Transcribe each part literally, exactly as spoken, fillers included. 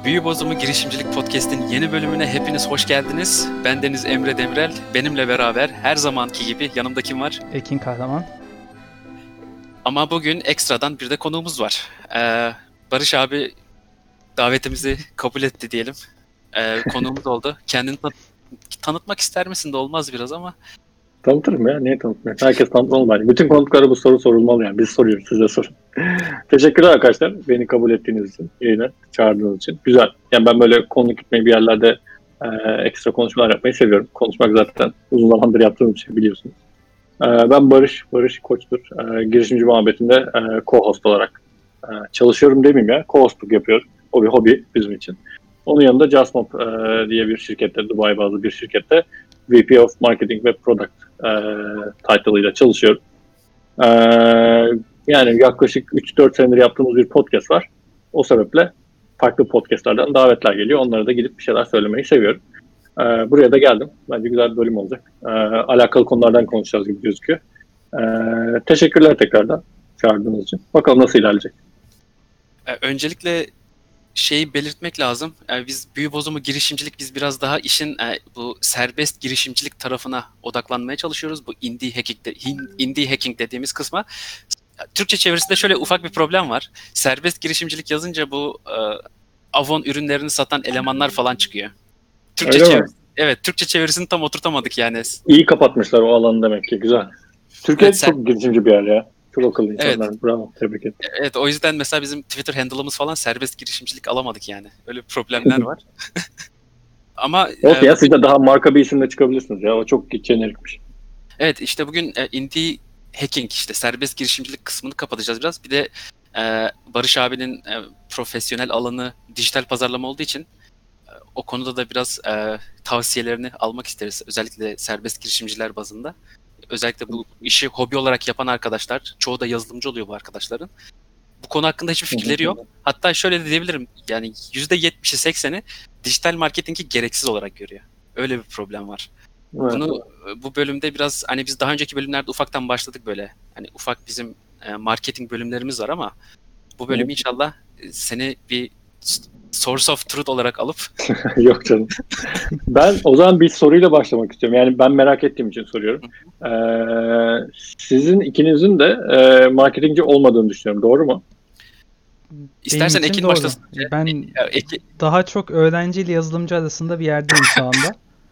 Büyü Bozumu Girişimcilik Podcast'in yeni bölümüne hepiniz hoş geldiniz. Ben Deniz Emre Demirel. Benimle beraber her zamanki gibi yanımda kim var? Ekin Kahraman. Ama bugün ekstradan bir de konuğumuz var. Ee, Barış abi davetimizi kabul etti diyelim. Ee, konuğumuz oldu. Kendini tan- tanıtmak ister misin de olmaz biraz ama. Tanıtırım ya. Niye tanıtmıyorum? Herkes tanıtmalı. Bütün konuklara bu soru sorulmalı yani. Biz soruyoruz. Size sorun. Teşekkürler arkadaşlar. Beni kabul ettiğiniz için. Yayına çağırdığınız için. Güzel. Yani ben böyle konuk gitmeyi bir yerlerde e, ekstra konuşmalar yapmayı seviyorum. Konuşmak zaten uzun zamandır yaptığım bir şey biliyorsunuz. E, ben Barış. Barış Koç'tur. E, girişimci muhabbetinde e, co-host olarak e, çalışıyorum demeyeyim ya. Co-hostluk yapıyorum. O bir hobi bizim için. Onun yanında JustMob e, diye bir şirkette, Dubai bazlı bir şirkette V P of Marketing ve Product e, title ile çalışıyorum. E, yani yaklaşık üç dört senedir yaptığımız bir podcast var. O sebeple farklı podcastlardan davetler geliyor. Onlara da gidip bir şeyler söylemeyi seviyorum. E, buraya da geldim. Bence güzel bir bölüm olacak. E, alakalı konulardan konuşacağız gibi gözüküyor. E, teşekkürler tekrardan çağırdığınız için. Bakalım nasıl ilerleyecek. Öncelikle şeyi belirtmek lazım. Yani biz Büyü Bozumu Girişimcilik, biz biraz daha işin e, bu serbest girişimcilik tarafına odaklanmaya çalışıyoruz. Bu indie hacking, de, indie hacking dediğimiz kısma. Türkçe çevirisinde şöyle ufak bir problem var. Serbest girişimcilik yazınca bu e, Avon ürünlerini satan elemanlar falan çıkıyor. Türkçe Öyle çevirisi, mi? evet, Türkçe çevirisini tam oturtamadık yani. İyi kapatmışlar o alanı demek ki. Güzel. Türkiye Evet, sen- çok girişimci bir yer ya. Çok akıllı insanlar. Evet. Bravo. Tebrik ederim. Evet, o yüzden mesela bizim Twitter handle'ımız falan serbest girişimcilik alamadık yani. Öyle problemler var. Ama Olsun e, ya, siz de daha marka bir isimle çıkabilirsiniz ya. O çok jenerikmiş. evet, işte bugün e, indie hacking, işte serbest girişimcilik kısmını kapatacağız biraz. Bir de e, Barış abinin e, profesyonel alanı dijital pazarlama olduğu için e, o konuda da biraz e, tavsiyelerini almak isteriz. Özellikle serbest girişimciler bazında. Özellikle bu işi hobi olarak yapan arkadaşlar, çoğu da yazılımcı oluyor bu arkadaşların. Bu konu hakkında hiçbir fikirleri yok. Hatta şöyle de diyebilirim, yani yüzde yetmişi sekseni dijital marketingi gereksiz olarak görüyor. Öyle bir problem var. Evet. Bunu bu bölümde biraz, hani biz daha önceki bölümlerde ufaktan başladık böyle. Hani ufak bizim e, marketing bölümlerimiz var ama bu bölüm Hı. inşallah e, seni bir source of truth olarak alıp Yok canım. Ben o zaman bir soruyla başlamak istiyorum. Yani ben merak ettiğim için soruyorum. Ee, sizin ikinizin de e, marketingci olmadığını düşünüyorum. Doğru mu? istersen Benim için Ekin doğru. başlasın. Ben Ya, Ekin, daha çok öğrenci ile yazılımcı arasında bir yerdeyim şu anda.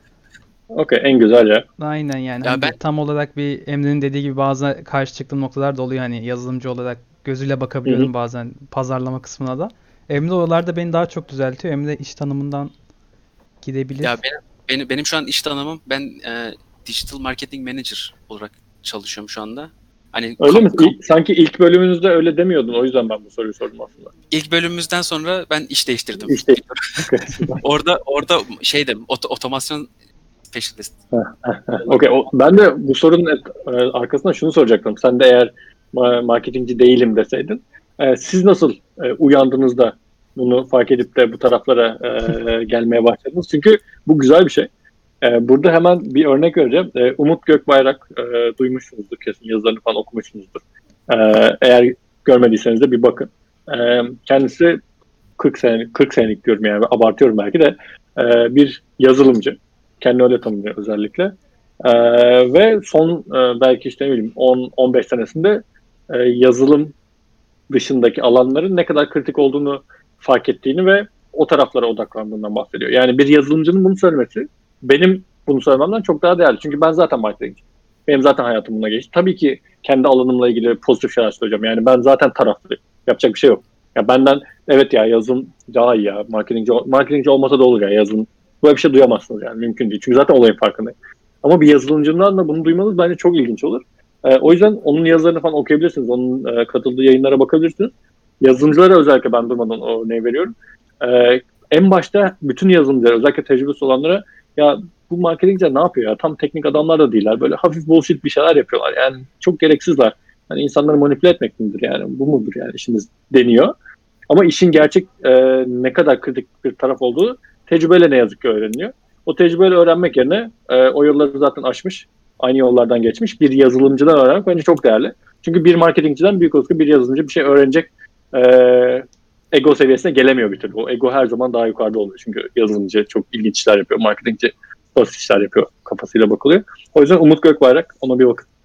Okey, en güzel ya. Aynen yani. Ya Hani ben- bir- tam olarak bir Emre'nin dediği gibi bazen karşı çıktığım noktalar da oluyor. Hani yazılımcı olarak gözüyle bakabiliyorum Hı hı. bazen pazarlama kısmına da. Emre oralarda beni daha çok düzeltiyor. Emre iş tanımından gidebilir. ya benim, benim benim şu an iş tanımım, ben e, digital marketing manager olarak çalışıyorum şu anda. Hani Öyle kam- mi? kam- İlk- sanki ilk bölümünüzde öyle demiyordun. O yüzden ben bu soruyu sordum aslında. ilk bölümümüzden sonra ben iş değiştirdim. İşte. Okey, süper. Orada orada şeydim, ot- otomasyon specialist. Okey, o- ben de bu sorunun et- e, arkasından şunu soracaktım. Sen de eğer ma- marketingci değilim deseydin, e, siz nasıl e, uyandığınızda bunu fark edip de bu taraflara e, gelmeye başladınız? Çünkü bu güzel bir şey. E, burada hemen bir örnek vereceğim. E, Umut Gökbayrak, e, duymuşsunuzdur kesin, yazılarını falan okumuşsunuzdur. E, eğer görmediyseniz de bir bakın. E, kendisi kırk sene, kırk senelik diyorum yani, abartıyorum belki de, e, bir yazılımcı. Kendini öyle tanımlıyor özellikle. Ee, ve son e, belki işte ne bileyim on on beş senesinde e, yazılım dışındaki alanların ne kadar kritik olduğunu fark ettiğini ve o taraflara odaklandığından bahsediyor. Yani bir yazılımcının bunu söylemesi benim bunu söylememden çok daha değerli. Çünkü ben zaten marketingciyim. Benim zaten hayatım buna geçti. Tabii ki kendi alanımla ilgili pozitif şeyler söyleyeceğim. Yani ben zaten taraflıyım. Yapacak bir şey yok. Ya benden evet ya yazılım daha iyi ya. Marketingci, marketingci olmasa da olur ya yazılım. Böyle bir şey duyamazsınız yani, mümkün değil. Çünkü zaten olayın farkındayım. Ama bir yazılımcından da bunu duymanız bence çok ilginç olur. Ee, o yüzden onun yazılarını falan okuyabilirsiniz. Onun e, katıldığı yayınlara bakabilirsiniz. Yazılımcılara özellikle ben durmadan o örneği veriyorum. Ee, en başta bütün yazılımcılara, özellikle tecrübesi olanlara, ya bu marketingciler ne yapıyor ya? Tam teknik adamlar da değiller. Böyle hafif bullshit bir şeyler yapıyorlar. Yani çok gereksizler. Hani insanları manipüle etmek midir yani? Bu mudur yani işiniz deniyor. Ama işin gerçek e, ne kadar kritik bir taraf olduğu tecrübeyle ne yazık ki öğreniliyor. O tecrübeyle öğrenmek yerine e, o yılları zaten aşmış, aynı yollardan geçmiş bir yazılımcıdan öğrenmek bence çok değerli. Çünkü bir marketingciden büyük olsun bir yazılımcı bir şey öğrenecek e, ego seviyesine gelemiyor bir türlü. O ego her zaman daha yukarıda oluyor. Çünkü yazılımcı çok ilginç işler yapıyor. Marketingci basit işler yapıyor. Kafasıyla bakılıyor. O yüzden Umut Gökbayrak, ona bir bakın.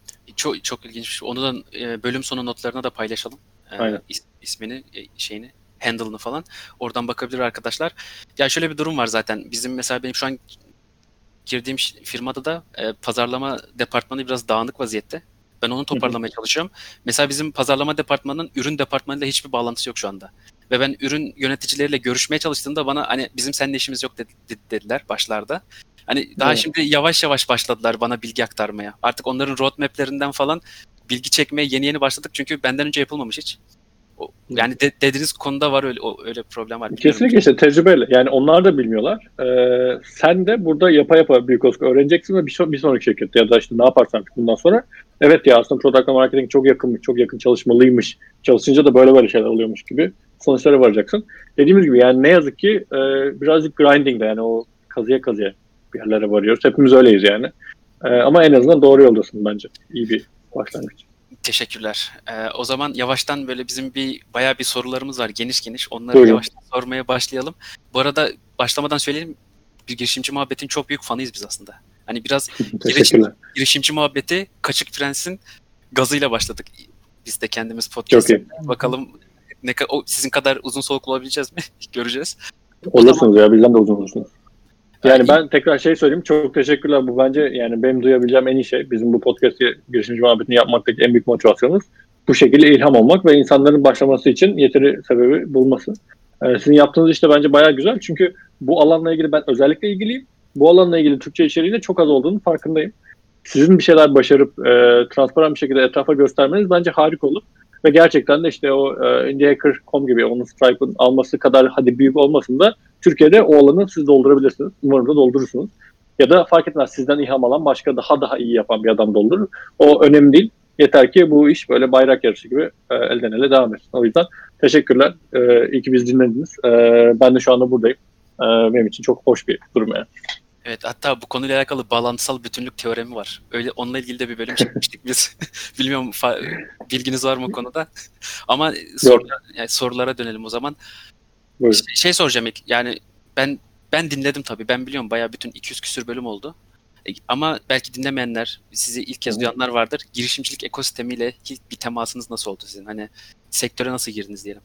Çok çok ilginç bir şey. Onu da e, bölüm sonu notlarına da paylaşalım. E, Aynen. is- ismini, e, şeyini, handle'ını falan. Oradan bakabilir arkadaşlar. Ya şöyle bir durum var zaten. Bizim mesela benim şu an girdiğim ş- firmada da e, pazarlama departmanı biraz dağınık vaziyette. Ben onu toparlamaya çalışıyorum. Mesela bizim pazarlama departmanının ürün departmanıyla hiçbir bağlantısı yok şu anda. Ve ben ürün yöneticileriyle görüşmeye çalıştığımda bana hani bizim seninle işimiz yok dedi- dediler başlarda. Hani daha Evet. şimdi yavaş yavaş başladılar bana bilgi aktarmaya. Artık onların roadmap'lerinden falan bilgi çekmeye yeni yeni başladık. Çünkü benden önce yapılmamış hiç. O, yani de, dediğiniz konuda var öyle o, öyle problem var. Bilmiyorum. Kesinlikle işte tecrübeyle. Yani onlar da bilmiyorlar. Ee, sen de burada yapa yapa büyük olsun öğreneceksin ve bir, so- bir sonraki şirkette ya da işte ne yaparsan artık bundan sonra evet ya aslında product marketing çok yakınmış, çok yakın çalışmalıymış. Çalışınca da böyle böyle şeyler oluyormuş gibi sonuçlara varacaksın. Dediğimiz gibi yani ne yazık ki e, birazcık grinding de yani o kazıya kazıya bir yerlere varıyoruz. Hepimiz öyleyiz yani. E, ama en azından doğru yoldasın bence. İyi bir başlangıç. Teşekkürler. Ee, o zaman yavaştan böyle bizim bir bayağı bir sorularımız var geniş geniş. Onları Buyurun. yavaştan sormaya başlayalım. Bu arada başlamadan söyleyelim. Bir girişimci muhabbetin çok büyük fanıyız biz aslında. Hani biraz girişim, Teşekkürler. girişimci muhabbeti Kaçık Prens'in gazıyla başladık. Biz de kendimiz Çok podcast iyi. yaptık. Bakalım ne ka- o, sizin kadar uzun soluklu olabileceğiz mi? Göreceğiz. Olursunuz ya bizden de uzun olursunuz. Ee, Yani ben tekrar şey söyleyeyim. Çok teşekkürler. Bu bence yani benim duyabileceğim en iyi şey. Bizim bu podcast'i girişimci muhabbetini yapmaktaki en büyük motivasyonumuz. Bu şekilde ilham olmak ve insanların başlaması için yeteri sebebi bulması. Ee, sizin yaptığınız işte bence bayağı güzel. Çünkü bu alanla ilgili ben özellikle ilgiliyim. Bu alanla ilgili Türkçe içeriğinde çok az olduğunu farkındayım. Sizin bir şeyler başarıp e, transparan bir şekilde etrafa göstermeniz bence harika olur. Ve gerçekten de işte o e, indie hacker nokta com gibi onun Stripe'ın alması kadar hadi büyük olmasın da Türkiye'de o alanı siz doldurabilirsiniz. Umarım da doldurursunuz. Ya da fark etmez sizden ilham alan başka daha daha iyi yapan bir adam doldurur. O önemli değil. Yeter ki bu iş böyle bayrak yarışı gibi e, elden ele devam etsin. O yüzden teşekkürler. E, iyi ki bizi dinlediniz. E, ben de şu anda buradayım. E, benim için çok hoş bir durum yani. Evet, hatta bu konuyla alakalı bağlantısal bütünlük teoremi var. Öyle onunla ilgili de bir bölüm çekmiştik biz. Bilmiyorum fa- bilginiz var mı o konuda? Ama sorular, yani sorulara dönelim o zaman. Buyurun. Şey, şey soracağım ilk. Yani ben ben dinledim tabii. Ben biliyorum bayağı bütün iki yüz küsür bölüm oldu. E, Ama belki dinlemeyenler, sizi ilk kez Hı hı. duyanlar vardır. Girişimcilik ekosistemiyle ilk bir temasınız nasıl oldu sizin? Hani sektöre nasıl girdiniz diyelim.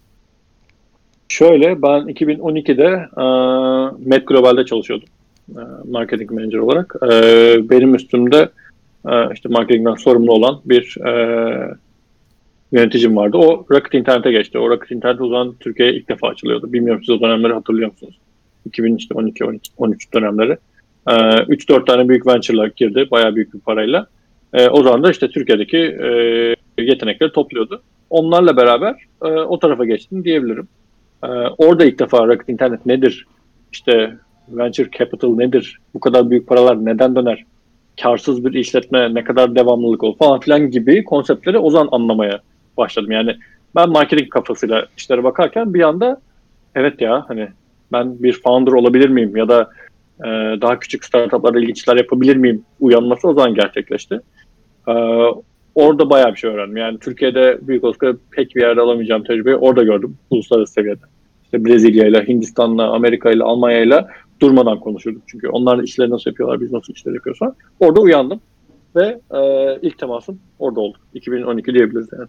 Şöyle ben iki bin on ikide e, Met Global'de çalışıyordum. E, marketing manager olarak. E, benim üstümde e, işte marketingden sorumlu olan bir e, yöneticim vardı. O Rocket İnternet'e geçti. O Rocket İnternet o zaman Türkiye'ye ilk defa açılıyordu. Bilmiyorum siz o dönemleri hatırlıyor musunuz? iki bin on iki on üç dönemleri. E, üç dört tane büyük venture'lar girdi. Bayağı büyük bir parayla. E, o zaman da işte Türkiye'deki e, yetenekleri topluyordu. Onlarla beraber e, o tarafa geçtim diyebilirim. Ee, orada ilk defa Rocket İnternet nedir? İşte venture capital nedir? Bu kadar büyük paralar neden döner? Karsız bir işletme ne kadar devamlılık olur falan filan gibi konseptleri o zaman anlamaya başladım. Yani ben marketing kafasıyla işlere bakarken bir anda evet ya hani ben bir founder olabilir miyim ya da e, daha küçük startuplarla ilgili işler yapabilir miyim uyanması o zaman gerçekleşti. Ee, orada bayağı bir şey öğrendim. Yani Türkiye'de büyük olsa pek bir yerde alamayacağım tecrübeyi orada gördüm uluslararası seviyede. İşte Brezilya'yla, Hindistan'la, Amerika'yla, Almanya'yla durmadan konuşurduk. Çünkü onlar işleri nasıl yapıyorlar, biz nasıl işler yapıyoruz falan. Orada uyandım ve e, ilk temasım orada oldu. iki bin on iki diyebiliriz yani.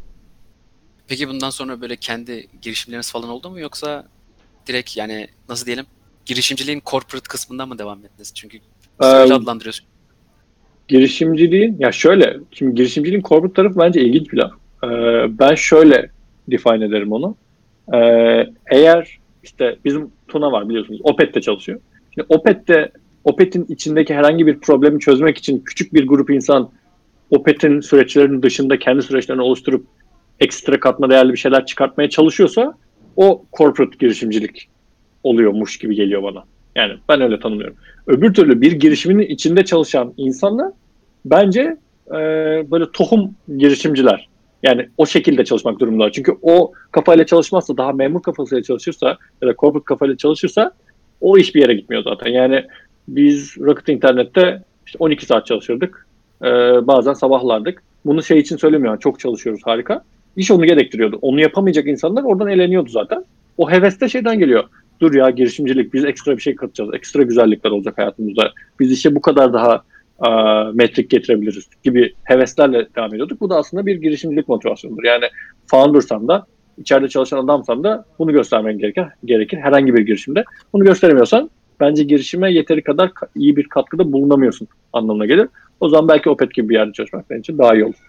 Peki bundan sonra böyle kendi girişimleriniz falan oldu mu yoksa direkt yani nasıl diyelim girişimciliğin corporate kısmından mı devam ettiniz? Çünkü biz öyle Ee, adlandırıyoruz. girişimciliğin, ya şöyle, şimdi girişimciliğin corporate tarafı bence ilginç bir laf. Ee, ben şöyle define ederim onu. Ee, eğer işte bizim Tuna var biliyorsunuz, Opet'te çalışıyor. Şimdi Opet'te, Opet'in içindeki herhangi bir problemi çözmek için küçük bir grup insan Opet'in süreçlerinin dışında kendi süreçlerini oluşturup ekstra katma değerli bir şeyler çıkartmaya çalışıyorsa o corporate girişimcilik oluyormuş gibi geliyor bana. Yani ben öyle tanımlıyorum. Öbür türlü bir girişimin içinde çalışan insanlar bence e, böyle tohum girişimciler. Yani o şekilde çalışmak durumundalar. Çünkü o kafayla çalışmazsa, daha memur kafasıyla çalışırsa ya da corporate kafayla çalışırsa o iş bir yere gitmiyor zaten. Yani biz Rocket İnternet'te işte on iki saat çalışırdık. E, bazen sabahlardık. Bunu şey için söylemiyorum. Çok çalışıyoruz harika. İş onu gerektiriyordu. Onu yapamayacak insanlar oradan eleniyordu zaten. O heves de şeyden geliyor. Dur ya girişimcilik, biz ekstra bir şey katacağız. Ekstra güzellikler olacak hayatımızda. Biz işe bu kadar daha e, metrik getirebiliriz gibi heveslerle devam ediyorduk. Bu da aslında bir girişimcilik motivasyonudur. Yani founder'san da, içeride çalışan adamsan da bunu göstermen gerekir. gerekir. Herhangi bir girişimde. Bunu gösteremiyorsan bence girişime yeteri kadar iyi bir katkıda bulunamıyorsun anlamına gelir. O zaman belki Opet gibi bir yerde çalışmak senin için daha iyi olur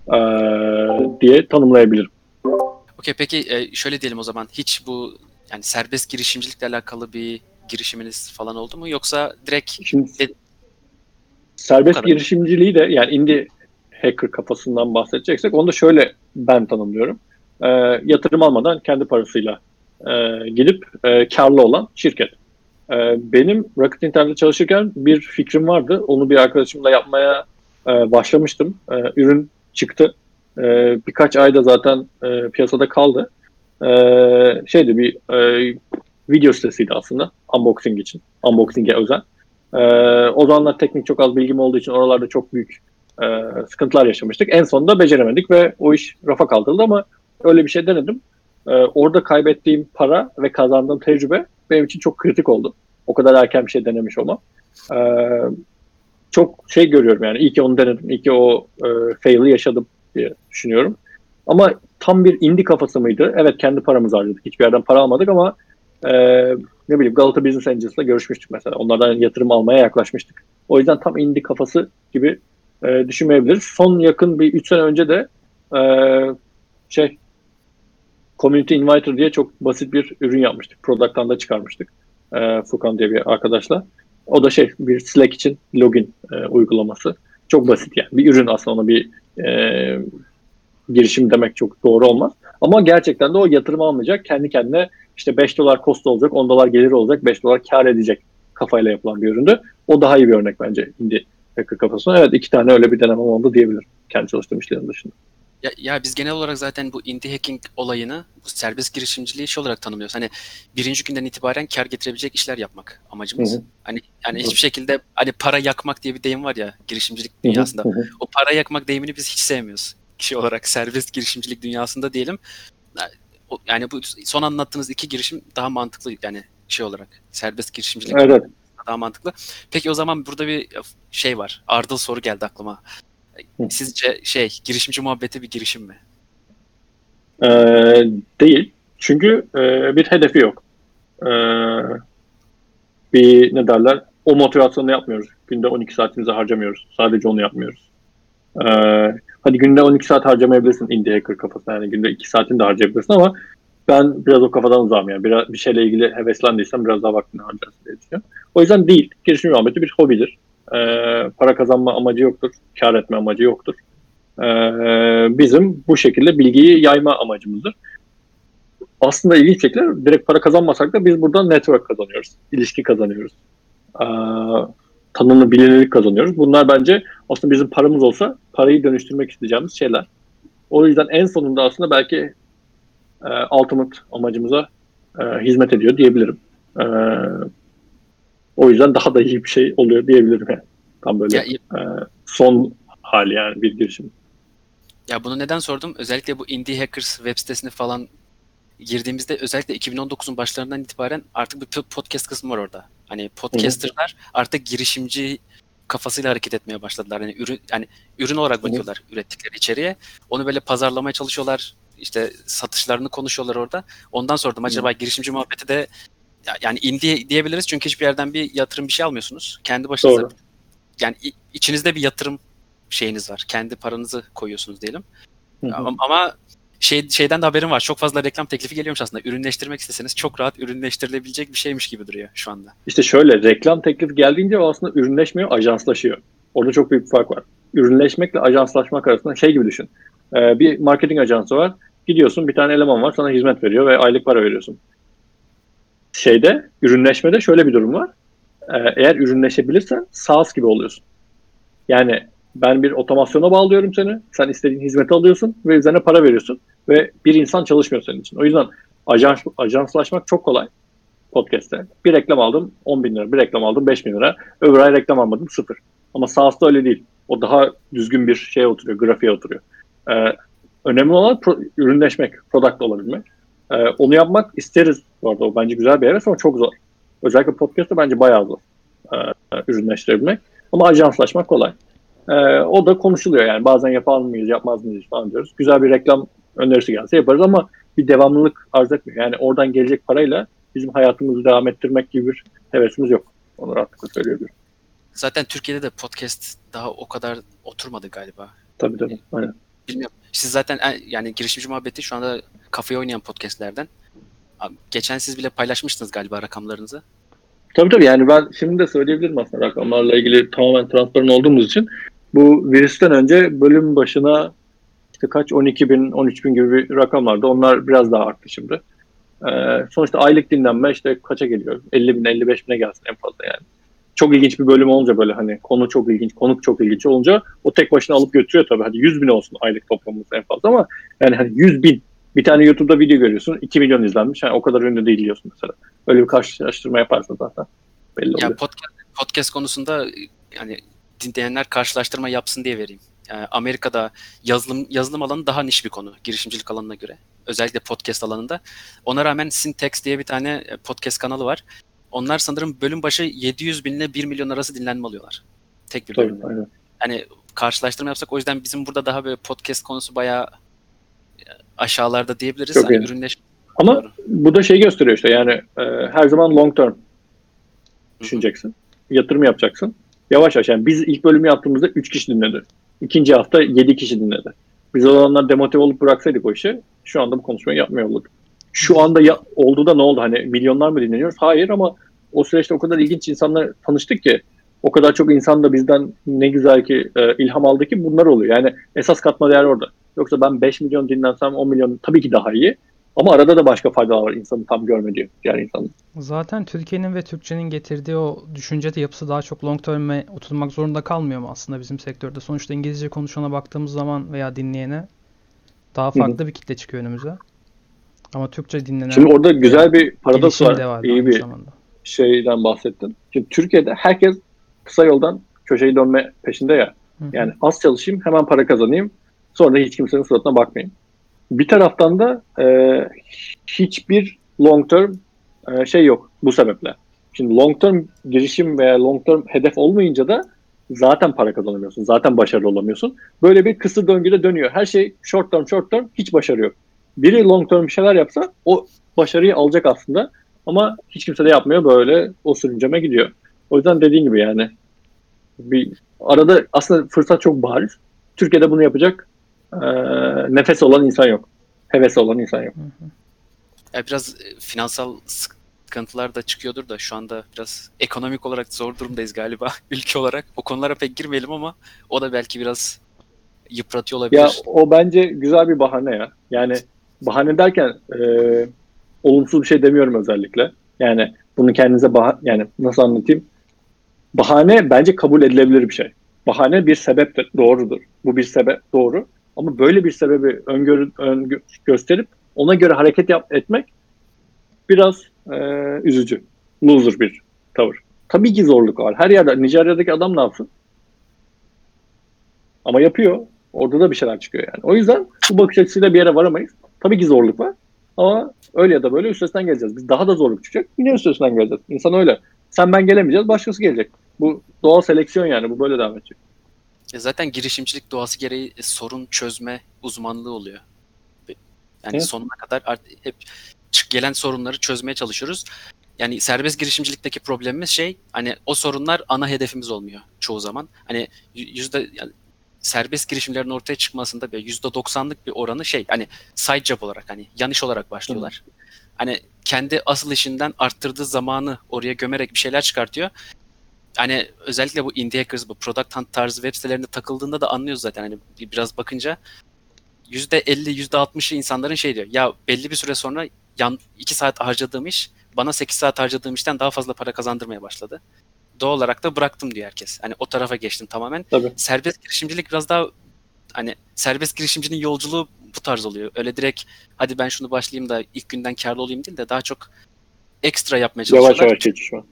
ee, diye tanımlayabilirim. Okey, peki e, şöyle diyelim o zaman, hiç bu yani serbest girişimcilikle alakalı bir girişiminiz falan oldu mu, yoksa direkt Şimdi e, serbest girişimciliği de yani indie hacker kafasından bahsedeceksek onu da şöyle ben tanımlıyorum. Ee, yatırım almadan kendi parasıyla e, gidip e, karlı olan şirket. E, benim Rocket Internet'te çalışırken bir fikrim vardı. Onu bir arkadaşımla yapmaya e, başlamıştım. E, ürün çıktı. E, birkaç ayda zaten e, piyasada kaldı. E, şeydi bir e, video sitesiydi aslında unboxing için. Unboxing'e özel. Ee, o zamanlar teknik çok az bilgim olduğu için oralarda çok büyük e, sıkıntılar yaşamıştık. En sonunda beceremedik ve o iş rafa kaldırıldı ama öyle bir şey denedim. Ee, orada kaybettiğim para ve kazandığım tecrübe benim için çok kritik oldu. O kadar erken bir şey denemiş olmam. Ee, çok şey görüyorum yani. İyi ki onu denedim. İyi ki o e, fail'i yaşadım diye düşünüyorum. Ama tam bir indie kafası mıydı? Evet, kendi paramızı harcadık. Hiçbir yerden para almadık ama e, ne bileyim Galata Business Angels'la görüşmüştük mesela. Onlardan yatırım almaya yaklaşmıştık. O yüzden tam indie kafası gibi e, düşünmeyebiliriz. Son yakın bir üç sene önce de e, şey Community Inviter diye çok basit bir ürün yapmıştık. Product'tan da çıkarmıştık. E, Furkan diye bir arkadaşla. O da şey bir Slack için login e, uygulaması. Çok basit yani. Bir ürün aslında, ona bir e, girişim demek çok doğru olmaz. Ama gerçekten de o yatırım almayacak. Kendi kendine işte beş dolar cost olacak, on dolar gelir olacak, beş dolar kar edecek kafayla yapılan bir üründü. O daha iyi bir örnek bence indie hacker kafasına. Evet, iki tane öyle bir denemem oldu diyebilirim. Kendi çalıştığım işlerin dışında. Ya, ya biz genel olarak zaten bu indie hacking olayını, bu serbest girişimciliği şey olarak tanımlıyoruz. Hani birinci günden itibaren kar getirebilecek işler yapmak amacımız. Hı hı. Hani yani hiçbir şekilde hani para yakmak diye bir deyim var ya girişimcilik dünyasında. Hı hı. O para yakmak deyimini biz hiç sevmiyoruz. Kişi olarak serbest girişimcilik dünyasında diyelim. Yani bu son anlattığınız iki girişim daha mantıklı yani şey olarak. Serbest girişimcilik evet. daha mantıklı. Peki o zaman burada bir şey var. Ardıl soru geldi aklıma. Sizce şey girişimci muhabbeti bir girişim mi? Ee, değil. Çünkü e, bir hedefi yok. Ee, bir ne derler? O motivasyonu yapmıyoruz. Günde on iki saatimizi harcamıyoruz. Sadece onu yapmıyoruz. Ee, hadi günde on iki saat harcamayabilirsin indie hacker kafasına. Yani günde iki saatini de harcayabilirsin ama ben biraz o kafadan uzağım yani. Biraz bir şeyle ilgili heveslendiysem biraz daha vaktini harcarsın diye düşünüyorum. O yüzden değil. Girişim muhabbeti bir hobidir. Ee, para kazanma amacı yoktur. Kar etme amacı yoktur. Ee, bizim bu şekilde bilgiyi yayma amacımızdır. Aslında ilginç şekilde direkt para kazanmasak da biz buradan network kazanıyoruz. İlişki kazanıyoruz. Ee, tanınır, bilinirlik kazanıyoruz. Bunlar bence aslında bizim paramız olsa parayı dönüştürmek isteyeceğimiz şeyler. O yüzden en sonunda aslında belki e, ultimate amacımıza e, hizmet ediyor diyebilirim. E, o yüzden daha da iyi bir şey oluyor diyebilirim yani. Tam böyle ya, e, son hali yani bir girişim. Ya bunu neden sordum? Özellikle bu Indie Hackers web sitesine falan girdiğimizde özellikle iki bin on dokuzun başlarından itibaren artık bir podcast kısmı var orada. Hani podcasterlar Hı-hı. artık girişimci kafasıyla hareket etmeye başladılar. Yani ürün yani ürün olarak bakıyorlar Hı-hı. ürettikleri içeriğe. Onu böyle pazarlamaya çalışıyorlar. İşte satışlarını konuşuyorlar orada. Ondan sordum acaba Hı-hı. girişimci muhabbeti de yani indie diyebiliriz çünkü hiçbir yerden bir yatırım bir şey almıyorsunuz. Kendi başınıza Doğru. yani içinizde bir yatırım şeyiniz var. Kendi paranızı koyuyorsunuz diyelim. Hı-hı. Ama şey şeyden de haberim var. Çok fazla reklam teklifi geliyormuş aslında. Ürünleştirmek isteseniz çok rahat ürünleştirilebilecek bir şeymiş gibi duruyor şu anda. İşte şöyle reklam teklifi geldiğinde o aslında ürünleşmiyor, ajanslaşıyor. Orada çok büyük bir fark var. Ürünleşmekle ajanslaşmak arasında şey gibi düşün. Ee, bir marketing ajansı var. Gidiyorsun bir tane eleman var sana hizmet veriyor ve aylık para veriyorsun. Şeyde ürünleşmede şöyle bir durum var. Ee, eğer ürünleşebilirsen SaaS gibi oluyorsun. Yani ben bir otomasyona bağlıyorum seni. Sen istediğin hizmeti alıyorsun ve üzerine para veriyorsun. Ve bir insan çalışmıyor senin için. O yüzden ajans, ajanslaşmak çok kolay podcast'te. Bir reklam aldım on bin lira. Bir reklam aldım beş bin lira. Öbür ay reklam almadım sıfır. Ama SaaS'ta öyle değil. O daha düzgün bir şeye oturuyor. Grafiğe oturuyor. Ee, Önemli olan pro- ürünleşmek, product olabilmek. Ee, onu yapmak isteriz bu arada. O bence güzel bir heves ama çok zor. Özellikle podcast'ta bence bayağı zor ee, ürünleştirebilmek. Ama ajanslaşmak kolay. Ee, o da konuşuluyor yani. Bazen yapar mıyız, yapmaz mıyız falan diyoruz. Güzel bir reklam önerisi gelse yaparız ama bir devamlılık arz etmiyor. Yani oradan gelecek parayla bizim hayatımızı devam ettirmek gibi bir hevesimiz yok. Onu rahatlıkla söyleyebilirim. Zaten Türkiye'de de podcast daha o kadar oturmadı galiba. Tabii tabii. Aynen. Bilmiyorum. Siz zaten en- yani girişimci muhabbeti şu anda kafaya oynayan podcastlerden. Abi, geçen siz bile paylaşmıştınız galiba rakamlarınızı. Tabii tabii yani ben şimdi de söyleyebilirim aslında rakamlarla ilgili tamamen transparan olduğumuz için. Bu virüsten önce bölüm başına işte kaç on iki bin, on üç bin gibi bir rakam vardı. Onlar biraz daha arttı şimdi. Ee, sonuçta aylık dinlenme işte kaça geliyor? elli bin, elli beş bine gelsin en fazla yani. Çok ilginç bir bölüm olunca böyle hani konu çok ilginç, konuk çok ilginç olunca o tek başına alıp götürüyor tabii. Hadi yüz bin olsun aylık toplamımız en fazla ama yani hani yüz bin. Bir tane YouTube'da video görüyorsun iki milyon izlenmiş. Yani o kadar ünlü değil diyorsun mesela. Öyle bir karşılaştırma yaparsın zaten. Belli oluyor. Ya podcast, podcast konusunda yani dinleyenler karşılaştırma yapsın diye vereyim. Yani Amerika'da yazılım yazılım alanı daha niş bir konu girişimcilik alanına göre. Özellikle podcast alanında. Ona rağmen Syntax diye bir tane podcast kanalı var. Onlar sanırım bölüm başı yedi yüz bin ile bir milyon arası dinlenme alıyorlar. Tek bir Tabii, bölümde. aynen. Yani karşılaştırma yapsak o yüzden bizim burada daha böyle podcast konusu bayağı aşağılarda diyebiliriz. Çok Hani iyi. ürünleşme. Ama Doğru. bu da şey gösteriyor işte yani e, her zaman long term düşüneceksin. Yatırım yapacaksın. Yavaş yavaş yani biz ilk bölümü yaptığımızda üç kişi dinledi. İkinci hafta yedi kişi dinledi. Biz o zamanlar demotive olup bıraksaydık o işi şu anda bu konuşmayı yapmıyor olurduk. Şu anda ya, oldu da ne oldu? Hani milyonlar mı dinleniyoruz? Hayır ama o süreçte o kadar ilginç insanla tanıştık ki o kadar çok insan da bizden ne güzel ki e, ilham aldı ki bunlar oluyor. Yani esas katma değer orada. Yoksa ben beş milyon dinlensem on milyon tabii ki daha iyi. Ama arada da başka faydalar var insanın tam görmediği diğer insanın. Zaten Türkiye'nin ve Türkçenin getirdiği o düşünce de yapısı daha çok long term'e oturmak zorunda kalmıyor mu aslında bizim sektörde? Sonuçta İngilizce konuşana baktığımız zaman veya dinleyene daha farklı bir kitle çıkıyor önümüze. Ama Türkçe dinlenen Şimdi orada güzel bir paradoks gelişim var. de var İyi aynı bir zamanda. şeyden bahsettin. Şimdi Türkiye'de herkes kısa yoldan köşeyi dönme peşinde ya. Hı hı. Yani az çalışayım, hemen para kazanayım. Sonra hiç kimsenin suratına bakmayayım. Bir taraftan da e, hiçbir long term e, şey yok bu sebeple. Şimdi long term girişim veya long term hedef olmayınca da zaten para kazanamıyorsun. Zaten başarılı olamıyorsun. Böyle bir kısır döngüde dönüyor. Her şey short term short term hiç başarı yok. Biri long term bir şeyler yapsa o başarıyı alacak aslında. Ama hiç kimse de yapmıyor. Böyle o sürünceme gidiyor. O yüzden dediğin gibi yani bir arada aslında fırsat çok bariz. Türkiye'de bunu yapacak e, nefes olan insan yok. Heves olan insan yok. Ya biraz e, finansal sıkıntılar da çıkıyordur da şu anda biraz ekonomik olarak zor durumdayız galiba ülke olarak. O konulara pek girmeyelim ama o da belki biraz yıpratıyor olabilir. Ya o bence güzel bir bahane ya. Yani bahane derken e, olumsuz bir şey demiyorum özellikle. Yani bunu kendinize bah- yani nasıl anlatayım? Bahane bence kabul edilebilir bir şey. Bahane bir sebeptir, doğrudur. Bu bir sebep, doğru. Ama böyle bir sebebi öngörü, öngö gösterip ona göre hareket yap etmek biraz e, üzücü. Loser bir tavır. Tabii ki zorluk var. Her yerde Nijerya'daki adam ne yapsın? Ama yapıyor. Orada da bir şeyler çıkıyor yani. O yüzden bu bakış açısıyla bir yere varamayız. Tabii ki zorluk var. Ama öyle ya da böyle üstesinden geleceğiz. Biz daha da zorluk çıkacak. Yine üstesinden geleceğiz. İnsan öyle. Sen ben gelemeyeceğiz. Başkası gelecek. Bu doğal seleksiyon yani. Bu böyle devam edecek. Ya zaten girişimcilik doğası gereği e, sorun çözme uzmanlığı oluyor. Yani Evet. sonuna kadar art- hep çık gelen sorunları çözmeye çalışıyoruz. Yani serbest girişimcilikteki problemimiz şey hani o sorunlar ana hedefimiz olmuyor çoğu zaman. Hani y- yüzde yani serbest girişimlerin ortaya çıkmasında böyle yüzde doksanlık bir oranı şey hani side job olarak hani yan iş olarak başlıyorlar. Hani kendi asıl işinden arttırdığı zamanı oraya gömerek bir şeyler çıkartıyor. Hani özellikle bu Indie Hackers, bu Product Hunt tarzı web sitelerinde takıldığında da anlıyoruz zaten hani biraz bakınca yüzde elli yüzde altmışı insanların şey diyor. Ya belli bir süre sonra yan iki saat harcadığım iş bana sekiz saat harcadığım işten daha fazla para kazandırmaya başladı. Doğal olarak da bıraktım diyor herkes. Hani o tarafa geçtim tamamen. Tabii. Serbest girişimcilik biraz daha hani serbest girişimcinin yolculuğu bu tarz oluyor. Öyle direkt hadi ben şunu başlayayım da ilk günden kârlı olayım değil de daha çok ekstra yapmaya çalışıyorlar. Yavaş yavaş geçişme.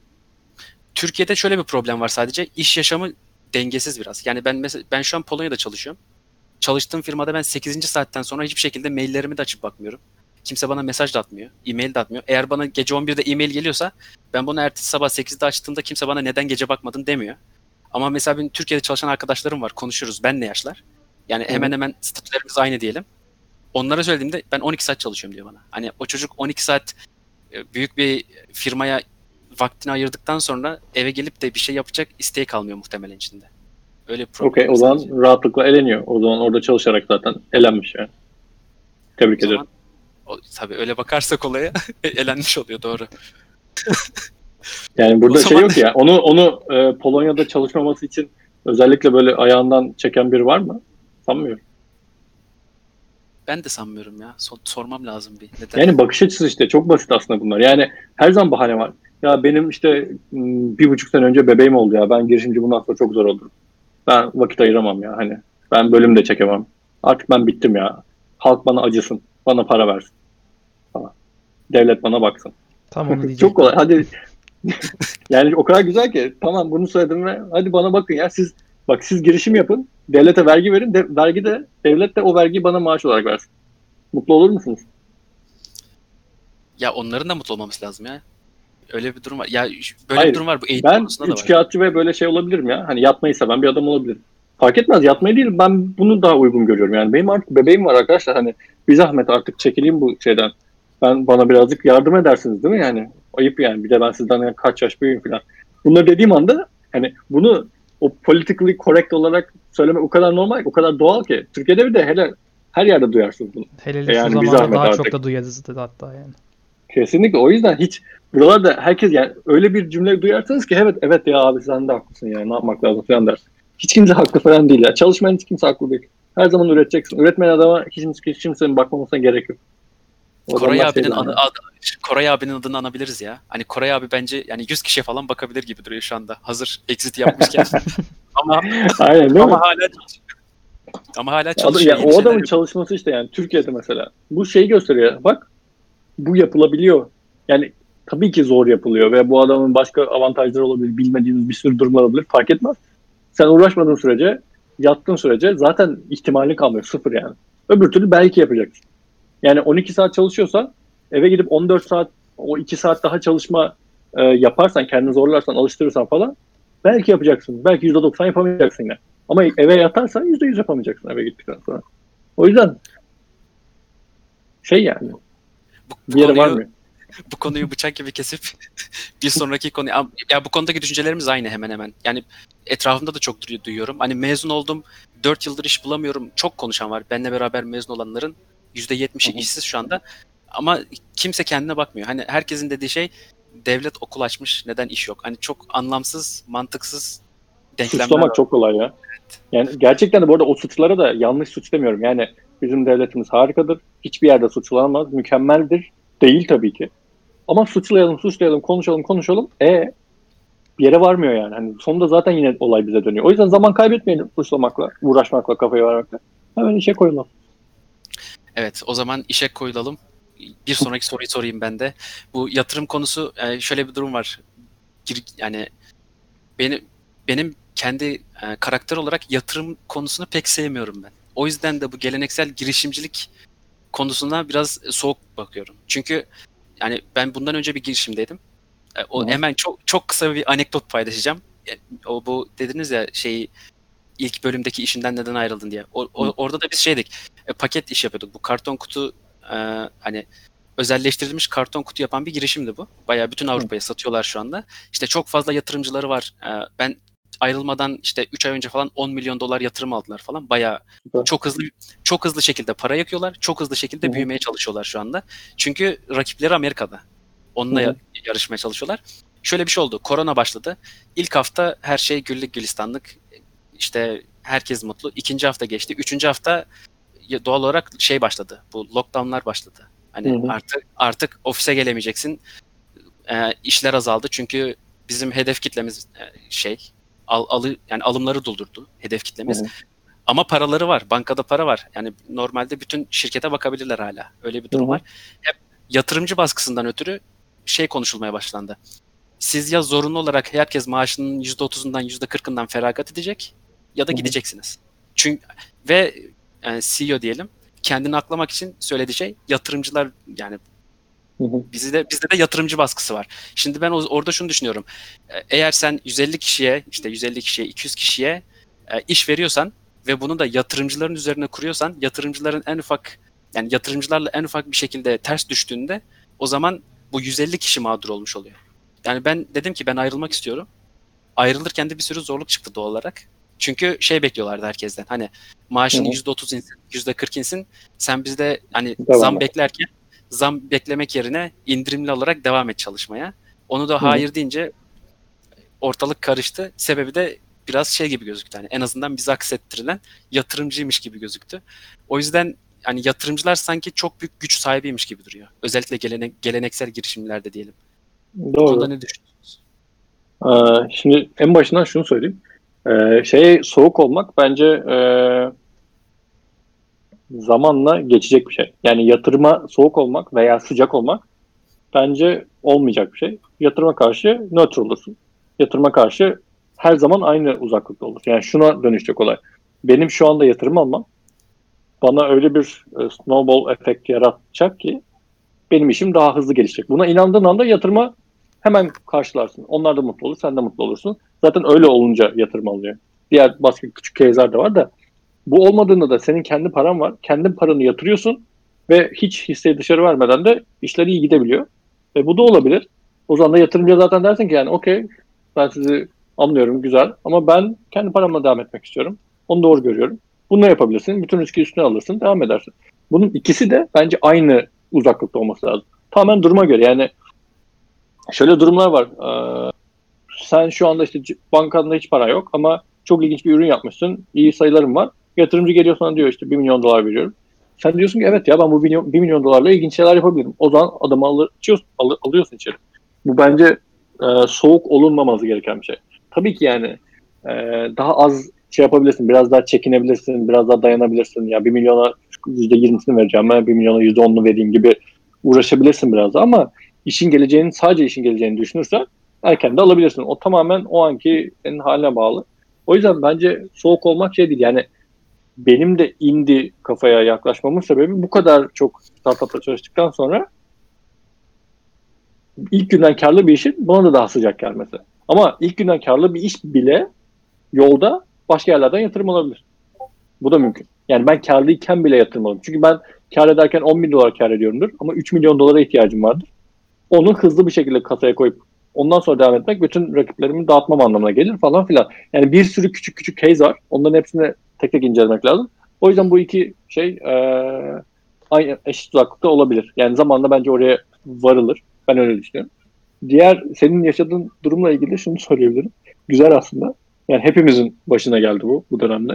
Türkiye'de şöyle bir problem var sadece. İş yaşamı dengesiz biraz. Yani ben mesela ben şu an Polonya'da çalışıyorum. çalıştığım firmada ben sekizinci saatten sonra hiçbir şekilde maillerimi de açıp bakmıyorum. Kimse bana mesaj da atmıyor, e-mail de atmıyor. Eğer bana gece on birde e-mail geliyorsa ben bunu ertesi sabah sekizde açtığımda kimse bana neden gece bakmadın demiyor. Ama mesela benim Türkiye'de çalışan arkadaşlarım var, konuşuyoruz, benle yaşlar. Yani hemen hemen statülerimiz aynı diyelim. Onlara söylediğimde ben on iki saat çalışıyorum diyor bana. Hani o çocuk on iki saat büyük bir firmaya vaktini ayırdıktan sonra eve gelip de bir şey yapacak isteği kalmıyor muhtemelen içinde. Öyle bir problem. Okey, o zaman sadece rahatlıkla eleniyor. O zaman orada çalışarak zaten elenmiş yani. Tebrik ederim. O, tabii öyle bakarsak olaya elenmiş oluyor, doğru. Yani burada O şey zaman... yok ya. Onu onu e, Polonya'da çalışmaması için özellikle böyle ayağından çeken biri var mı? Sanmıyorum. Ben de sanmıyorum ya. Sor, sormam lazım bir. Neden? Yani bakış açısı işte çok basit aslında bunlar. Yani her zaman bahane var. Ya benim işte bir buçuk sene önce bebeğim oldu ya. Ben girişimci bundan sonra çok zor olur. Ben vakit ayıramam ya hani. Ben bölüm de çekemem. Artık ben bittim ya. Halk bana acısın. Bana para versin. Falan. Devlet bana baksın. Tam onu diyecektim. Çok kolay. Hadi yani o kadar güzel ki. Tamam, bunu söyledim ve hadi bana bakın ya, siz bak siz girişim yapın. Devlete vergi verin. De, vergi de devlet de o vergiyi bana maaş olarak versin. Mutlu olur musunuz? Ya onların da mutlu olmaması lazım ya. Öyle bir durum var. Ya böyle Hayır, bir durum var. Bu eğitim ben konusunda da var. üçkağıtçı ve böyle şey olabilirim ya. Hani yatmayı seven bir adam olabilirim. Fark etmez, yatmayı değil. Ben bunu daha uygun görüyorum. Yani benim artık bebeğim var arkadaşlar. Hani bir zahmet artık çekileyim bu şeyden. Ben bana birazcık yardım edersiniz değil mi yani? Ayıp yani. Bir de ben sizden yani kaç yaş büyüğüm falan. Bunları dediğim anda hani bunu o politically correct olarak söylemek o kadar normal, o kadar doğal ki. Türkiye'de bir de hele her yerde duyarsınız bunu. Hele hele Yani şu bir zamanda zahmet daha artık. çok da duyarız dedi hatta yani. Kesinlikle. O yüzden hiç buralarda herkes yani öyle bir cümle duyarsanız ki evet evet ya abi sen de haklısın yani ne yapmak lazım falan dersin. Hiç kimse haklı falan değil ya. Çalışmayan hiç kimse haklı değil. Her zaman üreteceksin. Üretmeyen adama hiç, hiç kimsenin bakmamasına gerek yok. O Koray adamlar şey abinin zaten. adı, adı, Koray abinin adını anabiliriz ya. Hani Koray abi bence yani yüz kişiye falan bakabilir gibi duruyor şu anda. Hazır exit yapmışken. ama Aynen değil mi? ama hala ama hala Adam, çalışıyor. yani iyi bir o şeyler adamın yapıyor. çalışması işte yani Türkiye'de mesela. Bu şeyi gösteriyor. Bak bu yapılabiliyor. Yani tabii ki zor yapılıyor ve bu adamın başka avantajları olabilir. Bilmediğiniz bir sürü durumlar olabilir. Fark etmez. Sen uğraşmadığın sürece, yattığın sürece zaten ihtimali kalmıyor. Sıfır yani. Öbür türlü belki yapacaksın. Yani on iki saat çalışıyorsan eve gidip on dört saat, o iki saat daha çalışma e, yaparsan, kendini zorlarsan, alıştırırsan falan belki yapacaksın. Belki yüzde doksan yapamayacaksın yine. Ama eve yatarsan yüzde yüz yapamayacaksın eve gittikten sonra. O yüzden şey yani Bu, bu bir yere konuyu varmıyor. bu konuyu bıçak gibi kesip bir sonraki konu ya bu konudaki düşüncelerimiz aynı hemen hemen. Yani etrafımda da çok duy- duyuyorum. Hani mezun oldum, dört yıldır iş bulamıyorum. Çok konuşan var. Benle beraber mezun olanların yüzde yetmişi Hı hı. işsiz şu anda. Ama kimse kendine bakmıyor. Hani herkesin dediği şey devlet okul açmış, neden iş yok? Hani çok anlamsız, mantıksız denklemler Suçlamak var. çok kolay ya. Yani gerçekten de bu arada o suçlara da yanlış suç demiyorum. Yani bizim devletimiz harikadır. Hiçbir yerde suçlanamaz. Mükemmeldir. Değil tabii ki. Ama suçlayalım, suçlayalım, konuşalım, konuşalım. E bir yere varmıyor yani. Hani sonunda zaten yine olay bize dönüyor. O yüzden zaman kaybetmeyelim suçlamakla, uğraşmakla, kafaya vermekle. Hemen işe koyulalım. Evet, o zaman işe koyulalım. Bir sonraki soruyu sorayım ben de. Bu yatırım konusu, e, şöyle bir durum var. Gir- Yani benim benim kendi e, karakter olarak yatırım konusunu pek sevmiyorum ben. O yüzden de bu geleneksel girişimcilik konusuna biraz soğuk bakıyorum. Çünkü yani ben bundan önce bir girişimdeydim. E, o Hı-hı. hemen çok çok kısa bir anekdot paylaşacağım. E, O bu dediniz ya şeyi ilk bölümdeki işinden neden ayrıldın diye. O, o- orada da biz şeydik. E, paket iş yapıyorduk. Bu karton kutu e, hani özelleştirilmiş karton kutu yapan bir girişimdi bu. Bayağı bütün Avrupa'ya satıyorlar şu anda. İşte çok fazla yatırımcıları var. E, ben ayrılmadan işte üç ay önce falan on milyon dolar yatırım aldılar falan. Bayağı Süper. çok hızlı çok hızlı şekilde para yakıyorlar. Çok hızlı şekilde Hı hı. büyümeye çalışıyorlar şu anda. Çünkü rakipleri Amerika'da. Onunla Hı hı. ya- yarışmaya çalışıyorlar. Şöyle bir şey oldu. Korona başladı. İlk hafta her şey güllük gülistanlık. İşte herkes mutlu. İkinci hafta geçti. Üçüncü hafta ya- doğal olarak şey başladı. Bu lockdownlar başladı. Hani Hı hı. artık artık ofise gelemeyeceksin. Ee, işler azaldı çünkü bizim hedef kitlemiz e, şey al, alı yani alımları doldurdu hedef Hı kitlemiz. hı. Ama paraları var. Bankada para var. Yani normalde bütün şirkete bakabilirler hala. Öyle bir Hı durum hı. var. Hep yatırımcı baskısından ötürü şey konuşulmaya başlandı. Siz ya zorunlu olarak herkes maaşının yüzde otuzundan yüzde kırkından feragat edecek ya da Hı hı. gideceksiniz. Çünkü ve e, C E O diyelim, kendini aklamak için söylediği şey yatırımcılar, yani Hı hı. bizde bizde de yatırımcı baskısı var. Şimdi ben o- orada şunu düşünüyorum. E, Eğer sen yüz elli kişiye, işte yüz elli kişiye, iki yüz kişiye e, iş veriyorsan ve bunu da yatırımcıların üzerine kuruyorsan, yatırımcıların en ufak, yani yatırımcılarla en ufak bir şekilde ters düştüğünde, o zaman bu yüz elli kişi mağdur olmuş oluyor. Yani ben dedim ki ben ayrılmak istiyorum. Ayrılırken de bir sürü zorluk çıktı doğal olarak. Çünkü şey bekliyorlardı herkesten. Hani maaşın Hı hı. yüzde otuz insin, yüzde kırk insin. Sen bizde hani Devam zam et. beklerken zam beklemek yerine indirimli olarak devam et çalışmaya. Onu da Hı hı. hayır deyince ortalık karıştı. Sebebi de biraz şey gibi gözüktü. Hani en azından bize aksettirilen yatırımcıymış gibi gözüktü. O yüzden hani yatırımcılar sanki çok büyük güç sahibiymiş gibi duruyor. Özellikle gelene, geleneksel girişimlerde diyelim. Bu konuda Doğru. ne düşünüyorsunuz? Ee, şimdi en başından şunu söyleyeyim. Ee, şeye soğuk olmak bence e, zamanla geçecek bir şey. Yani yatırıma soğuk olmak veya sıcak olmak bence olmayacak bir şey. Yatırıma karşı nötr olursun. Yatırıma karşı her zaman aynı uzaklıkta olursun. Yani şuna dönüşecek olay. Benim şu anda yatırım almam bana öyle bir e, snowball efekti yaratacak ki benim işim daha hızlı gelişecek. Buna inandığın anda yatırıma hemen karşılarsın. Onlar da mutlu olur, sen de mutlu olursun. Zaten öyle olunca yatırım alınıyor. Diğer başka küçük case'ler de var da bu olmadığında da senin kendi paran var. Kendin paranı yatırıyorsun ve hiç hisseyi dışarı vermeden de işler iyi gidebiliyor. E bu da olabilir. O zaman da yatırımcıya zaten dersin ki yani okey ben sizi anlıyorum güzel ama ben kendi paramla devam etmek istiyorum. Onu doğru görüyorum. Bunu da yapabilirsin. Bütün riski üstüne alırsın. Devam edersin. Bunun ikisi de bence aynı uzaklıkta olması lazım. Tamamen duruma göre. Yani şöyle durumlar var. Ee, sen şu anda işte bankanda hiç para yok ama çok ilginç bir ürün yapmışsın. İyi sayılarım var. Yatırımcı geliyor sana diyor işte bir milyon dolar veriyorum. Sen diyorsun ki evet ya ben bu bir milyon, bir milyon dolarla ilginç şeyler yapabilirim. O zaman adamı alır, al, alıyorsun içeri. Bu bence e, soğuk olunmaması gereken bir şey. Tabii ki yani e, daha az şey yapabilirsin. Biraz daha çekinebilirsin. Biraz daha dayanabilirsin. Ya bir milyona yüzde yirmisini vereceğim. Ben bir milyona yüzde onunu vereyim gibi uğraşabilirsin biraz daha ama işin geleceğini sadece işin geleceğini düşünürsen erken de alabilirsin. O tamamen o anki senin haline bağlı. O yüzden bence soğuk olmak şey değil. Yani benim de indie kafaya yaklaşmamın sebebi bu kadar çok startupla çalıştıktan sonra ilk günden karlı bir işin bana da daha sıcak gelmesi. Ama ilk günden karlı bir iş bile yolda başka yerlerden yatırım alabilir. Bu da mümkün. Yani ben karlıyken bile yatırım alıyorum. Çünkü ben kar ederken on bin dolar kar ediyorumdur ama üç milyon dolara ihtiyacım vardır. Onu hızlı bir şekilde kasaya koyup ondan sonra devam etmek bütün rakiplerimi dağıtmam anlamına gelir falan filan. Yani bir sürü küçük küçük case var. Onların hepsini tek tek incelemek lazım. O yüzden bu iki şey e, aynı eşit uzaklıkta olabilir. Yani zamanla bence oraya varılır. Ben öyle düşünüyorum. Diğer senin yaşadığın durumla ilgili şunu söyleyebilirim. Güzel aslında. Yani hepimizin başına geldi bu bu dönemde.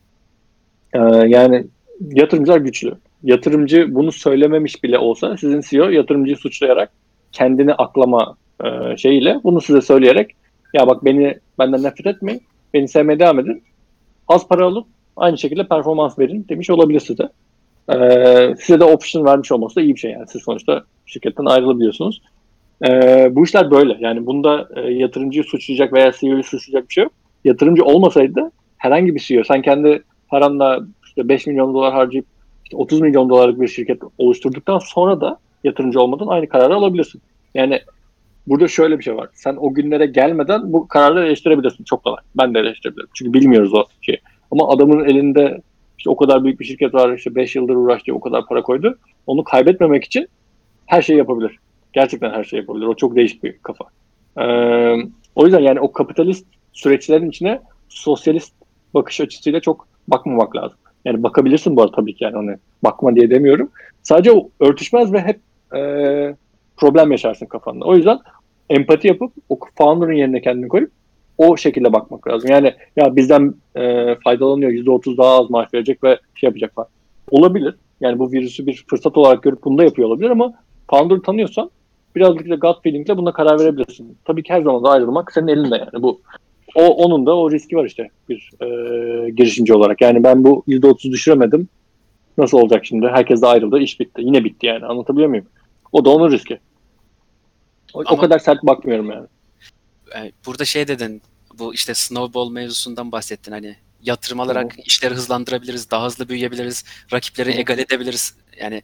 Ee, yani yatırımcılar güçlü. Yatırımcı bunu söylememiş bile olsa sizin C E O yatırımcıyı suçlayarak kendini aklama e, şeyiyle bunu size söyleyerek ya bak beni benden nefret etmeyin, beni sevmeye devam edin. Az para alıp aynı şekilde performans verin demiş olabilir size. Ee, size de option vermiş olması da iyi bir şey yani. Siz sonuçta şirketten ayrılabiliyorsunuz. Ee, bu işler böyle. Yani bunda e, yatırımcıyı suçlayacak veya C E O'yu suçlayacak bir şey yok. Yatırımcı olmasaydı herhangi bir C E O sen kendi paranla işte beş milyon dolar harcayıp işte otuz milyon dolarlık bir şirket oluşturduktan sonra da yatırımcı olmadan aynı kararı alabilirsin. Yani burada şöyle bir şey var. Sen o günlere gelmeden bu kararları eleştirebilirsin. Çok kolay. Ben de eleştirebilirim. Çünkü bilmiyoruz o şeyi. Ama adamın elinde işte o kadar büyük bir şirket var. İşte beş yıldır uğraştı. O kadar para koydu. Onu kaybetmemek için her şeyi yapabilir. Gerçekten her şeyi yapabilir. O çok değişik bir kafa. Ee, o yüzden yani o kapitalist süreçlerin içine sosyalist bakış açısıyla çok bakmamak lazım. Yani bakabilirsin bu arada tabii ki yani hani bakma diye demiyorum. Sadece o örtüşmez ve hep e, problem yaşarsın kafanda. O yüzden empati yapıp o founder'ın yerine kendini koyup o şekilde bakmak lazım. Yani ya bizden e, faydalanıyor yüzde otuz daha az maaş verecek ve şey yapacak falan. Olabilir. Yani bu virüsü bir fırsat olarak görüp bunu da yapıyor olabilir ama founder'ı tanıyorsan birazcık da gut feeling'le buna karar verebilirsin. Tabii ki her zaman da ayrılmak senin elinde yani. Bu o onun da o riski var işte bir e, girişimci olarak. Yani ben bu yüzde otuz düşüremedim. Nasıl olacak şimdi? Herkes de ayrıldı, iş bitti. Yine bitti yani. Anlatabiliyor muyum? O da onun riski. O, o Ama kadar sert bakmıyorum yani. e, burada şey dedin, bu işte snowball mevzusundan bahsettin, hani Yatırım alarak işleri hızlandırabiliriz, daha hızlı büyüyebiliriz, rakipleri Hı hı. egal edebiliriz. Yani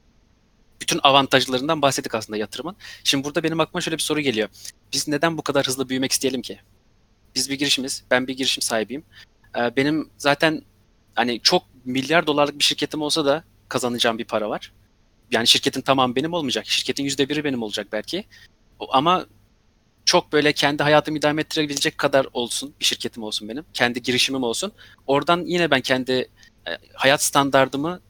bütün avantajlarından bahsettik aslında yatırımın. Şimdi burada benim aklıma şöyle bir soru geliyor. Biz neden bu kadar hızlı büyümek isteyelim ki? Biz bir girişimiz, ben bir girişim sahibiyim. Ee, benim zaten hani çok milyar dolarlık bir şirketim olsa da kazanacağım bir para var. Yani şirketin tamamı benim olmayacak. Şirketin yüzde biri benim olacak belki. O- Ama çok böyle kendi hayatımı idame ettirebilecek kadar olsun, bir şirketim olsun benim. Kendi girişimim olsun. Oradan yine ben kendi e, hayat standardımı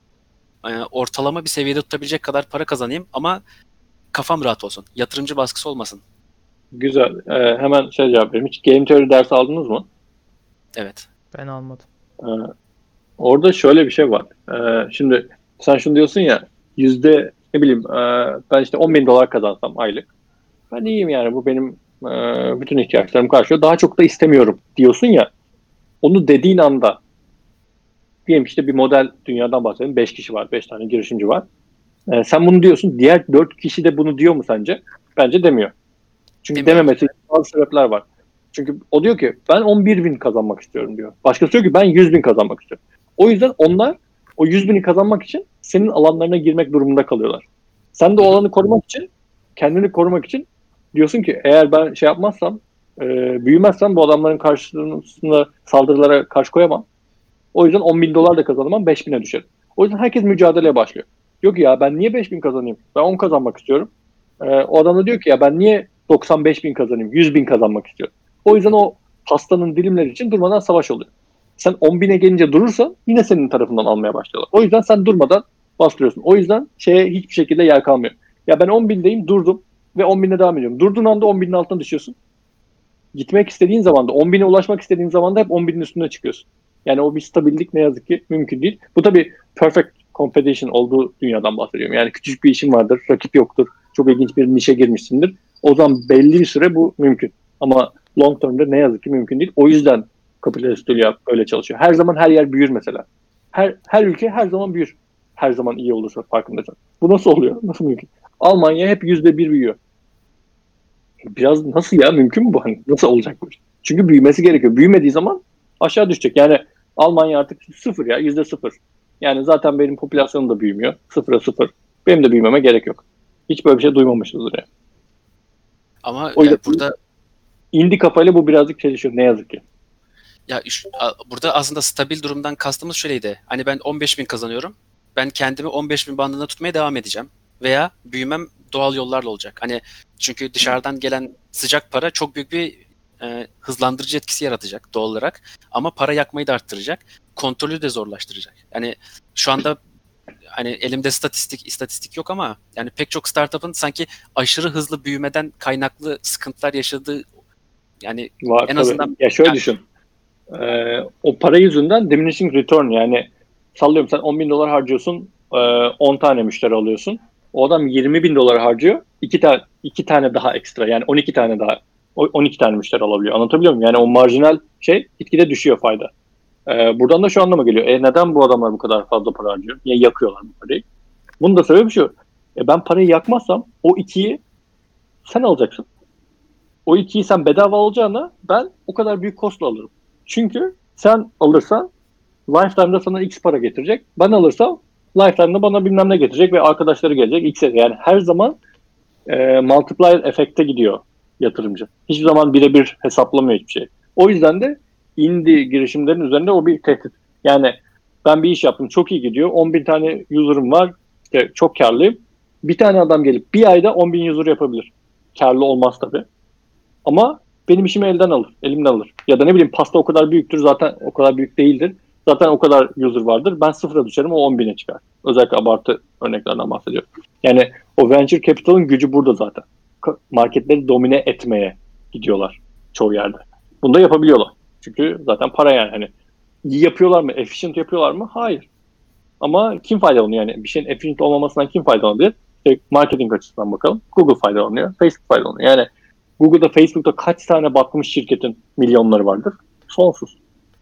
e, ortalama bir seviyede tutabilecek kadar para kazanayım ama kafam rahat olsun. Yatırımcı baskısı olmasın. Güzel. Ee, hemen şey cevap vereyim. Hiç game theory dersi aldınız mı? Evet. Ben almadım. Ee, Orada şöyle bir şey var. Ee, şimdi sen şunu diyorsun ya, yüzde ne bileyim e, ben işte on bin dolar kazansam aylık. Ben iyiyim yani, bu benim e, bütün ihtiyaçlarımı karşılıyor. Daha çok da istemiyorum diyorsun ya. Onu dediğin anda, diyelim ki işte bir model dünyadan bahsedelim. Beş kişi var. Beş tane girişimci var. Ee, sen bunu diyorsun. Diğer dört kişi de bunu diyor mu sence? Bence demiyor. Çünkü Demiyor. dememesi için bazı sebepler var. Çünkü o diyor ki ben on bir bin kazanmak istiyorum diyor. Başkası diyor ki ben yüz bin kazanmak istiyorum. O yüzden onlar o yüz bini kazanmak için senin alanlarına girmek durumunda kalıyorlar. Sen de o alanı korumak için, kendini korumak için diyorsun ki eğer ben şey yapmazsam, e, büyümezsem bu adamların karşısında saldırılara karşı koyamam. O yüzden on bin dolar da kazanamam, beş bine düşerim. O yüzden herkes mücadeleye başlıyor. Diyor ki ya ben niye beş bin kazanayım? Ben on kazanmak istiyorum. Ee, o adam da diyor ki ya ben niye doksan beş bin kazanayım? yüz bin kazanmak istiyorum. O yüzden o pastanın dilimleri için durmadan savaş oluyor. Sen on bine gelince durursan yine senin tarafından almaya başlıyorlar. O yüzden sen durmadan bastırıyorsun. O yüzden şeye hiçbir şekilde yer kalmıyor. Ya ben on bindeyim, durdum ve on bine devam ediyorum. Durduğun anda on binin altına düşüyorsun. Gitmek istediğin zaman da, on bine ulaşmak istediğin zaman da hep on binin üstüne çıkıyorsun. Yani o bir stabillik ne yazık ki mümkün değil. Bu tabii perfect competition olduğu dünyadan bahsediyorum. Yani küçük bir işin vardır, rakip yoktur, çok ilginç bir nişe girmişsindir. O zaman belli bir süre bu mümkün. Ama long term'da ne yazık ki mümkün değil. O yüzden kapitalist dünya öyle çalışıyor. Her zaman her yer büyür mesela. Her, her ülke her zaman büyür. Her zaman iyi olursa, farkındaysan. Bu nasıl oluyor? Nasıl mümkün? Almanya hep yüzde bir büyüyor. Biraz nasıl ya, mümkün mü bu? Hani nasıl olacak bu iş? Çünkü büyümesi gerekiyor. Büyümediği zaman aşağı düşecek. Yani Almanya artık sıfır ya, yüzde sıfır. Yani zaten benim popülasyonum da büyümüyor. Sıfıra sıfır. Benim de büyümeme gerek yok. Hiç böyle bir şey duymamışızdır yani. Ama O yani yüzden burada indi kafayla bu birazcık çelişiyor ne yazık ki. ya şu- a- burada aslında stabil durumdan kastımız şöyleydi. Hani ben on beş bin kazanıyorum. Ben kendimi on beş bin bandında tutmaya devam edeceğim. Veya büyümem doğal yollarla olacak. Hani çünkü dışarıdan gelen sıcak para çok büyük bir e, hızlandırıcı etkisi yaratacak doğal olarak. Ama para yakmayı da arttıracak. Kontrolü de zorlaştıracak. Yani şu anda hani elimde statistik istatistik yok ama yani pek çok startup'ın sanki aşırı hızlı büyümeden kaynaklı sıkıntılar yaşadığı, yani Var en tabii. azından Ya şöyle yani, düşün. Ee, o para yüzünden diminishing return, yani sallıyorum sen on bin dolar harcıyorsun, e, on tane müşteri alıyorsun. O adam yirmi bin dolar harcıyor. iki tane iki tane daha ekstra, yani on iki tane daha o- on iki tane müşteri alabiliyor. Anlatabiliyor muyum? Yani o marjinal şey gitgide düşüyor fayda. Ee, buradan da şu anlama geliyor. E neden bu adamlar bu kadar fazla para harcıyor? Niye yakıyorlar bu parayı? Bunun da sebebi şu. E ben parayı yakmazsam o ikiyi sen alacaksın. O ikiyi sen bedava alacağına ben o kadar büyük cost'la alırım. Çünkü sen alırsan Lifetime'da sana X para getirecek. Ben alırsam Lifetime'da bana bilmem ne getirecek ve arkadaşları gelecek X'e. Yani her zaman e, multiplier efekte gidiyor yatırımcı. Hiçbir zaman birebir hesaplamıyor hiçbir şey. O yüzden de indie girişimlerin üzerinde o bir tehdit. Yani ben bir iş yaptım, çok iyi gidiyor. on bin tane user'ım var. İşte çok karlıyım. Bir tane adam gelip bir ayda on bin user yapabilir. Karlı olmaz tabii. Ama benim işimi elden alır, elimden alır. Ya da ne bileyim, pasta o kadar büyüktür, zaten o kadar büyük değildir. Zaten o kadar user vardır. Ben sıfıra düşerim, o on bine çıkar. Özellikle abartı örneklerden bahsediyorum. Yani o venture capital'ın gücü burada zaten. Marketleri domine etmeye gidiyorlar çoğu yerde. Bunu da yapabiliyorlar. Çünkü zaten para yani. Hani iyi yapıyorlar mı? Efficient yapıyorlar mı? Hayır. Ama kim faydalanıyor yani? Bir şeyin efficient olmamasından kim faydalanabilir? İşte marketing açısından bakalım. Google faydalanıyor. Facebook faydalanıyor. Yani Google'da, Facebook'ta kaç tane batmış şirketin milyonları vardır? Sonsuz.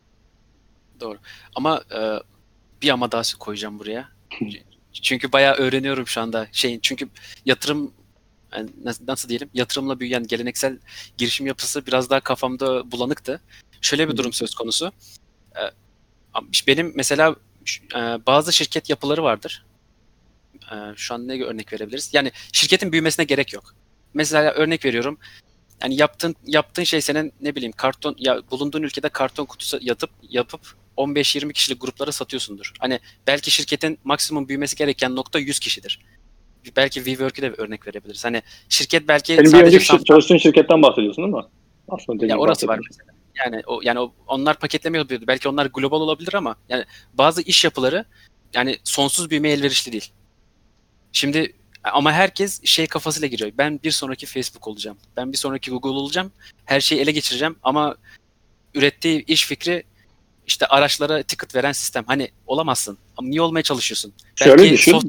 doğru. Ama e, bir ama daha koyacağım buraya. Çünkü bayağı öğreniyorum şu anda şeyin. Çünkü yatırım, yani nasıl, nasıl diyelim, yatırımla büyüyen geleneksel girişim yapısı biraz daha kafamda bulanıktı. Şöyle bir durum söz konusu. Benim mesela e, bazı şirket yapıları vardır. E, Şu an ne örnek verebiliriz? Yani şirketin büyümesine gerek yok. Mesela örnek veriyorum. Yani yaptığın yaptığın şey senin ne bileyim karton ya bulunduğun ülkede karton kutusu yatıp yapıp on beş yirmi kişilik gruplara satıyorsundur. Hani belki şirketin maksimum büyümesi gereken nokta yüz kişidir. Belki WeWork'ü de örnek verebiliriz. Hani şirket belki Senin bir sadece önceki San şir- çalıştığın şirketten bahsediyorsun değil mi? Aslında ya dediğin orası var bahsediyorsun. mesela. Yani o yani o, onlar paketleme yapıyordu. Belki onlar global olabilir ama yani bazı iş yapıları yani sonsuz büyümeye elverişli değil. Şimdi ama herkes şey kafasıyla giriyor. Ben bir sonraki Facebook olacağım. Ben bir sonraki Google olacağım. Her şeyi ele geçireceğim ama ürettiği iş fikri işte araçlara ticket veren sistem. Hani olamazsın. Ama niye olmaya çalışıyorsun? Şöyle Belki soft düşün.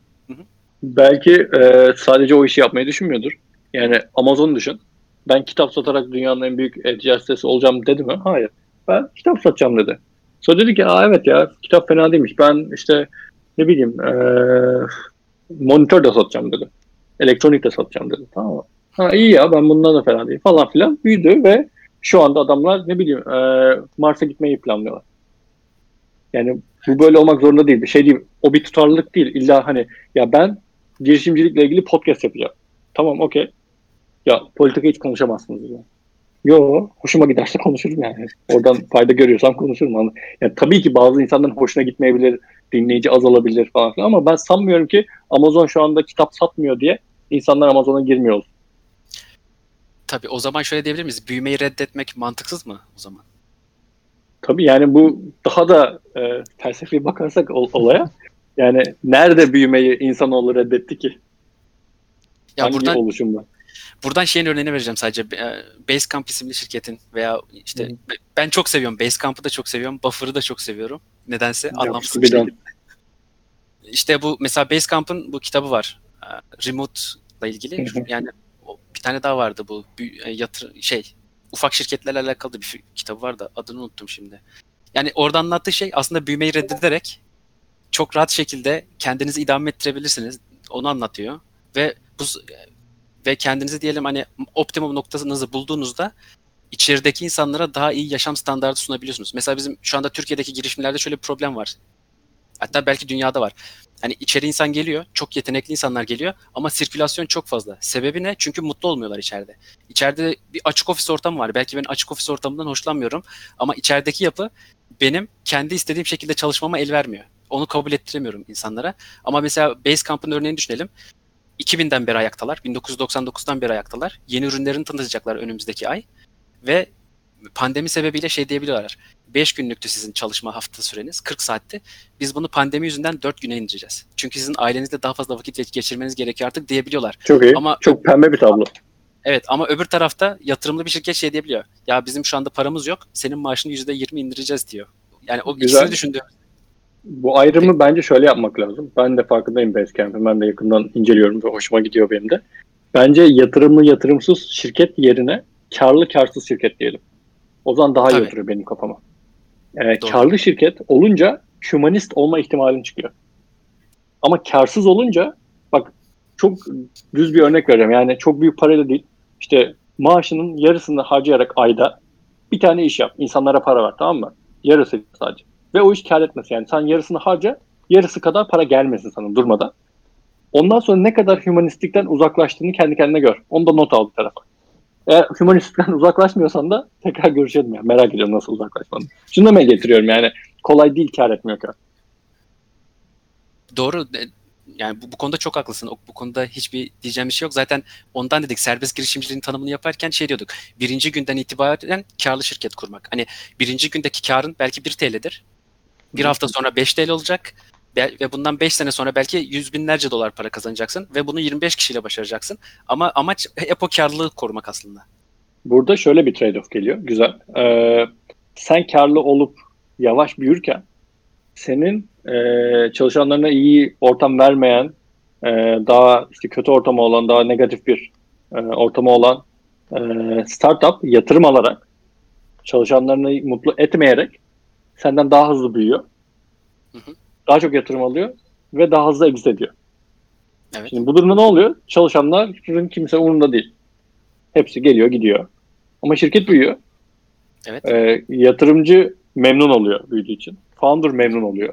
Belki e, sadece o işi yapmayı düşünmüyordur. Yani Amazon düşün. Ben kitap satarak dünyanın en büyük e-ticaret sitesi olacağım dedi mi? Hayır. Ben kitap satacağım dedi. Sonra dedi ki, aa evet ya kitap fena değilmiş. Ben işte ne bileyim e, monitör de satacağım dedi. Elektronik de satacağım dedi. Tamam mı? Ha iyi ya ben bundan da fena değil falan filan. Büyüdü ve şu anda adamlar ne bileyim e, Mars'a gitmeyi planlıyorlar. Yani bu böyle olmak zorunda değil. Bir şey değil. O bir tutarlılık değil. İlla hani ya ben girişimcilikle ilgili podcast yapacağım. Tamam okey. Ya politika hiç konuşamazsınız. Ya. Yo hoşuma giderse konuşurum yani. Oradan fayda görüyorsam konuşurum. Ama yani tabii ki bazı insanların hoşuna gitmeyebilir. Dinleyici azalabilir falan filan ama ben sanmıyorum ki Amazon şu anda kitap satmıyor diye insanlar Amazon'a girmiyor olsun. tabii o zaman şöyle diyebilir miyiz? Büyümeyi reddetmek mantıksız mı o zaman? Tabii yani bu daha da e, felsefi bakarsak ol- olaya yani nerede büyümeyi insanoğlu reddetti ki? Ya Hangi buradan oluşumda? buradan şeyin örneğini vereceğim sadece. E, Basecamp isimli şirketin veya işte Hı hı. ben çok seviyorum. Basecamp'ı da çok seviyorum. Buffer'ı da çok seviyorum. Nedense Yapıştı anlamsız bir bir şey. dön. İşte bu mesela Basecamp'ın bu kitabı var. E, Remote'la Hı ilgili. hı. Yani o- bir tane daha vardı bu. Büy- e, yatır şey ufak şirketlerle alakalı bir fi- kitabı var da adını unuttum şimdi. Yani orada anlattığı şey aslında büyümeyi reddederek çok rahat şekilde kendinizi idame ettirebilirsiniz. Onu anlatıyor. Ve bu ve kendinizi diyelim hani optimum noktanızı bulduğunuzda içerideki insanlara daha iyi yaşam standartı sunabiliyorsunuz. Mesela bizim şu anda Türkiye'deki girişimlerde şöyle bir problem var. Hatta belki dünyada var. Hani içeri insan geliyor, çok yetenekli insanlar geliyor ama sirkülasyon çok fazla. Sebebi ne? Çünkü mutlu olmuyorlar içeride. İçeride bir açık ofis ortamı var. Belki ben açık ofis ortamından hoşlanmıyorum ama içerideki yapı benim kendi istediğim şekilde çalışmama el vermiyor. Onu kabul ettiremiyorum insanlara. Ama mesela Basecamp'ın örneğini düşünelim. iki binden beri ayaktalar. bin dokuz yüz doksan dokuzdan beri ayaktalar. Yeni ürünlerini tanıtacaklar önümüzdeki ay. Ve pandemi sebebiyle şey diyebiliyorlar. beş günlüktü sizin çalışma hafta süreniz. kırk saatti. Biz bunu pandemi yüzünden dört güne indireceğiz. Çünkü sizin ailenizle daha fazla vakit geçirmeniz gerekiyor artık diyebiliyorlar. Çok iyi. Ama Çok pembe bir tablo. evet ama öbür tarafta yatırımlı bir şirket şey diyebiliyor. Ya bizim şu anda paramız yok. Senin maaşını yüzde yirmi indireceğiz diyor. Yani o Güzel. ikisini düşündüğüm. Bu ayrımı bence şöyle yapmak lazım. Ben de farkındayım Basecamp'in. Ben de yakından inceliyorum ve hoşuma gidiyor benim de. Bence yatırımlı yatırımsız şirket yerine karlı karsız şirket diyelim. O zaman daha iyi Tabii. oturuyor benim kafama. Ee, Doğru. karlı şirket olunca hümanist olma ihtimalin çıkıyor. Ama karsız olunca bak çok düz bir örnek vereceğim. Yani çok büyük parayla değil. İşte maaşının yarısını harcayarak ayda bir tane iş yap. İnsanlara para ver, tamam mı? Yarısı sadece. Ve o iş kar etmesin. Yani sen yarısını harca, yarısı kadar para gelmesin sana durmadan. Ondan sonra ne kadar hümanistlikten uzaklaştığını kendi kendine gör. Onu da not al bir tarafa. Eğer hümanistlikten uzaklaşmıyorsan da tekrar görüşelim ya. Merak ediyorum nasıl uzaklaşmanı. Şunu da ben getiriyorum yani. Kolay değil kar etmiyor kar. Doğru. E, Yani bu, bu konuda çok haklısın. O- Bu konuda hiçbir diyeceğim bir şey yok. Zaten ondan dedik serbest girişimciliğin tanımını yaparken şey diyorduk. Birinci günden itibaren karlı şirket kurmak. Hani birinci gündeki karın belki bir T L'dir. Bir hafta sonra beş T L olacak. Ve ve bundan beş sene sonra belki yüz binlerce dolar para kazanacaksın. Ve bunu yirmi beş kişiyle başaracaksın. Ama amaç hep o karlılığı korumak aslında. Burada şöyle bir trade-off geliyor. Güzel. Ee, sen karlı olup yavaş büyürken senin e, çalışanlarına iyi ortam vermeyen, e, daha işte kötü ortamı olan, daha negatif bir e, ortamı olan e, startup yatırım alarak çalışanlarını mutlu etmeyerek senden daha hızlı büyüyor. Hı hı. Daha çok yatırım alıyor ve daha hızlı exit ediyor. Evet. Şimdi bu durumda ne oluyor? Çalışanların kimse umurunda değil. Hepsi geliyor gidiyor. Ama şirket büyüyor. Evet. E, yatırımcı memnun oluyor büyüdüğü için. Founder memnun oluyor.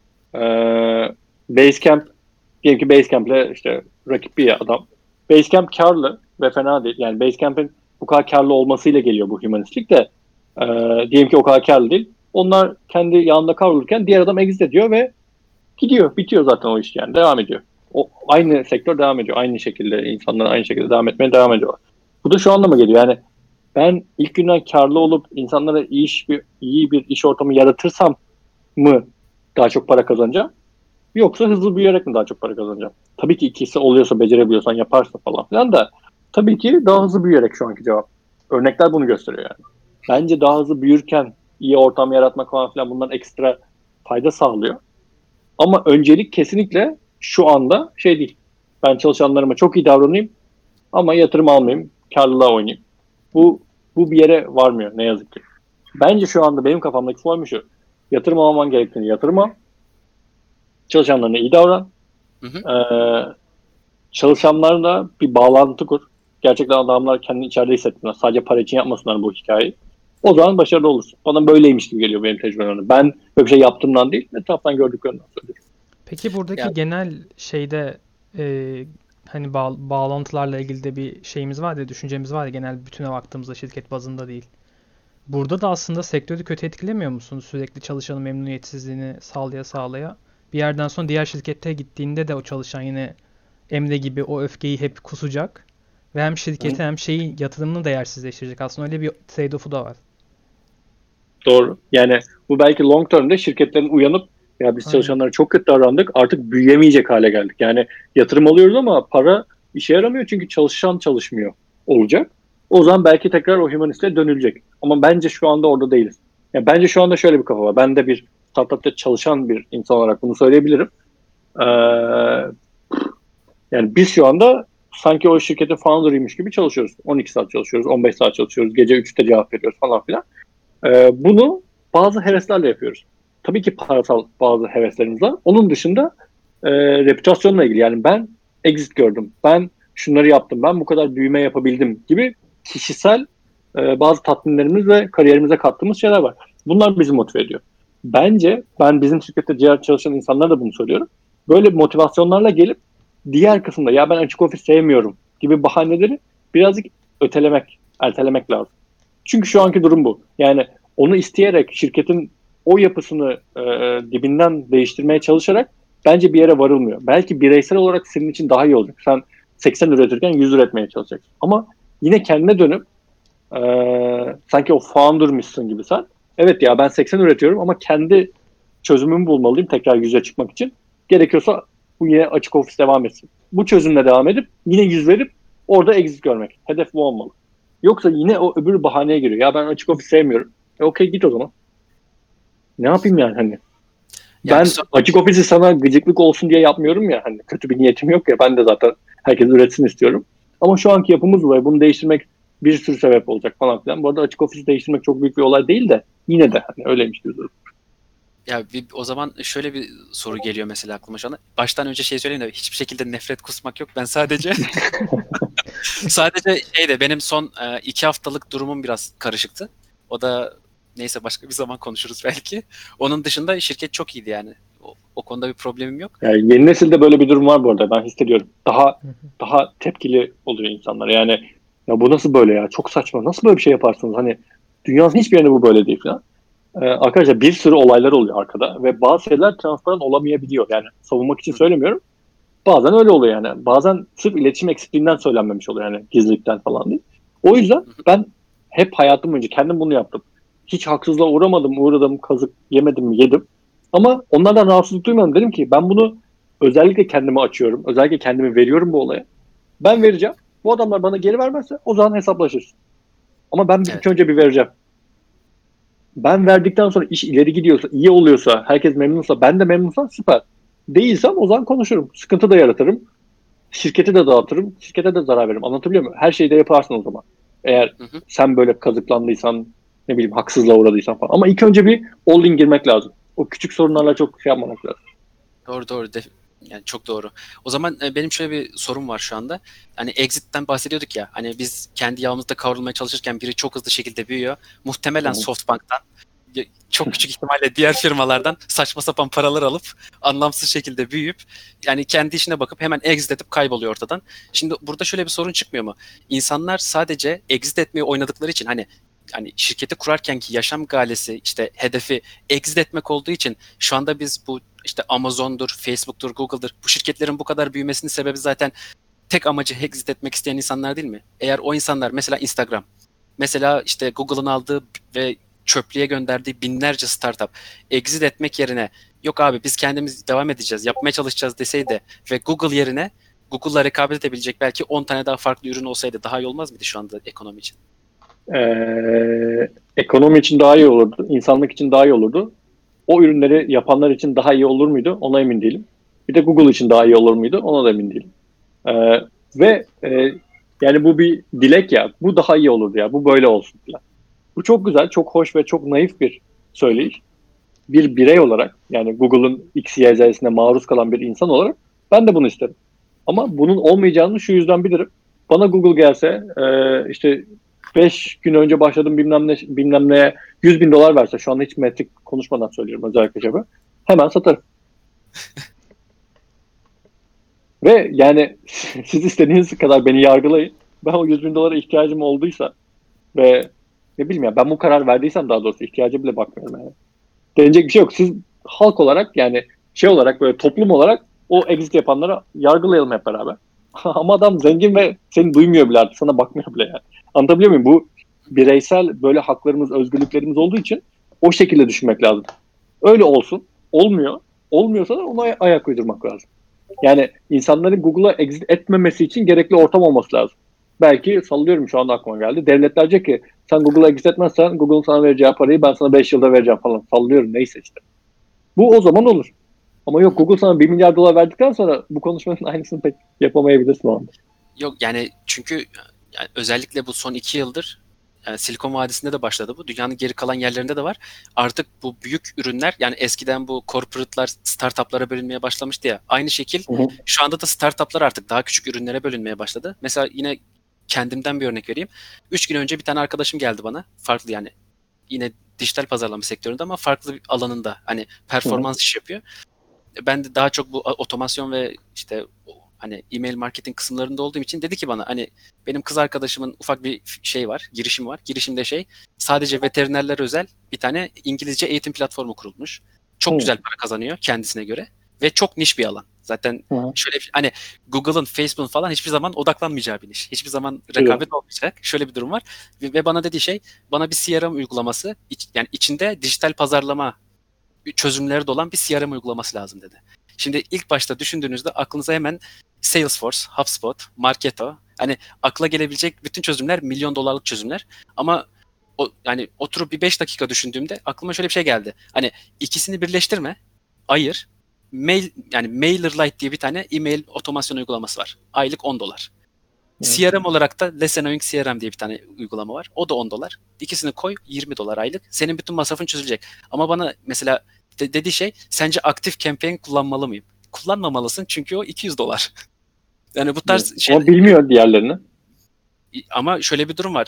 Ee, Basecamp, diyelim ki Basecamp'le işte rakip bir adam. Basecamp karlı ve fena değil. Yani Basecamp'in bu kadar karlı olmasıyla geliyor bu humanistlik de. Ee, diyelim ki o kadar karlı değil. Onlar kendi yanında kavrulurken diğer adam exit ediyor ve gidiyor. Bitiyor zaten o iş yani. Devam ediyor. O aynı sektör devam ediyor. Aynı şekilde insanlar aynı şekilde devam etmeye devam ediyorlar. Bu da şu anlama geliyor. Yani ben ilk günden karlı olup insanlara iyi iş bir iyi bir iş ortamı yaratırsam mı daha çok para kazanacağım? Yoksa hızlı büyüyerek mi daha çok para kazanacağım? Tabii ki ikisi oluyorsa, becerebiliyorsan, yaparsın falan filan da tabii ki daha hızlı büyüyerek şu anki cevap. Örnekler bunu gösteriyor yani. Bence daha hızlı büyürken iyi ortam yaratmak falan filan bundan ekstra fayda sağlıyor. Ama öncelik kesinlikle şu anda şey değil. Ben çalışanlarıma çok iyi davranayım ama yatırım almayayım, karlılığa oynayayım. Bu bu bir yere varmıyor ne yazık ki. Bence şu anda benim kafamdaki formül şu. Yatırım alman gerektiğini yatırım al. Çalışanlarına iyi davran. Hı hı. Ee, çalışanlarla bir bağlantı kur. Gerçekten adamlar kendini içeride hissetsinler. Sadece para için yapmasınlar bu hikayeyi. O zaman başarılı olursun. Bana böyleymiş gibi geliyor benim tecrübemden. Ben böyle bir şey yaptığımdan değil, etraftan gördüklerimden söylüyorum. Peki buradaki Yani genel şeyde e, hani bağ- bağlantılarla ilgili de bir şeyimiz var ya, düşüncemiz var ya, genel bütüne baktığımızda şirket bazında değil. Burada da aslında sektörü kötü etkilemiyor musunuz? Sürekli çalışanın memnuniyetsizliğini sağlaya sağlaya. Bir yerden sonra diğer şirkete gittiğinde de o çalışan yine Emre gibi o öfkeyi hep kusacak. Ve hem Hı-hı. şirketi hem şeyi yatırımını değersizleştirecek. Aslında öyle bir trade-off'u da var. Doğru. Yani bu belki long term'de şirketlerin uyanıp ya biz Aynen. çalışanlara çok kötü davrandık artık büyüyemeyecek hale geldik. Yani yatırım alıyoruz ama para işe yaramıyor çünkü çalışan çalışmıyor olacak. O zaman belki tekrar o humanist'e dönülecek. Ama bence şu anda orada değiliz. Yani bence şu anda şöyle bir kafa var. Ben de bir startupta çalışan bir insan olarak bunu söyleyebilirim. Ee, yani biz şu anda sanki o şirketin founder'ıymış gibi çalışıyoruz. on iki saat çalışıyoruz, on beş saat çalışıyoruz, gece üçte cevap veriyoruz falan filan. Ee, bunu bazı heveslerle yapıyoruz. Tabii ki parasal bazı heveslerimiz var. Onun dışında e, reputasyonla ilgili. Yani ben exit gördüm. Ben şunları yaptım. Ben bu kadar büyüme yapabildim gibi kişisel e, bazı tatminlerimiz ve kariyerimize kattığımız şeyler var. Bunlar bizi motive ediyor. Bence ben bizim şirkette diğer çalışan insanlara da bunu söylüyorum. Böyle motivasyonlarla gelip diğer kısımda ya ben açık ofis sevmiyorum gibi bahaneleri birazcık ötelemek, ertelemek lazım. Çünkü şu anki durum bu. Yani onu isteyerek şirketin o yapısını e, dibinden değiştirmeye çalışarak bence bir yere varılmıyor. Belki bireysel olarak senin için daha iyi olacak. Sen seksen üretirken yüz üretmeye çalışacaksın. Ama yine kendine dönüp e, sanki o founder'mışsın gibi sen. Evet ya ben seksen üretiyorum ama kendi çözümümü bulmalıyım tekrar yüze çıkmak için. Gerekiyorsa bu yine açık ofis devam etsin. Bu çözümle devam edip yine yüz verip orada exit görmek. Hedef bu olmalı. Yoksa yine o öbür bahaneye giriyor. Ya ben açık ofis sevmiyorum. E okey git o zaman. Ne yapayım yani hani. ya Ben bir son- açık ofisi sana gıcıklık olsun diye yapmıyorum ya. Hani kötü bir niyetim yok ya. Ben de zaten herkes üretsin istiyorum. Ama şu anki yapımız var. Bunu değiştirmek bir sürü sebep olacak falan filan. Bu arada açık ofisi değiştirmek çok büyük bir olay değil de yine de hani öyleymiş gibi durum. ya bir, o zaman şöyle bir soru geliyor mesela aklıma şu anda. Baştan önce şey söyleyeyim de hiçbir şekilde nefret kusmak yok. Ben sadece sadece şeyde benim son e, iki haftalık durumum biraz karışıktı. O da neyse başka bir zaman konuşuruz belki. Onun dışında şirket çok iyiydi yani. O, o konuda bir problemim yok. Yani yeni nesilde böyle bir durum var bu arada. Ben hissediyorum. Daha daha tepkili oluyor insanlar. Yani ya bu nasıl böyle ya? Çok saçma. Nasıl böyle bir şey yaparsınız? Hani dünyanın hiçbir yerinde bu böyle değil falan. Ee, arkadaşlar bir sürü olaylar oluyor arkada ve bazı şeyler transparan olamayabiliyor. Yani savunmak için söylemiyorum. Bazen öyle oluyor yani. Bazen sırf iletişim eksikliğinden söylenmemiş oluyor yani gizlilikten falan değil. O yüzden ben hep hayatım boyunca kendim bunu yaptım. Hiç haksızlığa uğramadım, uğradım, kazık yemedim, yedim. Ama onlardan rahatsızlık duymadım. Dedim ki ben bunu özellikle kendime açıyorum. Özellikle kendimi veriyorum bu olaya. Ben vereceğim. Bu adamlar bana geri vermezse o zaman hesaplaşırız. Ama ben Evet. ilk önce bir vereceğim. Ben verdikten sonra iş ileri gidiyorsa, iyi oluyorsa, herkes memnunsa, ben de memnunsam süper. Değilsem o zaman konuşurum. Sıkıntı da yaratırım. Şirketi de dağıtırım. Şirkete de zarar veririm. Anlatabiliyor muyum? Her şeyi de yaparsın o zaman. Eğer Hı hı. sen böyle kazıklandıysan, ne bileyim haksızlığa uğradıysan falan. Ama ilk önce bir all in girmek lazım. O küçük sorunlarla çok şey yapmamak lazım. Doğru doğru. Def- yani çok doğru. O zaman e, benim şöyle bir sorum var şu anda. Hani exit'ten bahsediyorduk ya. Hani biz kendi yağımızda kavrulmaya çalışırken biri çok hızlı şekilde büyüyor. Muhtemelen Hı hı. SoftBank'tan çok küçük ihtimalle diğer firmalardan saçma sapan paralar alıp anlamsız şekilde büyüyüp yani kendi işine bakıp hemen exit edip kayboluyor ortadan. Şimdi burada şöyle bir sorun çıkmıyor mu? İnsanlar sadece exit etmeyi oynadıkları için hani hani şirketi kurarkenki yaşam galesi işte hedefi exit etmek olduğu için şu anda biz bu işte Amazon'dur, Facebook'tur, Google'dır bu şirketlerin bu kadar büyümesinin sebebi zaten tek amacı exit etmek isteyen insanlar değil mi? Eğer o insanlar mesela Instagram, mesela işte Google'ın aldığı ve çöplüğe gönderdiği binlerce startup exit etmek yerine yok abi biz kendimiz devam edeceğiz, yapmaya çalışacağız deseydi ve Google yerine Google'la rekabet edebilecek belki on tane daha farklı ürün olsaydı daha iyi olmaz mıydı şu anda ekonomi için? Ee, ekonomi için daha iyi olurdu, insanlık için daha iyi olurdu. O ürünleri yapanlar için daha iyi olur muydu? Ona emin değilim. Bir de Google için daha iyi olur muydu? Ona da emin değilim. Ee, ve e, yani bu bir dilek ya, bu daha iyi olurdu ya, bu böyle olsun falan. Bu çok güzel, çok hoş ve çok naif bir söyleyiş. Bir birey olarak, yani Google'ın X Y Z'sine maruz kalan bir insan olarak ben de bunu isterim. Ama bunun olmayacağını şu yüzden bilirim. Bana Google gelse, e, işte beş gün önce başladım bilmem ne bilmem neye yüz bin dolar verse, şu anda hiç metrik konuşmadan söylüyorum özellikle cebe, hemen satarım. Ve yani siz istediğiniz kadar beni yargılayın. Ben o yüz bin dolara ihtiyacım olduysa ve ne bileyim ya ben bu karar verdiysem daha doğrusu ihtiyaca bile bakmıyorum yani. Denecek bir şey yok. Siz halk olarak yani şey olarak böyle toplum olarak o exit yapanlara yargılayalım hep beraber. Ama adam zengin ve seni duymuyor bile artık. Sana bakmıyor bile yani. Anlatabiliyor muyum? Bu bireysel böyle haklarımız, özgürlüklerimiz olduğu için o şekilde düşünmek lazım. Öyle olsun. Olmuyor. Olmuyorsa da ona ayak uydurmak lazım. Yani insanların Google'a exit etmemesi için gerekli ortam olması lazım. Belki sallıyorum şu anda aklıma geldi. Devletler diyecek ki sen Google'a exit etmezsen Google'ın sana vereceği parayı ben sana beş yılda vereceğim falan. Sallıyorum neyse işte. Bu o zaman olur. Ama yok Google sana bir milyar dolar verdikten sonra bu konuşmanın aynısını pek yapamayabilirsin o anda. Yok yani çünkü yani özellikle bu son iki yıldır yani Silikon Vadisi'nde de başladı bu. Dünyanın geri kalan yerlerinde de var. Artık bu büyük ürünler yani eskiden bu corporate'lar startup'lara bölünmeye başlamıştı ya. Aynı şekil Hı hı. şu anda da startup'lar artık daha küçük ürünlere bölünmeye başladı. Mesela yine kendimden bir örnek vereyim. Üç gün önce bir tane arkadaşım geldi bana. Farklı yani yine dijital pazarlama sektöründe ama farklı bir alanında. Hani performans iş yapıyor. Ben de daha çok bu otomasyon ve işte hani e-mail marketing kısımlarında olduğum için dedi ki bana hani benim kız arkadaşımın ufak bir şey var, girişim var. Girişimde şey sadece veterinerler özel bir tane İngilizce eğitim platformu kurulmuş. Çok Hı. güzel para kazanıyor kendisine göre ve çok niş bir alan. Zaten Hı. şöyle bir- hani Google'ın, Facebook'un falan hiçbir zaman odaklanmayacağı bir iş. Hiçbir zaman rekabet olmayacak. Şöyle bir durum var. Ve, ve bana dediği şey bana bir C R M uygulaması iç- yani içinde dijital pazarlama çözümleri de olan bir C R M uygulaması lazım dedi. Şimdi ilk başta düşündüğünüzde aklınıza hemen Salesforce, HubSpot, Marketo, hani akla gelebilecek bütün çözümler milyon dolarlık çözümler. Ama o yani oturup bir beş dakika düşündüğümde aklıma şöyle bir şey geldi. Hani ikisini birleştirme, ayır. Mail yani MailerLite diye bir tane e-mail otomasyon uygulaması var. Aylık on dolar. Evet. C R M olarak da Listening C R M diye bir tane uygulama var. O da on dolar. İkisini koy yirmi dolar aylık. Senin bütün masrafın çözülecek. Ama bana mesela de- dediği şey sence aktif campaign kullanmalı mıyım? Kullanmamalısın çünkü o iki yüz dolar. Yani bu tarz Evet. şey Ama bilmiyor diğerlerini. ama şöyle bir durum var.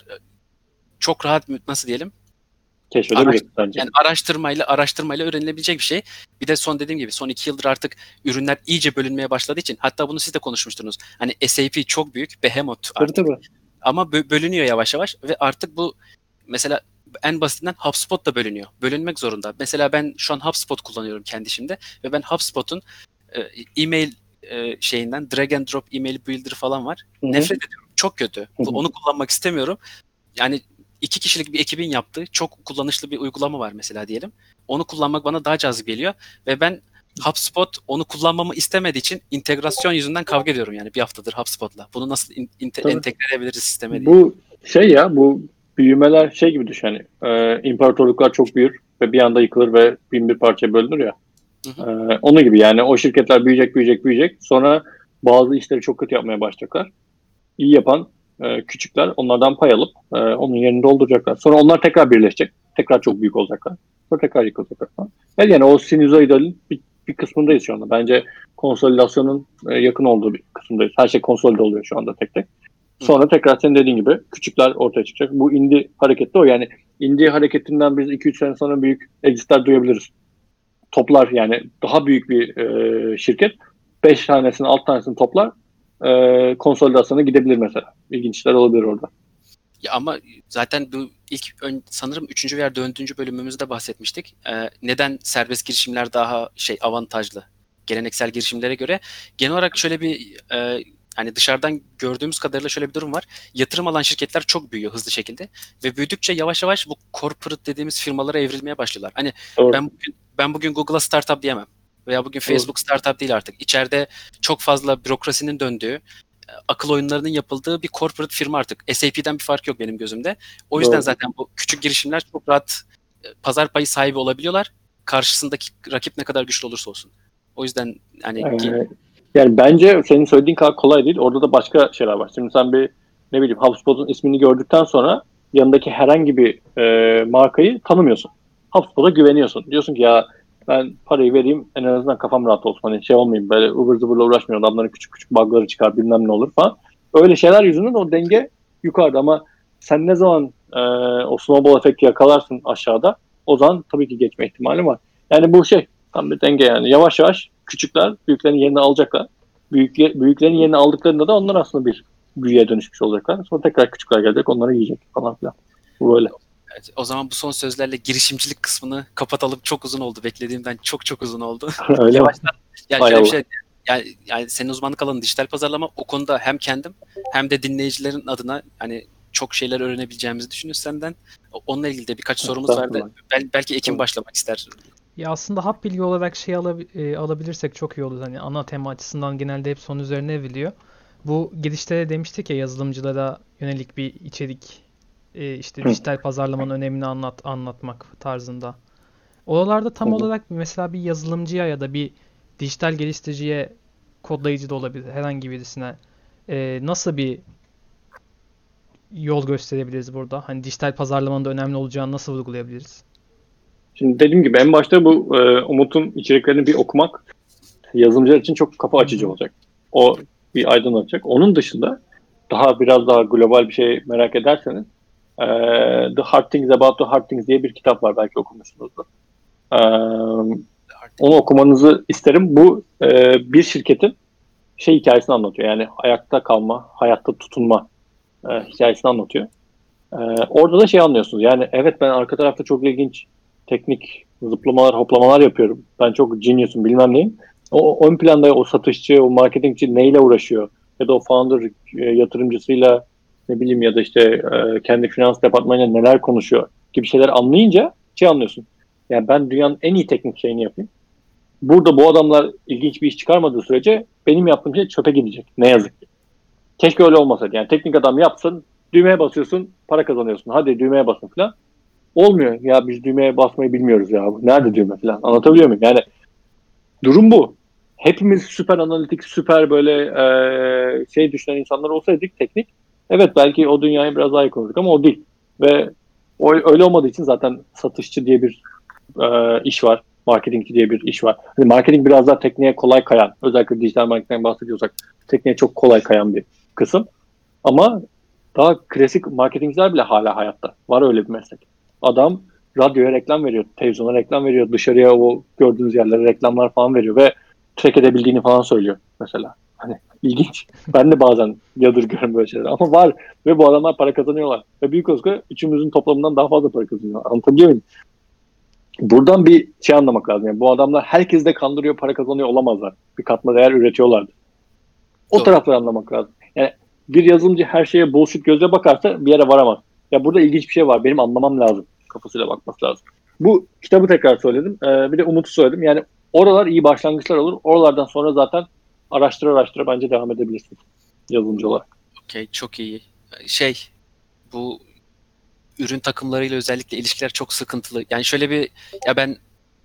Çok rahat nasıl diyelim? Keşfedebilir bence. Yani araştırmayla araştırmayla öğrenilebilecek bir şey. Bir de son dediğim gibi son iki yıldır artık ürünler iyice bölünmeye başladığı için hatta bunu siz de konuşmuştunuz. Hani S A P çok büyük, behemoth Tabii artık. tabii. Ama bö- bölünüyor yavaş yavaş ve artık bu mesela en basitinden HubSpot da bölünüyor. Bölünmek zorunda. Mesela ben şu an HubSpot kullanıyorum kendi işimde ve ben HubSpot'un e, e-mail e, şeyinden drag and drop email builder falan var. Hı hı. Nefret ediyorum. Çok kötü. Hı hı. Onu kullanmak istemiyorum. Yani iki kişilik bir ekibin yaptığı çok kullanışlı bir uygulama var mesela diyelim. Onu kullanmak bana daha cazip geliyor ve ben HubSpot onu kullanmamı istemediği için integrasyon yüzünden kavga ediyorum yani bir haftadır HubSpot'la. Bunu nasıl in- inte- Tabii. entegre edebiliriz sisteme diye. Bu şey ya bu büyümeler şey gibi düşün hani e, imparatorluklar çok büyür ve bir anda yıkılır ve bin bir parçaya bölünür ya. Hı E, onun gibi yani o şirketler büyüyecek büyüyecek büyüyecek sonra bazı işleri çok kötü yapmaya başlayacaklar. İyi yapan e, küçükler onlardan pay alıp e, onun yerini dolduracaklar. Sonra onlar tekrar birleşecek. Tekrar çok büyük olacaklar. Sonra tekrar yıkılacaklar falan. Yani, yani o sinüzoidalin bir, bir kısmındayız şu anda. Bence konsolidasyonun e, yakın olduğu bir kısımdayız. Her şey konsolide oluyor şu anda tek tek. Sonra tekrar senin dediğin gibi küçükler ortaya çıkacak. Bu indie hareketi de o. Yani indie hareketinden biz iki üç sene sonra büyük exitler duyabiliriz. Toplar yani daha büyük bir e, şirket beş tanesini alt tanesini toplar e, konsolidasyona gidebilir mesela. İlginç işler olabilir orada. Ya ama zaten bu ilk ön, sanırım üçüncü veya dördüncü bölümümüzde bahsetmiştik. Ee, neden serbest girişimler daha şey avantajlı geleneksel girişimlere göre? Genel olarak şöyle bir e, hani dışarıdan gördüğümüz kadarıyla şöyle bir durum var. Yatırım alan şirketler çok büyüyor hızlı şekilde ve büyüdükçe yavaş yavaş bu corporate dediğimiz firmalara evrilmeye başlıyorlar. Hani Doğru. ben bugün ben bugün Google'a startup diyemem veya bugün Facebook startup değil artık. İçeride çok fazla bürokrasinin döndüğü, akıl oyunlarının yapıldığı bir corporate firma artık. S A P'den bir fark yok benim gözümde. O yüzden Doğru. zaten bu küçük girişimler çok rahat e, pazar payı sahibi olabiliyorlar. Karşısındaki rakip ne kadar güçlü olursa olsun. O yüzden hani Ee, yani bence senin söylediğin kadar kolay değil. Orada da başka şeyler var. Şimdi sen bir ne bileyim HubSpot'un ismini gördükten sonra yanındaki herhangi bir e, markayı tanımıyorsun. HubSpot'a güveniyorsun. Diyorsun ki ya ben parayı vereyim en azından kafam rahat olsun. Hani şey olmayayım böyle ıvır zıvırla uğraşmıyorum. Adamların küçük küçük bug'ları çıkar bilmem ne olur falan. Öyle şeyler yüzünden o denge yukarıda ama sen ne zaman e, o snowball efekti yakalarsın aşağıda o zaman tabii ki geçme ihtimali var. Yani bu şey tam bir denge yani. Yavaş yavaş küçükler büyüklerin yerini alacaklar. Büyükle, büyüklerin yerini aldıklarında da onlar aslında bir büyüye dönüşmüş olacaklar. Sonra tekrar küçükler gelecek onları yiyecek falan filan. Bu böyle. evet, o zaman bu son sözlerle girişimcilik kısmını kapatalım. Çok uzun oldu. Beklediğimden çok çok uzun oldu. Öyle mi? Yavaştan yani Hay şöyle bir Allah. şey yani, yani senin uzmanlık alanın dijital pazarlama o konuda hem kendim hem de dinleyicilerin adına hani çok şeyler öğrenebileceğimizi düşünüyoruz senden. Onunla ilgili de birkaç sorumuz vardı. Estağfurullah. Bel, belki Ekim Tabii. başlamak ister. Ya aslında hap bilgi olarak şey alabi- e, alabilirsek çok iyi olur. Hani ana tema açısından genelde hep son üzerine evriliyor. Bu girişte de demiştik ya yazılımcılara yönelik bir içerik e, işte Hı. dijital pazarlamanın önemini anlat anlatmak tarzında. Oralarda tam Hı hı. olarak mesela bir yazılımcıya ya da bir dijital geliştiriciye kodlayıcı da olabilir herhangi birisine e, nasıl bir yol gösterebiliriz burada? Hani dijital pazarlamanın da önemli olacağını nasıl vurgulayabiliriz? Şimdi dediğim gibi en başta bu e, Umut'un içeriklerini bir okumak yazılımcılar için çok kafa Hı açıcı hı. olacak. O bir aydınlatacak. Onun dışında daha biraz daha global bir şey merak ederseniz e, The Hard Things About the Hard Things diye bir kitap var belki okumuşsunuzdur. E, onu okumanızı isterim. Bu e, bir şirketin şey hikayesini anlatıyor. Yani ayakta kalma, hayatta tutunma e, hikayesini anlatıyor. E, orada da şey anlıyorsunuz. Yani evet ben arka tarafta çok ilginç teknik zıplamalar, hoplamalar yapıyorum. Ben çok genius'um bilmem neyim. O ön planda o satışçı, o marketingçi neyle uğraşıyor? Ya da o founder e, yatırımcısıyla ne bileyim ya da işte e, kendi finans departmanıyla neler konuşuyor gibi şeyler anlayınca şey anlıyorsun. Yani ben dünyanın en iyi teknik şeyini yapayım. Burada bu adamlar ilginç bir iş çıkarmadığı sürece benim yaptığım şey çöpe gidecek. Ne yazık ki. Keşke öyle olmasaydı. Yani teknik adam yapsın, düğmeye basıyorsun, para kazanıyorsun. Hadi düğmeye basın falan. Olmuyor. Ya biz düğmeye basmayı bilmiyoruz ya. Nerede düğme falan. Anlatabiliyor muyum? Yani durum bu. Hepimiz süper analitik, süper böyle e, şey düşünen insanlar olsaydık teknik. Evet belki o dünyaya biraz daha yakın olurduk ama o değil. Ve o, öyle olmadığı için zaten satışçı diye bir e, iş var. Marketingçi diye bir iş var. Hani marketing biraz daha tekniğe kolay kayan, özellikle dijital marketingden bahsediyorsak tekniğe çok kolay kayan bir kısım. Ama daha klasik marketingciler bile hala hayatta. Var öyle bir meslek. Adam radyoya reklam veriyor, televizyona reklam veriyor, dışarıya o gördüğünüz yerlere reklamlar falan veriyor ve track edebildiğini falan söylüyor mesela. Hani ilginç. Ben de bazen yadırgıyorum böyle şeyler ama var ve bu adamlar para kazanıyorlar. Ve büyük olsa üçümüzün toplamından daha fazla para kazanıyorlar. Anlatabiliyor muyum? Buradan bir şey anlamak lazım. Yani bu adamlar herkes de kandırıyor, para kazanıyor olamazlar. Bir katma değer üretiyorlardı. O Doğru. tarafları anlamak lazım. Yani bir yazılımcı her şeye bullshit gözle bakarsa bir yere varamaz. Ya burada ilginç bir şey var. Benim anlamam lazım. Kafasıyla bakması lazım. Bu kitabı tekrar söyledim. Ee, bir de Umut'u söyledim. Yani oralar iyi başlangıçlar olur. Oralardan sonra zaten araştıra araştıra bence devam edebilirsin yazılımcı olarak. Okey, çok iyi. Şey, bu ürün takımlarıyla özellikle ilişkiler çok sıkıntılı. Yani şöyle bir, ya ben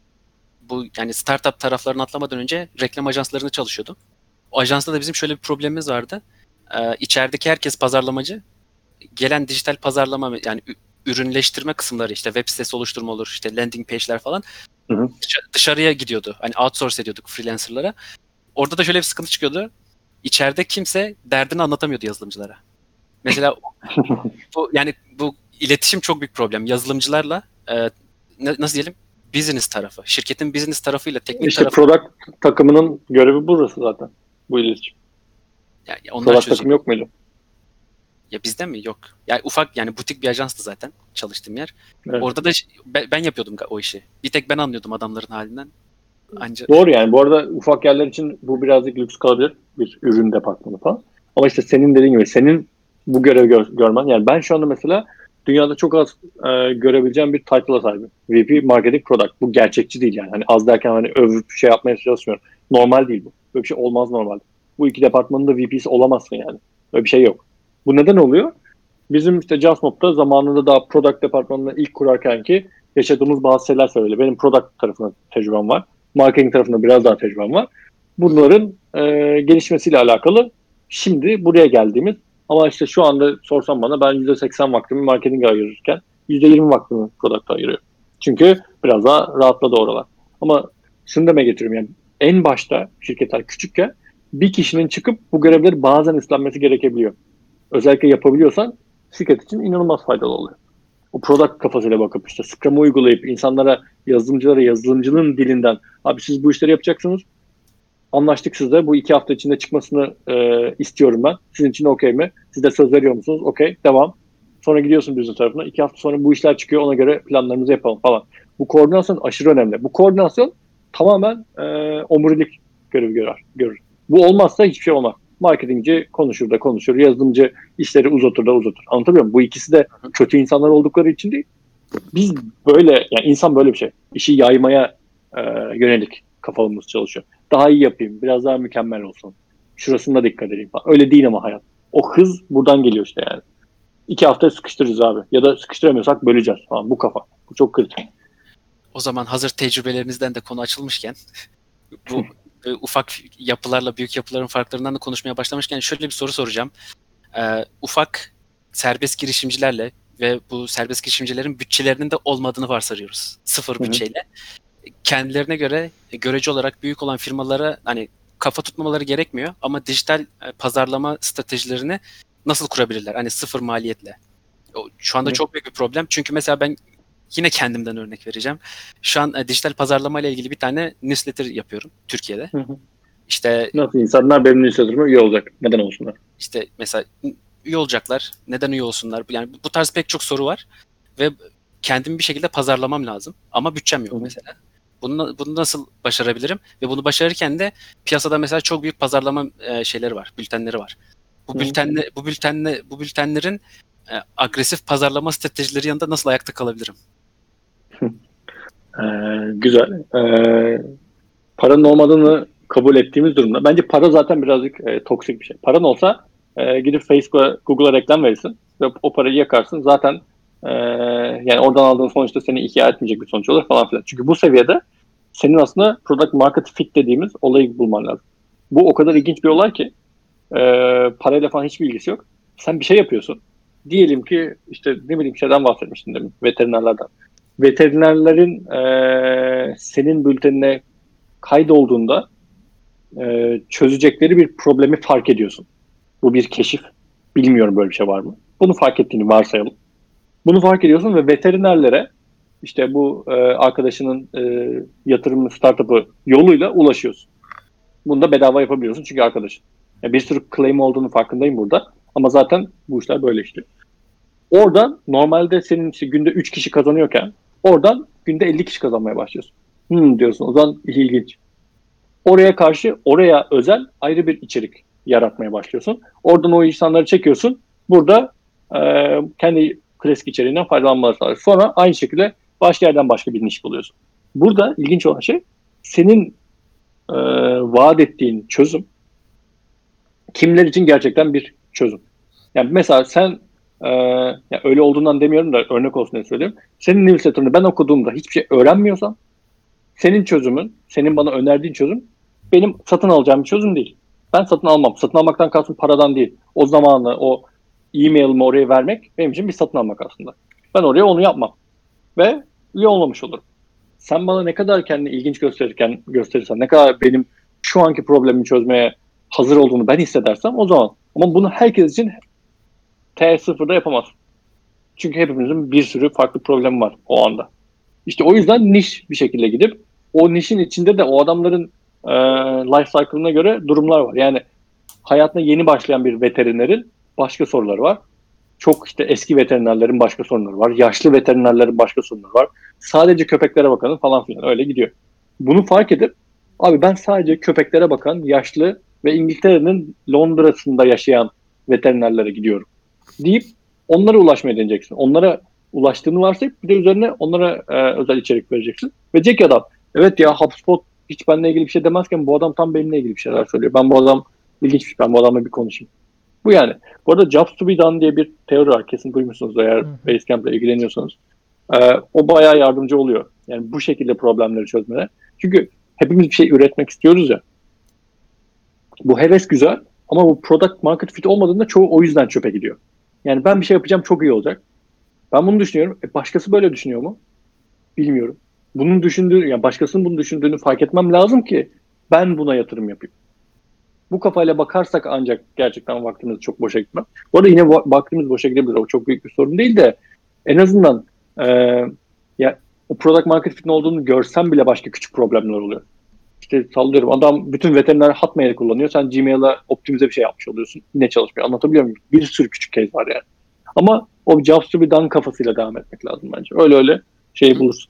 bu yani startup taraflarını atlamadan önce reklam ajanslarında çalışıyordum. O ajansta da bizim şöyle bir problemimiz vardı. Ee, içerideki herkes pazarlamacı. Gelen dijital pazarlama yani ü- ürünleştirme kısımları işte web sitesi oluşturma olur, işte landing page'ler falan Hı hı. dışa- dışarıya gidiyordu. Hani outsource ediyorduk freelancerlara. Orada da şöyle bir sıkıntı çıkıyordu. İçeride kimse derdini anlatamıyordu yazılımcılara. Mesela bu yani bu iletişim çok büyük problem. Yazılımcılarla e, ne- nasıl diyelim? Business tarafı. Şirketin business tarafıyla teknik İşte tarafı. product takımının görevi burası zaten. Bu iletişim. Yani onlar Product çözecek. takımı yok muydu? Ya bizde mi? Yok. Yani ufak yani butik bir ajanstı zaten çalıştığım yer. Evet. Orada da ş- ben, ben yapıyordum ga- o işi. Bir tek ben anlıyordum adamların halinden. Anca Doğru yani. Bu arada ufak yerler için bu birazcık lüks kalabilir. Bir ürün departmanı falan. Ama işte senin dediğin gibi senin bu görevi gör- görmen. Yani ben şu anda mesela dünyada çok az e, görebileceğim bir title'a sahibim. V P Marketing Product. Bu gerçekçi değil yani. Hani az derken hani övüp şey yapmaya çalışmıyorum. Normal değil bu. Böyle bir şey olmaz normalde. Bu iki departmanın da V P'si olamazsın yani. Böyle bir şey yok. Bu neden oluyor? Bizim işte JustMob'da zamanında daha product departmanını ilk kurarken ki yaşadığımız bazı şeyler söyle. Benim product tarafında tecrübem var. Marketing tarafında biraz daha tecrübem var. Bunların e, gelişmesiyle alakalı şimdi buraya geldiğimiz ama işte şu anda sorsan bana ben yüzde seksen vaktimi marketing'e ayırırken yüzde yirmi vaktimi product'a ayırıyorum. Çünkü biraz daha rahatladı oralar. Ama şunu demeye getiriyorum yani en başta şirketler küçükken bir kişinin çıkıp bu görevleri bazen üstlenmesi gerekebiliyor. Özellikle yapabiliyorsan şirket için inanılmaz faydalı oluyor. O product kafasıyla bakıp işte Scrum'u uygulayıp insanlara, yazılımcılara yazılımcının dilinden abi siz bu işleri yapacaksınız. Anlaştık sizle. Bu iki hafta içinde çıkmasını e, istiyorum ben. Sizin için okey mi? Siz de söz veriyor musunuz? Okey. Devam. Sonra gidiyorsun business tarafına. İki hafta sonra bu işler çıkıyor. Ona göre planlarımızı yapalım falan. Bu koordinasyon aşırı önemli. Bu koordinasyon tamamen e, omurilik görevi görür, görür. Bu olmazsa hiçbir şey olmaz. Marketingci konuşur da konuşur. Yazılımcı işleri uzatır da uzatır. Anlatabiliyor muyum? Bu ikisi de kötü insanlar oldukları için değil. Biz böyle, yani insan böyle bir şey. İşi yaymaya e, yönelik kafamız çalışıyor. Daha iyi yapayım, biraz daha mükemmel olsun. Şurasında dikkat edeyim falan. Öyle değil ama hayat. O hız buradan geliyor işte yani. İki hafta sıkıştırırız abi. Ya da sıkıştıramıyorsak böleceğiz falan. Bu kafa. Bu çok kritik. o zaman hazır tecrübelerimizden de konu açılmışken bu e, ufak yapılarla büyük yapıların farklarından da konuşmaya başlamışken şöyle bir soru soracağım. Ee, ufak serbest girişimcilerle ve bu serbest girişimcilerin bütçelerinin de olmadığını varsayıyoruz. Sıfır Hı hı. bütçeyle. Kendilerine göre e, görece olarak büyük olan firmalara hani kafa tutmamaları gerekmiyor ama dijital e, pazarlama stratejilerini nasıl kurabilirler? Hani sıfır maliyetle. O, şu anda Hı. çok büyük bir problem. Çünkü mesela ben yine kendimden örnek vereceğim. Şu an e, dijital pazarlama ile ilgili bir tane newsletter yapıyorum Türkiye'de. Hı hı. İşte Nasıl insanlar benim newsletter'ıma üye olacak? Neden olsunlar? işte mesela üye olacaklar. Neden üye olsunlar? Yani bu tarz pek çok soru var ve kendimi bir şekilde pazarlamam lazım ama bütçem yok Hı hı. mesela. Bunu, bunu nasıl başarabilirim? Ve bunu başarırken de piyasada mesela çok büyük pazarlama e, şeyleri var, bültenleri var. Bu Hı. bültenle bu bültenle bu bültenlerin e, agresif pazarlama stratejileri yanında nasıl ayakta kalabilirim? Ee, güzel. Ee, paranın olmadığını kabul ettiğimiz durumda. Bence para zaten birazcık e, toksik bir şey. Paran olsa e, gidip Facebook'a, Google'a reklam verirsin ve o parayı yakarsın. Zaten e, yani oradan aldığın sonuçta seni ihya etmeyecek bir sonuç olur falan filan. Çünkü bu seviyede senin aslında product market fit dediğimiz olayı bulman lazım. Bu o kadar ilginç bir olay ki e, parayla falan hiçbir ilgisi yok. Sen bir şey yapıyorsun. Diyelim ki işte ne bileyim şeyden bahsetmiştin demin, veterinerlerden. Veterinerlerin e, senin bültenine kaydolduğunda e, çözecekleri bir problemi fark ediyorsun. Bu bir keşif. Bilmiyorum böyle bir şey var mı? Bunu fark ettiğini varsayalım. Bunu fark ediyorsun ve veterinerlere işte bu e, arkadaşının e, yatırım startup'ı yoluyla ulaşıyorsun. Bunu da bedava yapabiliyorsun çünkü arkadaşın. Yani bir sürü claim olduğunu farkındayım burada. Ama zaten bu işler böyle işliyor. Oradan normalde senin işte günde üç kişi kazanıyorken oradan günde elli kişi kazanmaya başlıyorsun. Hmm diyorsun. O zaman ilginç. Oraya karşı oraya özel ayrı bir içerik yaratmaya başlıyorsun. Oradan o insanları çekiyorsun. Burada e, kendi klasik içeriğinden faydalanmaları sağlıyorsun. Sonra aynı şekilde başka yerden başka bir niş buluyorsun. Burada ilginç olan şey senin e, vaat ettiğin çözüm kimler için gerçekten bir çözüm. Yani mesela sen e, yani öyle olduğundan demiyorum da örnek olsun diye söyleyeyim. Senin newsletter'ını ben okuduğumda hiçbir şey öğrenmiyorsam senin çözümün, senin bana önerdiğin çözüm benim satın alacağım bir çözüm değil. Ben satın almam. Satın almaktan kastım paradan değil. O zamanı, o e-mail'imi oraya vermek benim için bir satın almak aslında. Ben oraya onu yapmam. Ve üye olmamış olurum. Sen bana ne kadar kendini ilginç gösterirken gösterirsen, ne kadar benim şu anki problemimi çözmeye hazır olduğunu ben hissedersem o zaman. Ama bunu herkes için T sıfırda yapamazsın. Çünkü hepimizin bir sürü farklı problemi var o anda. İşte o yüzden niş bir şekilde gidip o nişin içinde de o adamların e, life cycle'ına göre durumlar var. Yani hayatına yeni başlayan bir veterinerin başka soruları var. Çok işte eski veterinerlerin başka sorunları var. Yaşlı veterinerlerin başka sorunları var. Sadece köpeklere bakanın falan filan öyle gidiyor. Bunu fark edip abi ben sadece köpeklere bakan yaşlı ve İngiltere'nin Londra'sında yaşayan veterinerlere gidiyorum deyip onlara ulaşmaya deneyeceksin. Onlara ulaştığını varsayıp bir de üzerine onlara e, özel içerik vereceksin. Ve diyecek ki adam evet ya HubSpot hiç benimle ilgili bir şey demezken bu adam tam benimle ilgili bir şeyler söylüyor. Ben bu adam ilginçmiş, ben bu adamla bir konuşayım. Bu yani. Bu arada Jobs to be done diye bir teori var. Kesin duymuşsunuz eğer Basecamp'le ilgileniyorsanız. Ee, o bayağı yardımcı oluyor. Yani bu şekilde problemleri çözmene. Çünkü hepimiz bir şey üretmek istiyoruz ya. Bu heves güzel ama bu product market fit olmadığında çoğu o yüzden çöpe gidiyor. Yani ben bir şey yapacağım çok iyi olacak. Ben bunu düşünüyorum. E başkası böyle düşünüyor mu? Bilmiyorum. Bunun düşündüğü, yani başkasının bunu düşündüğünü fark etmem lazım ki ben buna yatırım yapayım. Bu kafayla bakarsak ancak gerçekten vaktimiz çok boşa gitmez. Bu arada yine vaktimiz boşa gidebilir. O çok büyük bir sorun değil de en azından e, ya o product market fit'in olduğunu görsem bile başka küçük problemler oluyor. İşte sallıyorum adam bütün veteriner Hotmail kullanıyor. Sen Gmail'a optimize bir şey yapmış oluyorsun. Yine çalışmıyor. Anlatabiliyor muyum? Bir sürü küçük case var yani. Ama o jobs to be done kafasıyla devam etmek lazım bence. Öyle öyle şeyi bulursun.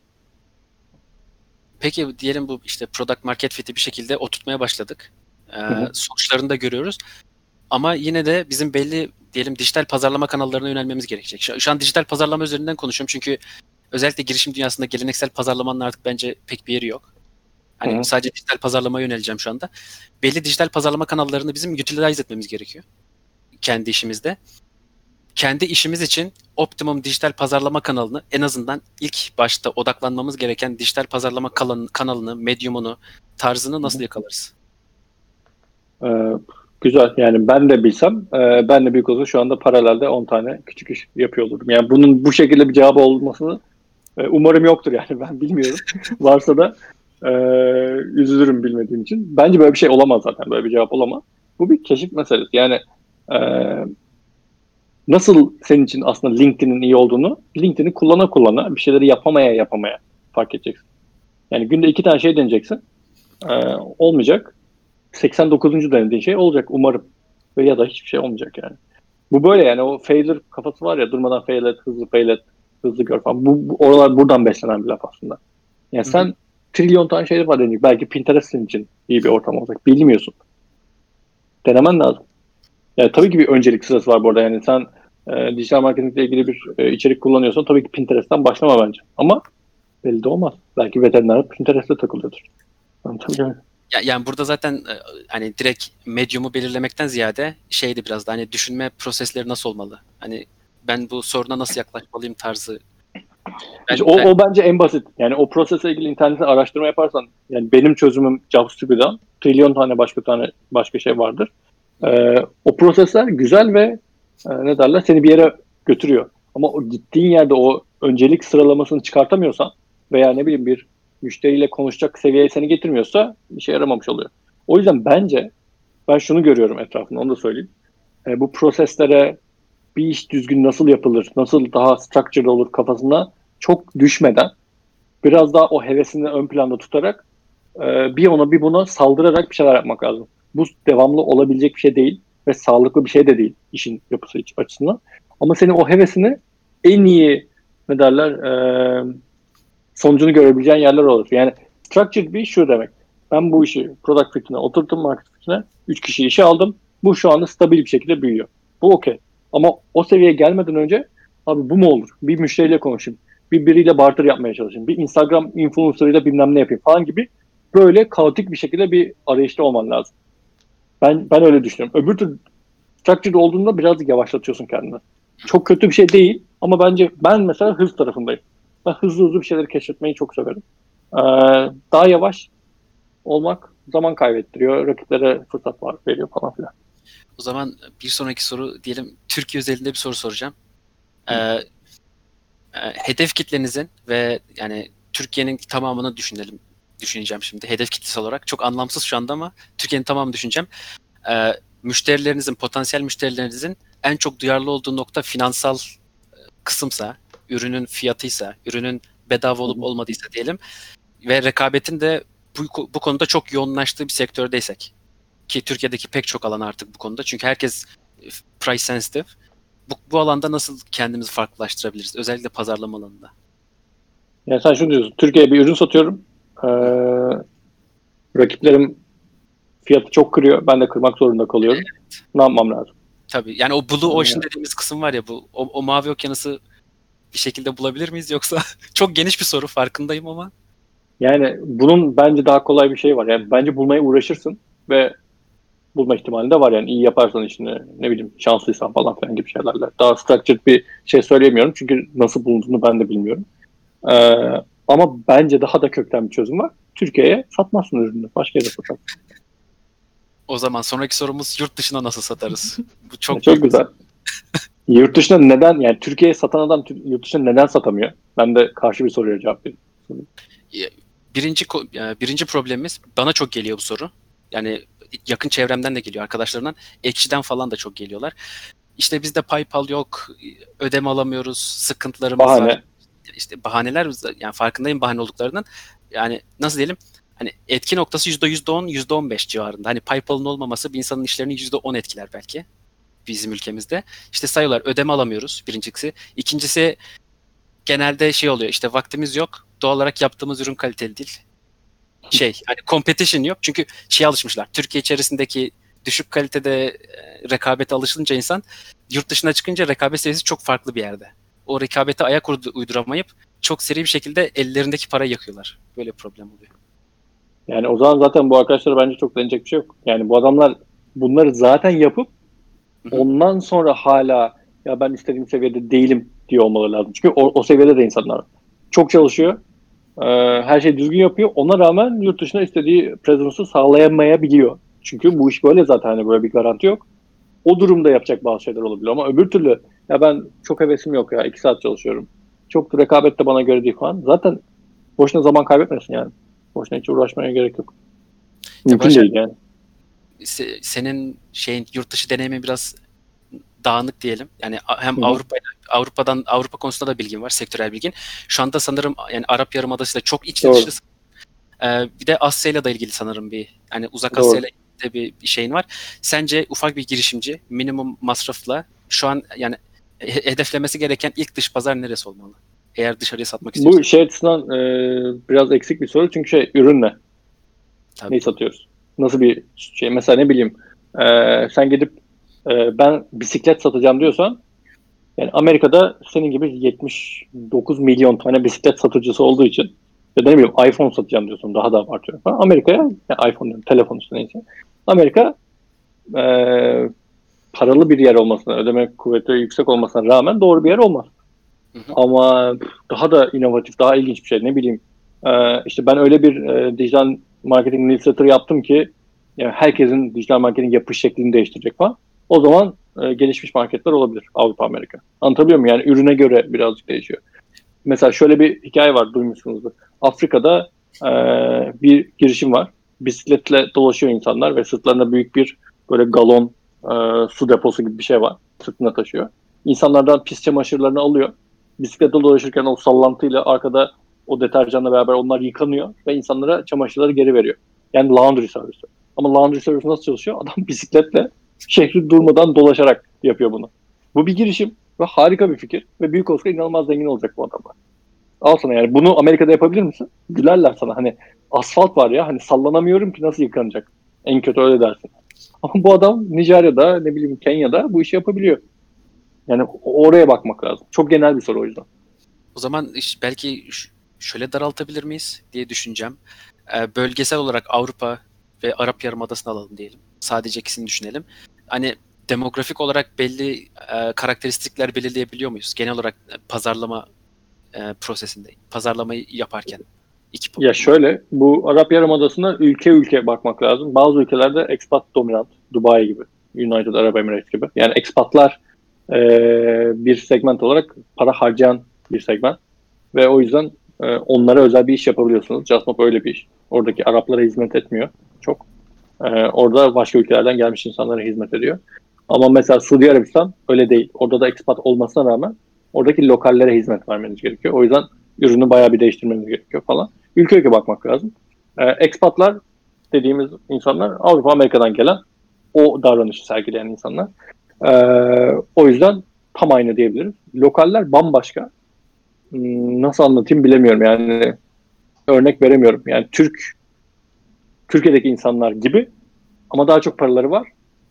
Peki diyelim bu işte product market fit'i bir şekilde oturtmaya başladık. Ee, sonuçlarını da görüyoruz. Ama yine de bizim belli diyelim dijital pazarlama kanallarına yönelmemiz gerekecek. Şu, şu an dijital pazarlama üzerinden konuşuyorum çünkü özellikle girişim dünyasında geleneksel pazarlamanın artık bence pek bir yeri yok. Hani Hı hı. sadece dijital pazarlamaya yöneleceğim şu anda. Belli dijital pazarlama kanallarını bizim utilize etmemiz gerekiyor. Kendi işimizde. Kendi işimiz için optimum dijital pazarlama kanalını en azından ilk başta odaklanmamız gereken dijital pazarlama kanalını, medyumunu, tarzını nasıl yakalarız? Ee, güzel. Yani ben de bilsem e, ben de büyük olsa şu anda paralelde on tane küçük iş yapıyor olurdum. Yani bunun bu şekilde bir cevabı olmasını e, umarım yoktur yani ben bilmiyorum. Varsa da e, üzülürüm bilmediğim için. Bence böyle bir şey olamaz zaten. Böyle bir cevap olamaz. Bu bir keşif meselesi. Yani e, nasıl senin için aslında LinkedIn'in iyi olduğunu LinkedIn'i kullana kullana bir şeyleri yapamaya yapamaya fark edeceksin. Yani günde iki tane şey deneyeceksin. E, olmayacak. seksen dokuzuncu denediğin şey olacak umarım. Ve ya da hiçbir şey olmayacak yani. Bu böyle yani o failure kafası var ya durmadan fail et, hızlı fail et, hızlı gör falan. Bu, bu oralar buradan beslenen bir laf aslında. Yani sen Hı-hı. trilyon tane şey var deneyecek. Belki Pinterest senin için iyi bir ortam olacak. Bilmiyorsun. Denemen lazım. Yani tabii ki bir öncelik sırası var bu arada. Yani sen e, dijital marketingle ilgili bir e, içerik kullanıyorsan tabii ki Pinterest'ten başlama bence. Ama belli de olmaz. Belki veteriner Pinterest'te takılıyordur. Anlatabiliyor muyum? Ya, yani burada zaten e, hani direkt medyumu belirlemekten ziyade şeydi biraz da hani düşünme prosesleri nasıl olmalı? Hani ben bu soruna nasıl yaklaşmalıyım tarzı. Ben, İşte o, ben... o bence en basit. Yani o prosesle ilgili internette araştırma yaparsan yani benim çözümüm JavaScript'ten trilyon tane başka tane başka şey vardır. Ee, o prosesler güzel ve e, ne derler seni bir yere götürüyor. Ama o gittiğin yerde o öncelik sıralamasını çıkartamıyorsan veya ne bileyim bir müşteriyle konuşacak seviyeye seni getirmiyorsa işe yaramamış oluyor. O yüzden bence ben şunu görüyorum etrafında onu da söyleyeyim. E, bu proseslere bir iş düzgün nasıl yapılır, nasıl daha structured olur kafasına çok düşmeden biraz daha o hevesini ön planda tutarak e, bir ona bir buna saldırarak bir şeyler yapmak lazım. Bu devamlı olabilecek bir şey değil ve sağlıklı bir şey de değil işin yapısı açısından. Ama senin o hevesini en iyi ne derler e, sonucunu görebileceğin yerler olur. Yani structured bir iş şu demek. Ben bu işi product fit'ine oturttum, market fit'ine. Üç kişi işe aldım. Bu şu anda stabil bir şekilde büyüyor. Bu okey. Ama o seviyeye gelmeden önce abi bu mu olur? Bir müşteriyle konuşayım. Bir biriyle barter yapmaya çalışayım. Bir Instagram influencer'ıyla bilmem ne yapayım falan gibi böyle kaotik bir şekilde bir arayışta olman lazım. Ben ben öyle düşünüyorum. Öbür türlü structured olduğunda birazcık yavaşlatıyorsun kendini. Çok kötü bir şey değil ama bence ben mesela hız tarafındayım. Ben hızlı hızlı bir şeyleri keşfetmeyi çok severim. Ee, daha yavaş olmak zaman kaybettiriyor. Rakiplere fırsat var, veriyor falan filan. O zaman bir sonraki soru diyelim Türkiye özelinde bir soru soracağım. Ee, e, hedef kitlenizin ve yani Türkiye'nin tamamını düşünelim. Düşüneceğim şimdi. Hedef kitlesi olarak. Çok anlamsız şu anda ama Türkiye'nin tamamını düşüneceğim. Ee, müşterilerinizin, potansiyel müşterilerinizin en çok duyarlı olduğu nokta finansal kısımsa, ürünün fiyatıysa, ürünün bedava olup olmadıysa diyelim ve rekabetin de bu, bu konuda çok yoğunlaştığı bir sektördeysek, ki Türkiye'deki pek çok alan artık bu konuda, çünkü herkes price sensitive. Bu, bu alanda nasıl kendimizi farklılaştırabiliriz? Özellikle pazarlama alanında. Yani sen şunu diyorsun. Türkiye'ye bir ürün satıyorum. Ee, rakiplerim fiyatı çok kırıyor. Ben de kırmak zorunda kalıyorum. Evet. Ne yapmam lazım? Tabii. Yani o Blue Ocean dediğimiz kısım var ya, bu o, o mavi okyanusu bir şekilde bulabilir miyiz, yoksa çok geniş bir soru, farkındayım ama. Yani bunun bence daha kolay bir şey var. Yani bence bulmaya uğraşırsın ve bulma ihtimali de var. Yani iyi yaparsan işini, ne bileyim, şanslıysan falan filan gibi şeylerle. Daha structured bir şey söyleyemiyorum. Çünkü nasıl bulunduğunu ben de bilmiyorum. Ee, ama bence daha da kökten bir çözüm var. Türkiye'ye satmazsın ürünü. Başka yere satarsın. O zaman sonraki sorumuz, yurt dışına nasıl satarız? Bu çok Çok güzel. Yurt dışına neden, yani Türkiye'ye satan adam yurt dışına neden satamıyor? Ben de karşı bir soruya cevap vereyim. Birinci birinci problemimiz, bana çok geliyor bu soru. Yani yakın çevremden de geliyor, arkadaşlarımdan, Ekşi'den falan da çok geliyorlar. İşte bizde PayPal yok, ödeme alamıyoruz, sıkıntılarımız Bahane. var. İşte bahaneler, yani farkındayım bahane olduklarının. Yani nasıl diyelim, hani etki noktası yüzde yüzde on, yüzde on beş civarında. Hani PayPal'ın olmaması bir insanın işlerini yüzde on etkiler belki bizim ülkemizde. İşte sayıyorlar, ödeme alamıyoruz birincisi. İkincisi, genelde şey oluyor, işte vaktimiz yok, doğal olarak yaptığımız ürün kaliteli değil. Şey, hani competition yok, çünkü şey alışmışlar. Türkiye içerisindeki düşük kalitede e, rekabete alışınca insan, yurt dışına çıkınca rekabet seviyesi çok farklı bir yerde. O rekabete ayak uyduramayıp çok seri bir şekilde ellerindeki parayı yakıyorlar. Böyle bir problem oluyor. Yani o zaman zaten bu arkadaşlara bence çok denecek bir şey yok. Yani bu adamlar bunları zaten yapıp ondan sonra hala ya ben istediğim seviyede değilim diyor olmaları lazım. Çünkü o, o seviyede de insanlar çok çalışıyor. Ee, her şey düzgün yapıyor. Ona rağmen yurt dışına istediği presence'ı sağlayamayabiliyor. Çünkü bu iş böyle zaten, hani böyle bir garanti yok. O durumda yapacak bazı şeyler olabilir ama öbür türlü ya ben çok hevesim yok ya, iki saat çalışıyorum. Çok da rekabet de bana göre değil falan. Zaten boşuna zaman kaybetmesin yani. Boşuna hiç uğraşmaya gerek yok. Mümkün değil yani. Se- senin şeyin, yurt dışı deneyimin biraz dağınık diyelim. Yani hem Hı hı. Avrupa Avrupa'dan Avrupa konusunda da bilgin var, sektörel bilgin. Şu anda sanırım yani Arap Yarımadası'yla çok içli Doğru. dışlısın. Ee, bir de Asya'yla da ilgili sanırım bir, hani uzak Doğru. Asya'yla ilgili bir, bir şeyin var. Sence ufak bir girişimci minimum masrafla şu an yani he- hedeflemesi gereken ilk dış pazar neresi olmalı? Eğer dışarıya satmak istiyorsan. Bu şey açısından e, biraz eksik bir soru çünkü şey, ürün ne? Tabii. Neyi satıyoruz? Nasıl bir şey? Mesela ne bileyim, e, sen gidip e, ben bisiklet satacağım diyorsan, yani Amerika'da senin gibi yetmiş dokuz milyon tane bisiklet satıcısı olduğu için, ya da ne bileyim iPhone satacağım diyorsun, daha da abartıyorum falan. Amerika'ya, yani iPhone diyorum, telefon işte neyse. Amerika e, paralı bir yer olmasına, ödeme kuvveti yüksek olmasına rağmen doğru bir yer olmaz. Hı hı. Ama daha da inovatif, daha ilginç bir şey. Ne bileyim, e, işte ben öyle bir e, dijital marketing newsletter yaptım ki yani herkesin dijital marketing yapış şeklini değiştirecek falan. O zaman e, gelişmiş marketler olabilir Avrupa, Amerika. Anlatabiliyor muyum? Yani ürüne göre birazcık değişiyor. Mesela şöyle bir hikaye var, duymuşsunuzdur. Afrika'da e, bir girişim var. Bisikletle dolaşıyor insanlar ve sırtlarında büyük bir böyle galon e, su deposu gibi bir şey var. Sırtına taşıyor. İnsanlardan pis çamaşırlarını alıyor. Bisiklette dolaşırken o sallantıyla arkada o deterjanla beraber onlar yıkanıyor ve insanlara çamaşırları geri veriyor. Yani laundry servisi. Ama laundry servisi nasıl çalışıyor? Adam bisikletle şehri durmadan dolaşarak yapıyor bunu. Bu bir girişim ve harika bir fikir ve büyük olsa inanılmaz zengin olacak bu adamlar. Al sana, yani bunu Amerika'da yapabilir misin? Gülerler sana, hani asfalt var ya, hani sallanamıyorum ki nasıl yıkanacak? En kötü öyle dersin. Ama bu adam Nijerya'da, ne bileyim Kenya'da bu işi yapabiliyor. Yani oraya bakmak lazım. Çok genel bir soru o yüzden. O zaman iş- belki ş- şöyle daraltabilir miyiz diye düşüneceğim. Ee, bölgesel olarak Avrupa ve Arap Yarımadası'nı alalım diyelim. Sadece ikisini düşünelim. Hani demografik olarak belli e, karakteristikler belirleyebiliyor muyuz? Genel olarak e, pazarlama e, prosesinde, pazarlamayı yaparken. İki Ya şöyle, bu Arap Yarımadası'na ülke ülke bakmak lazım. Bazı ülkelerde expat dominant, Dubai gibi, United Arab Emirates gibi. Yani expatlar e, bir segment olarak para harcayan bir segment. Ve o yüzden e, onlara özel bir iş yapabiliyorsunuz. JustMop öyle bir iş. Oradaki Araplara hizmet etmiyor çok. Ee, orada başka ülkelerden gelmiş insanlara hizmet ediyor. Ama mesela Suudi Arabistan öyle değil. Orada da expat olmasına rağmen oradaki lokallere hizmet vermeniz gerekiyor. O yüzden ürünü bayağı bir değiştirmeniz gerekiyor falan. Ülke ülke bakmak lazım. Ee, expatlar dediğimiz insanlar Avrupa, Amerika'dan gelen o davranışı sergileyen insanlar. Ee, o yüzden tam aynı diyebiliriz. Lokaller bambaşka. Hmm, Nasıl anlatayım bilemiyorum yani. Örnek veremiyorum. Yani Türk Türkiye'deki insanlar gibi ama daha çok paraları var.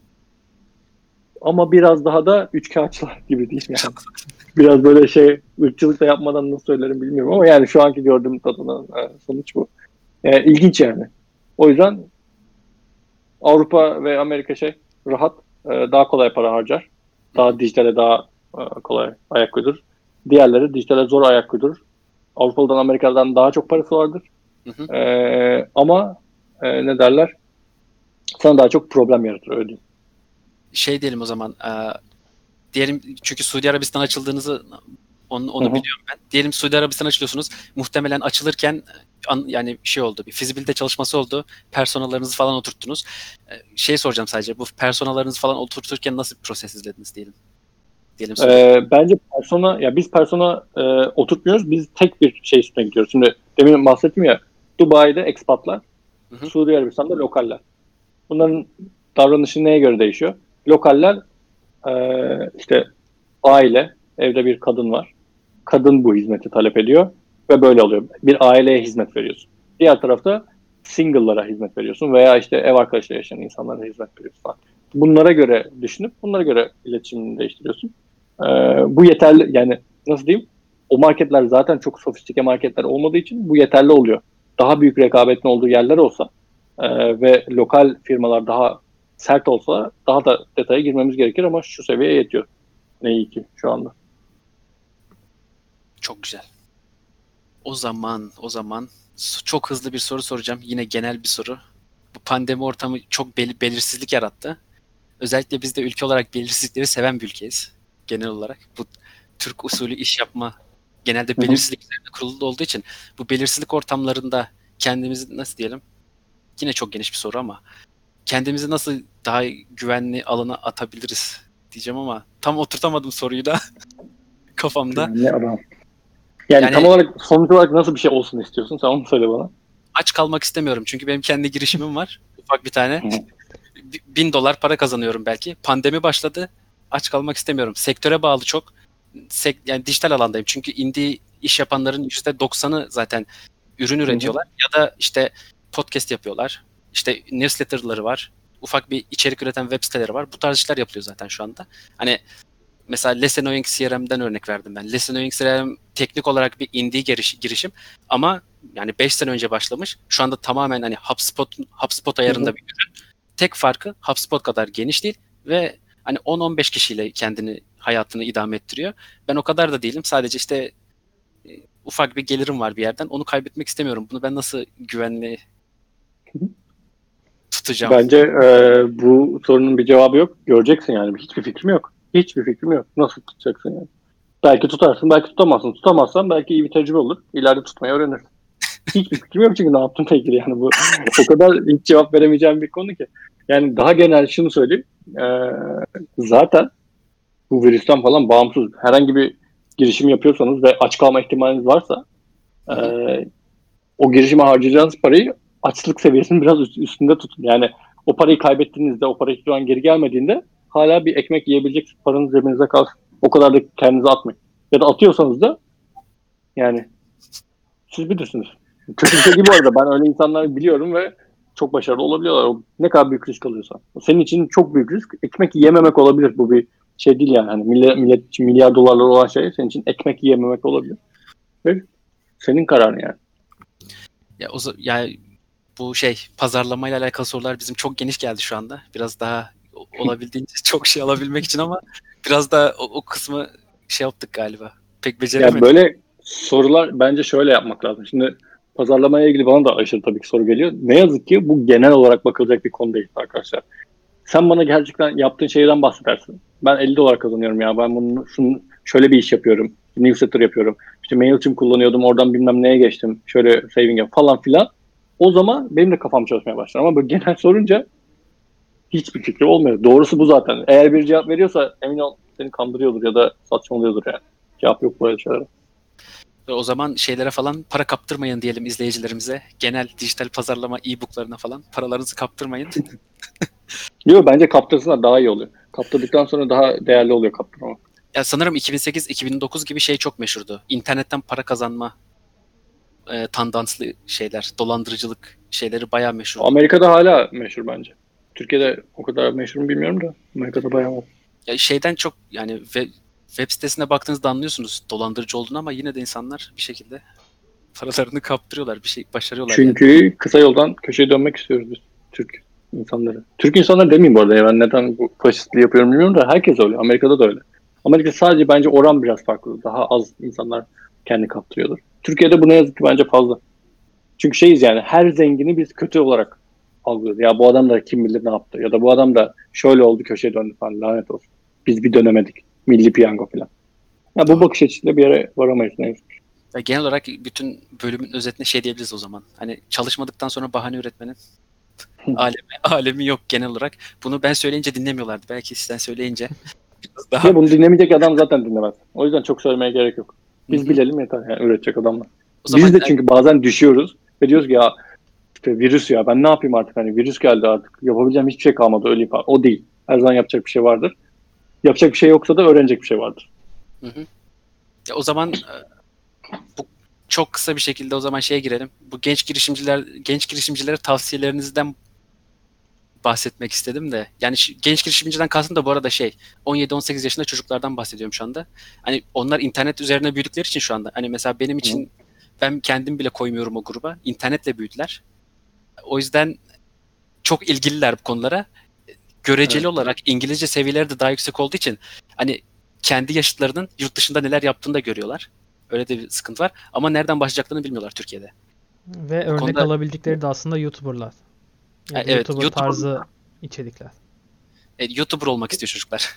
Ama biraz daha da üçkağıtçılar gibi değil yani. Biraz böyle şey ırkçılık da yapmadan nasıl söylerim bilmiyorum ama yani şu anki gördüğüm tadına e, sonuç bu. E, ilginç yani. O yüzden Avrupa ve Amerika şey rahat, e, daha kolay para harcar. Daha dijitale daha e, kolay ayak uydurur. Diğerleri dijitale zor ayak uydurur. Avrupa'dan Amerika'dan daha çok parası vardır. Hı hı. E, ama e, ne derler? Sana daha çok problem yaratır öyle diyeyim. Şey diyelim o zaman. E, diyelim çünkü Suudi Arabistan açıldığınızı onu, onu Hı hı. biliyorum ben. Diyelim Suudi Arabistan açılıyorsunuz. Muhtemelen açılırken an, yani şey oldu. Bir fizibilite çalışması oldu. Personalarınızı falan oturttunuz. E, şey soracağım sadece. Bu personalarınızı falan oturturken nasıl bir proses izlediniz diyelim. Diyelim Suudi. Ee, bence persona, ya biz persona e, oturtmuyoruz. Biz tek bir şey üstüne gidiyoruz. Şimdi demin bahsettim ya, Dubai'de ekspatlar, Hı hı. Suudi Arabistan'da lokaller. Bunların davranışı neye göre değişiyor? Lokaller e, işte aile, evde bir kadın var. Kadın bu hizmeti talep ediyor ve böyle oluyor. Bir aileye hizmet veriyorsun. Diğer tarafta single'lara hizmet veriyorsun veya işte ev arkadaşıyla yaşayan insanlara hizmet veriyorsun falan. Bunlara göre düşünüp bunlara göre iletişimini değiştiriyorsun. Ee, bu yeterli yani nasıl diyeyim? O marketler zaten çok sofistike marketler olmadığı için bu yeterli oluyor. Daha büyük rekabetin olduğu yerler olsa e, ve lokal firmalar daha sert olsa daha da detaya girmemiz gerekir ama şu seviyeye yetiyor. Ne iyi ki şu anda. Çok güzel. O zaman, o zaman çok hızlı bir soru soracağım. Yine genel bir soru. Bu pandemi ortamı çok bel- belirsizlik yarattı. Özellikle biz de ülke olarak belirsizlikleri seven bir ülkeyiz. Genel olarak. Bu Türk usulü iş yapma genelde Hı hı. belirsizlik üzerine kurulu olduğu için bu belirsizlik ortamlarında kendimizi nasıl diyelim? Yine çok geniş bir soru ama kendimizi nasıl daha güvenli alana atabiliriz diyeceğim ama tam oturtamadım soruyu da kafamda. Ne adam. Yani tam Yani olarak sonuç olarak nasıl bir şey olsun istiyorsun? Sen onu söyle bana. aç kalmak istemiyorum çünkü benim kendi girişimim var. Ufak bir tane. Hı hı. Bin dolar para kazanıyorum belki. Pandemi başladı. Aç kalmak istemiyorum. Sektöre bağlı çok. Sek, yani dijital alandayım. Çünkü indie iş yapanların yüzde doksanı zaten ürün üretiyorlar. Ya da işte podcast yapıyorlar. İşte newsletter'ları var. Ufak bir içerik üreten web siteleri var. Bu tarz işler yapılıyor zaten şu anda. Hani mesela Less Annoying C R M'den örnek verdim ben. Less Annoying C R M teknik olarak bir indie giriş, girişim ama yani beş sene önce başlamış. Şu anda tamamen hani HubSpot HubSpot ayarında bir ürün. Tek farkı HubSpot kadar geniş değil ve hani on on beş kişiyle kendini hayatını idame ettiriyor. Ben o kadar da değilim. Sadece işte e, ufak bir gelirim var bir yerden. Onu kaybetmek istemiyorum. Bunu ben nasıl güvenli tutacağım? Bence e, bu sorunun bir cevabı yok. Göreceksin yani. Hiçbir fikrim yok. Hiçbir fikrim yok. Nasıl tutacaksın yani? Belki tutarsın, belki tutamazsın. Tutamazsan belki iyi bir tecrübe olur. İleride tutmayı öğrenirsin. Hiçbir fikrim yok çünkü ne yaptığımla ilgili yani bu o kadar hiç cevap veremeyeceğim bir konu ki. Yani daha genel şunu söyleyeyim. E, zaten bu virüsten falan bağımsız herhangi bir girişim yapıyorsanız ve aç kalma ihtimaliniz varsa e, o girişime harcayacağınız parayı açlık seviyesinin biraz üst- üstünde tutun. Yani o parayı kaybettiğinizde, o para hiçbir zaman geri gelmediğinde hala bir ekmek yiyebilecek paranız cebinize kalsın. O kadar da kendinize atmayın. Ya da atıyorsanız da yani siz bilirsiniz. Kötü bir şey değil bu arada. Ben öyle insanları biliyorum ve çok başarılı olabiliyorlar. O ne kadar büyük risk alıyorsa. Senin için çok büyük risk. Ekmek yiyememek olabilir. Bu bir şey değil yani. Hani millet, millet için milyar dolarlar olan şey senin için ekmek yiyememek olabilir. Ve senin kararın yani. Ya o za- ya bu şey pazarlamayla alakalı sorular bizim çok geniş geldi şu anda. Biraz daha o- olabildiğince çok şey alabilmek için ama biraz da o, o kısmı şey yaptık galiba. Pek Ya beceremedik. böyle sorular bence şöyle yapmak lazım. Şimdi pazarlamaya ilgili bana da aşırı tabii ki soru geliyor. Ne yazık ki bu genel olarak bakılacak bir konu değil arkadaşlar. Sen bana gerçekten yaptığın şeyden bahsedersin. Ben elli dolar kazanıyorum ya. Ben bunu şunu, şöyle bir iş yapıyorum. Newsletter yapıyorum. İşte MailChimp kullanıyordum. Oradan bilmem neye geçtim. Şöyle saving yap falan filan. O zaman benim de kafam çalışmaya başlar. Ama böyle genel sorunca Hiçbir fikri olmuyor. Doğrusu bu zaten. Eğer bir cevap veriyorsa emin ol seni kandırıyordur ya da saçmalıyordur yani. Cevap yok böyle şeylere. Ve o zaman şeylere falan para kaptırmayın diyelim izleyicilerimize. Genel dijital pazarlama e-booklarına falan paralarınızı kaptırmayın. Yok bence kaptırsınlar daha iyi oluyor. Kaptırdıktan sonra daha değerli oluyor kaptırmak. Ya sanırım iki bin sekiz iki bin dokuz gibi şey çok meşhurdu. İnternetten para kazanma e, tandanslı şeyler, dolandırıcılık şeyleri bayağı meşhurdu. Amerika'da hala meşhur bence. Türkiye'de o kadar meşhur mu bilmiyorum da Amerika'da bayağı var. Ya şeyden çok yani web, web sitesine baktığınızda anlıyorsunuz dolandırıcı olduğunu ama yine de insanlar bir şekilde paralarını kaptırıyorlar, bir şey başarıyorlar yani. Çünkü kısa yoldan köşeye dönmek istiyoruz biz Türk insanları. Türk insanları demeyeyim bu arada ya ben neden bu faşistliği yapıyorum bilmiyorum da herkes öyle. Amerika'da da öyle. Amerika'da sadece bence oran biraz farklı. Daha az insanlar kendi kaptırıyordur. Türkiye'de bu ne yazık ki bence fazla. Çünkü şeyiz yani her zengini biz kötü olarak algılıyoruz. Ya bu adam da kim bilir ne yaptı. Ya da bu adam da şöyle oldu köşeye döndü falan lanet olsun. Biz bir dönemedik. Milli piyango falan. Ya bu bakış açısıyla bir yere varamayız neyse. Ya genel olarak bütün bölümün özetine şey diyebiliriz o zaman. Hani çalışmadıktan sonra bahane üretmenin alemi, alemi yok genel olarak. Bunu ben söyleyince dinlemiyorlardı. Belki sen söyleyince biraz daha... Ya bunu dinlemeyecek adam zaten dinlemez. O yüzden çok söylemeye gerek yok. Biz Hı hı. bilelim yeter yani üretecek adamlar. O zaman Biz de çünkü bazen düşüyoruz ve diyoruz ki ya işte virüs ya ben ne yapayım artık hani virüs geldi artık yapabileceğim hiçbir şey kalmadı öleyim falan. O değil. Her zaman yapacak bir şey vardır. Yapacak bir şey yoksa da öğrenecek bir şey vardır. Hı hı. Ya o zaman e, bu çok kısa bir şekilde o zaman şeye girelim. Bu genç girişimciler genç girişimcilere tavsiyelerinizden bahsetmek istedim de. Yani şu, genç girişimciden kastım da bu arada şey on yedi on sekiz yaşında çocuklardan bahsediyorum şu anda. Hani onlar internet üzerine büyüdükleri için şu anda. Hani mesela benim için ben kendim bile koymuyorum o gruba. İnternetle büyüdüler. O yüzden çok ilgililer bu konulara. Göreceli Evet. olarak İngilizce seviyeleri de daha yüksek olduğu için hani kendi yaşıtlarının yurt dışında neler yaptığını da görüyorlar. Öyle de bir sıkıntı var. Ama nereden başlayacaklarını bilmiyorlar Türkiye'de. Ve Bu örnek konuda- alabildikleri de aslında YouTuber'lar. Ya Ha, da evet, YouTuber YouTuber- tarzı içerikler. E, YouTuber olmak istiyor çocuklar.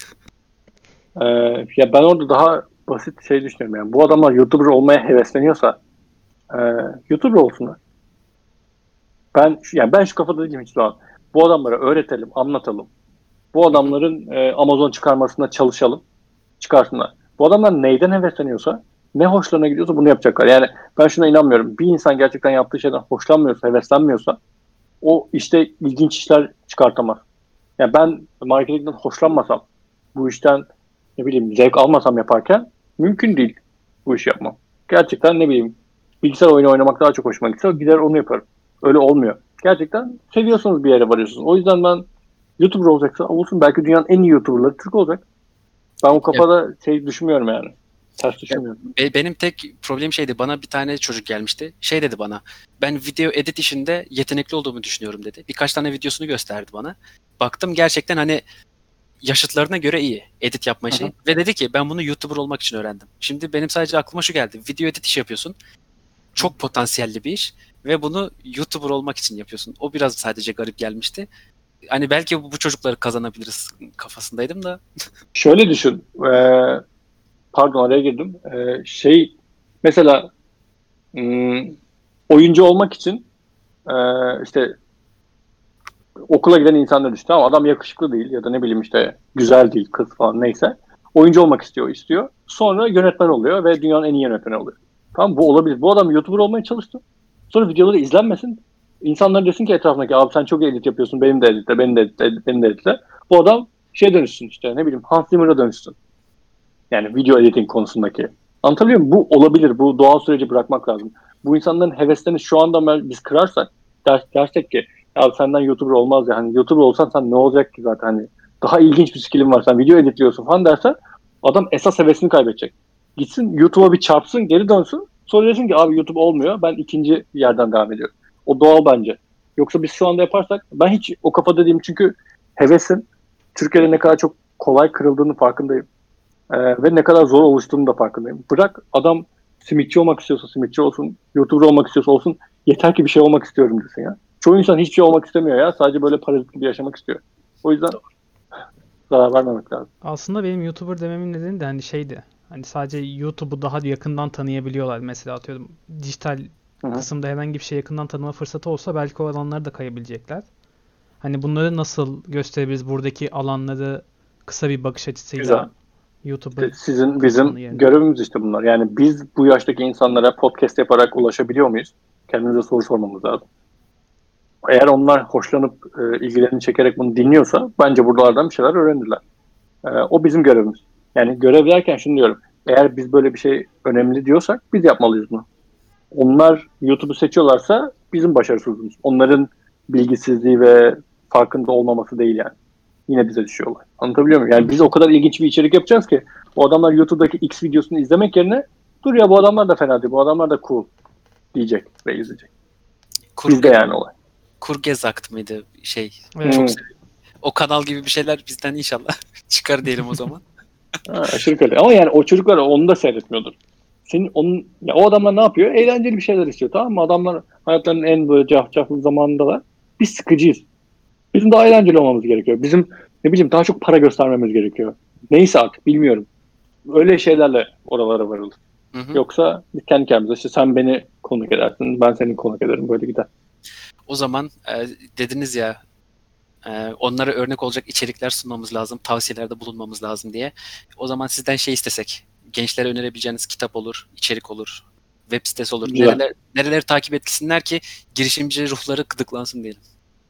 Ee, ya ben orada daha basit şey düşünüyorum yani. Bu adamlar YouTuber olmaya hevesleniyorsa e, YouTuber olsunlar. Ben yani ben şu kafada değilim hiç zaman. Bu adamlara öğretelim, anlatalım. Bu adamların e, Amazon çıkarmasına çalışalım. Çıkarsınlar. Bu adamlar neyden hevesleniyorsa, ne hoşlarına gidiyorsa bunu yapacaklar. Yani ben şuna inanmıyorum. Bir insan gerçekten yaptığı şeyden hoşlanmıyorsa, heveslenmiyorsa o işte ilginç işler çıkartamaz. Yani ben marketingden hoşlanmasam, bu işten ne bileyim zevk almasam yaparken mümkün değil bu işi yapmam. Gerçekten ne bileyim bilgisayar oyunu oynamak daha çok hoşuma gitse gider onu yaparım. Öyle olmuyor. Gerçekten seviyorsunuz bir yere varıyorsunuz. O yüzden ben YouTuber olacaksa olsun belki dünyanın en iyi YouTuber'ları Türk olacak. Ben o kafada şey düşünmüyorum yani. Ters düşünmüyorum. Be- benim tek problemim şeydi. Bana bir tane çocuk gelmişti. Şey dedi bana. Ben video edit işinde yetenekli olduğumu düşünüyorum dedi. Birkaç tane videosunu gösterdi bana. Baktım gerçekten hani yaşıtlarına göre iyi edit yapma işi. Hı hı. Ve dedi ki ben bunu YouTuber olmak için öğrendim. Şimdi benim sadece aklıma şu geldi. Video edit işi yapıyorsun. Çok potansiyelli bir iş. Ve bunu YouTuber olmak için yapıyorsun. O biraz sadece garip gelmişti. Hani belki bu, bu çocukları kazanabiliriz kafasındaydım da. Şöyle düşün. Ee, pardon araya girdim. Ee, şey mesela hmm, oyuncu olmak için e, işte okula giden insanlar düşün. Tamam adam yakışıklı değil ya da ne bileyim işte güzel değil kız falan neyse. Oyuncu olmak istiyor istiyor. Sonra yönetmen oluyor ve dünyanın en iyi yönetmeni oluyor. Tamam bu olabilir. Bu adam YouTuber olmaya çalıştı. Sonra videoları izlenmesin. İnsanlar desin ki etrafındaki abi sen çok iyi edit yapıyorsun. Benim de editle, benim de editle, benim de editle. Bu adam şey dönüşsün işte ne bileyim Hans Zimmer'a dönüşsün. Yani video editing konusundaki. Anlatabiliyor muyum? Bu olabilir. Bu doğal süreci bırakmak lazım. Bu insanların heveslerini şu anda biz kırarsak der, dersek ki ya senden YouTuber olmaz ya. Hani YouTuber olsan sen ne olacak ki zaten hani daha ilginç bir skillin var. Sen video editliyorsun falan dersen adam esas hevesini kaybedecek. Gitsin YouTube'a bir çarpsın geri dönsün. Sonra desin ki abi YouTube olmuyor. Ben ikinci yerden devam ediyorum. O doğal bence. Yoksa biz şu anda yaparsak ben hiç o kafada değilim çünkü hevesin Türkiye'de ne kadar çok kolay kırıldığını farkındayım. Ee, ve ne kadar zor oluştuğunu da farkındayım. Bırak adam simitçi olmak istiyorsa simitçi olsun, YouTuber olmak istiyorsa olsun, yeter ki bir şey olmak istiyorum desin ya. Çoğu insan hiçbir şey olmak istemiyor ya. Sadece böyle parazit gibi yaşamak istiyor. O yüzden zarar vermemek lazım. Aslında benim YouTuber dememin nedeni de hani şeydi. Hani sadece YouTube'u daha yakından tanıyabiliyorlar. Mesela atıyorum dijital Hı hı. kısımda herhangi bir şey yakından tanıma fırsatı olsa belki o alanlara da kayabilecekler. Hani bunları nasıl gösterebiliriz? Buradaki alanları kısa bir bakış açısıyla Güzel. YouTube'u İşte sizin, bizim kısmını yerine. görevimiz işte bunlar. Yani biz bu yaştaki insanlara podcast yaparak ulaşabiliyor muyuz? Kendimize soru sormamız lazım. Eğer onlar hoşlanıp e, ilgilerini çekerek bunu dinliyorsa bence buralardan bir şeyler öğrenirler. E, o bizim görevimiz. Yani görev derken şunu diyorum. Eğer biz böyle bir şey önemli diyorsak biz yapmalıyız bunu. Onlar YouTube'u seçiyorlarsa bizim başarısızlığımız. Onların bilgisizliği ve farkında olmaması değil yani. Yine bize düşüyorlar. Anlatabiliyor muyum? Yani biz o kadar ilginç bir içerik yapacağız ki o adamlar YouTube'daki X videosunu izlemek yerine dur ya bu adamlar da fena değil, bu adamlar da cool diyecek ve izleyecek. Bizde yani olay. Kurgezakt mıydı şey? Evet. Hmm. Çok seviyorum. O kanal gibi bir şeyler bizden inşallah çıkar diyelim o zaman. Ha, aşırı kaliteli. Ama yani o çocuklar onu da seyretmiyordur. Senin onun, ya o adamlar ne yapıyor? Eğlenceli bir şeyler istiyor, tamam mı? Adamlar hayatlarının en böyle cafcaflı zamanındalar. Biz sıkıcıyız. Bizim daha eğlenceli olmamız gerekiyor. Bizim ne bileyim daha çok para göstermemiz gerekiyor. Neyse artık bilmiyorum. Öyle şeylerle oralara varılır. Hı hı. Yoksa biz kendi kendimize işte sen beni konuk edersin, ben seni konuk ederim, böyle gider. O zaman e, dediniz ya e, onlara örnek olacak içerikler sunmamız lazım, tavsiyelerde bulunmamız lazım diye. O zaman sizden şey istesek, gençlere önerebileceğiniz kitap olur, içerik olur, web sitesi olur. Güzel. Nereler, nereleri takip etsinler ki girişimci ruhları gıdıklansın diyelim.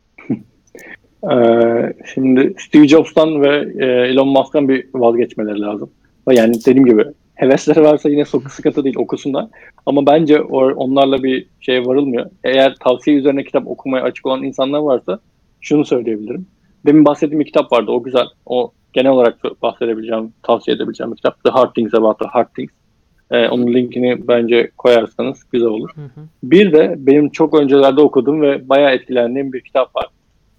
Ee, şimdi Steve Jobs'tan ve e, Elon Musk'tan bir vazgeçmeleri lazım. Yani dediğim gibi hevesleri varsa yine çok sıkıntı değil, okusunlar. Ama bence or- onlarla bir şeye varılmıyor. Eğer tavsiye üzerine kitap okumaya açık olan insanlar varsa şunu söyleyebilirim. Demin bahsettiğim bir kitap vardı, o güzel. O genel olarak bahsedebileceğim, tavsiye edebileceğim bir kitap. The Hard Things About the Hard Things. Ee, onun linkini bence koyarsanız güzel olur. Hı hı. Bir de benim çok öncelerde okuduğum ve bayağı etkilendiğim bir kitap var.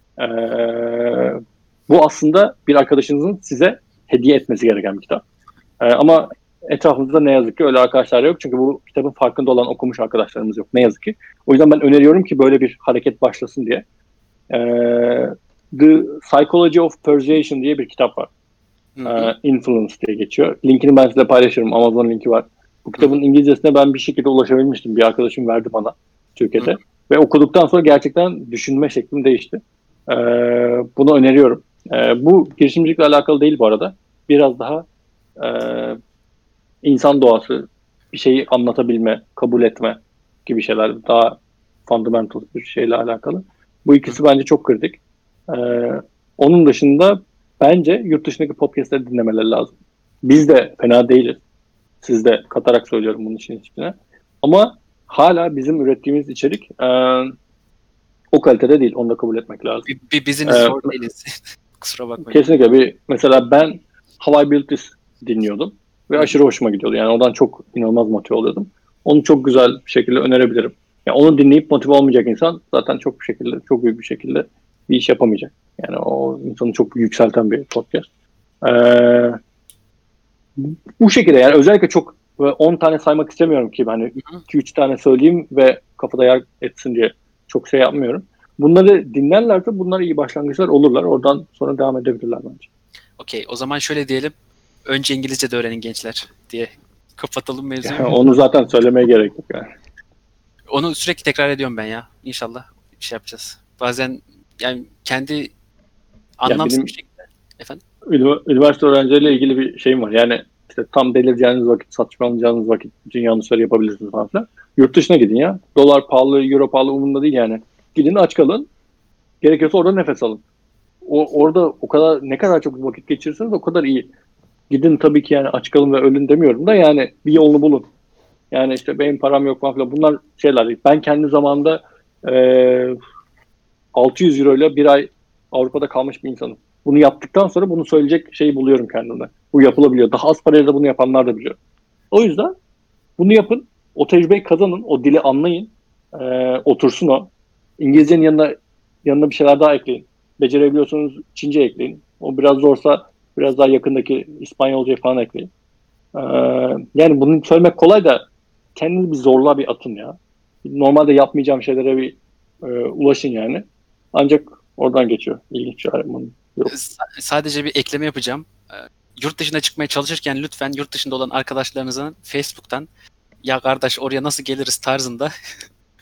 Ee, bu aslında bir arkadaşınızın size hediye etmesi gereken bir kitap. Ee, ama etrafımızda ne yazık ki öyle arkadaşlar yok. Çünkü bu kitabın farkında olan okumuş arkadaşlarımız yok. Ne yazık ki. O yüzden ben öneriyorum ki böyle bir hareket başlasın diye. Ee, The Psychology of Persuasion diye bir kitap var. Hı hı. Ee, Influence diye geçiyor. Linkini ben size paylaşırım. Amazon linki var. Bu kitabın İngilizcesine ben bir şekilde ulaşabilmiştim. Bir arkadaşım verdi bana Türkiye'de. Hı. Ve okuduktan sonra gerçekten düşünme şeklim değişti. Ee, bunu öneriyorum. Ee, bu girişimcilikle alakalı değil bu arada. Biraz daha e, insan doğası, bir şeyi anlatabilme, kabul etme gibi şeyler. Daha fundamental bir şeyle alakalı. Bu ikisi bence çok kritik. Ee, onun dışında bence yurt dışındaki podcastleri dinlemeleri lazım. Biz de fena değiliz. Siz de katarak söylüyorum bunun için içine. Ama hala bizim ürettiğimiz içerik e, o kalitede değil. Onu da kabul etmek lazım. Bir, bir biziniz Evet. zor değiliz. Kusura bakmayın. Kesinlikle bir mesela ben How I Built This dinliyordum ve aşırı hoşuma gidiyordu. Yani ondan çok inanılmaz motive oluyordum. Onu çok güzel bir şekilde önerebilirim. Yani onu dinleyip motive olmayacak insan zaten çok bir şekilde, çok büyük bir şekilde bir iş yapamayacak. Yani o insanı çok yükselten bir podcast. Ee, bu şekilde yani özellikle çok on tane saymak istemiyorum ki hani iki üç tane söyleyeyim ve kafada yer etsin diye çok şey yapmıyorum. Bunları dinlerlerse bunlar iyi başlangıçlar olurlar. Oradan sonra devam edebilirler bence. Okey, o zaman şöyle diyelim. Önce İngilizce de öğrenin gençler diye kapatalım mevzuyu. Yani onu zaten söylemeye gerek yok yani. Onu sürekli tekrar ediyorum ben ya. İnşallah bir şey yapacağız. Bazen yani kendi anlamsız benim- bir şekilde. Efendim? Ünivers- Üniversite öğrencileriyle ilgili bir şeyim var. Yani işte tam delireceğiniz vakit, saçmalayacağınız vakit bütün yanlışları yapabilirsiniz falan filan. Yurt dışına gidin ya. Dolar pahalı, euro pahalı umurumda değil yani. Gidin aç kalın. Gerekiyorsa orada nefes alın. O, orada o kadar ne kadar çok vakit geçirirseniz o kadar iyi. Gidin tabii ki yani aç kalın ve ölün demiyorum da yani bir yolunu bulun. Yani işte benim param yok falan filan. Bunlar şeyler değil. Ben kendi zamanında e, altı yüz euro ile bir ay Avrupa'da kalmış bir insanım. Bunu yaptıktan sonra bunu söyleyecek şeyi buluyorum kendimde. Bu yapılabiliyor. Daha az parayla da bunu yapanlar da biliyor. O yüzden bunu yapın. O tecrübeyi kazanın. O dili anlayın. E, otursun o. İngilizcenin yanına yanına bir şeyler daha ekleyin. Becerebiliyorsanız Çince ekleyin. O biraz zorsa biraz daha yakındaki İspanyolcayı falan ekleyin. Ee, yani bunu söylemek kolay da kendinizi bir zorluğa bir atın ya. Normalde yapmayacağım şeylere bir e, ulaşın yani. Ancak oradan geçiyor. İlginç bir şey. Yok. S- sadece bir ekleme yapacağım. Ee, Yurt dışına çıkmaya çalışırken lütfen yurt dışında olan arkadaşlarınızın Facebook'tan ya kardeş oraya nasıl geliriz tarzında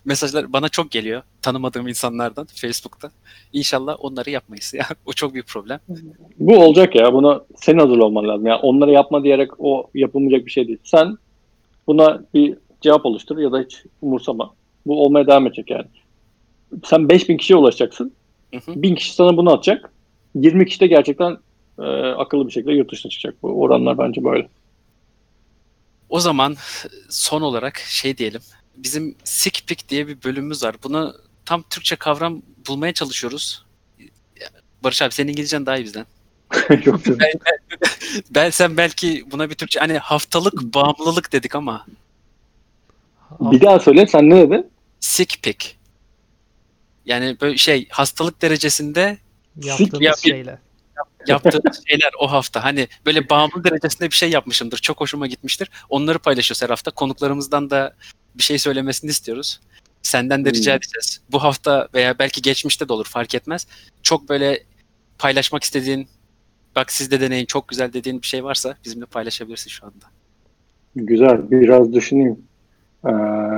mesajlar bana çok geliyor tanımadığım insanlardan Facebook'ta. İnşallah onları yapmayız. Ya o çok büyük problem. Bu olacak ya. Buna senin hazır olman lazım. Yani onları yapma diyerek o yapılmayacak bir şey değil. Sen buna bir cevap oluştur ya da hiç umursama. Bu olmaya devam edecek yani. Sen beş bin kişiye ulaşacaksın. Hı hı. bin kişi sana bunu atacak. yirmi kişi de gerçekten e, akıllı bir şekilde yurt dışına çıkacak. Bu oranlar bence böyle. O zaman son olarak şey diyelim. Bizim SickPick diye bir bölümümüz var. Bunu tam Türkçe kavram bulmaya çalışıyoruz. Barış abi senin İngilizcen daha iyi bizden. Yok canım. Ben, ben sen belki buna bir Türkçe hani haftalık bağımlılık dedik ama Bir daha söyle. Sen ne dedin? SickPick. Yani böyle şey hastalık derecesinde Yaptığımız Ya- şeyler. yaptığımız şeyler o hafta. Hani böyle bağımlı derecesinde bir şey yapmışımdır. Çok hoşuma gitmiştir. Onları paylaşıyoruz her hafta. Konuklarımızdan da bir şey söylemesini istiyoruz. Senden de rica Hmm. edeceğiz. Bu hafta veya belki geçmişte de olur fark etmez. Çok böyle paylaşmak istediğin, bak siz de deneyin çok güzel dediğin bir şey varsa bizimle paylaşabilirsin şu anda. Güzel. Biraz düşüneyim. Ee,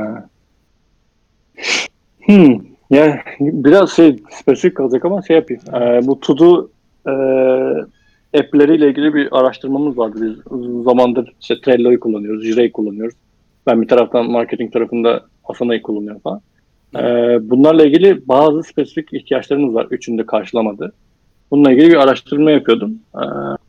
hmm. Yani biraz şey spesifik kalacak ama şey yapayım. Ee, bu To-Do e, app'leriyle ilgili bir araştırmamız vardı. Biz uzun zamandır işte Trello'yu kullanıyoruz, Jira'yı kullanıyoruz. Ben bir taraftan marketing tarafında Asana'yı kullanıyorum falan. Ee, bunlarla ilgili bazı spesifik ihtiyaçlarımız var. Üçünü de karşılamadı. Bununla ilgili bir araştırma yapıyordum. Ee,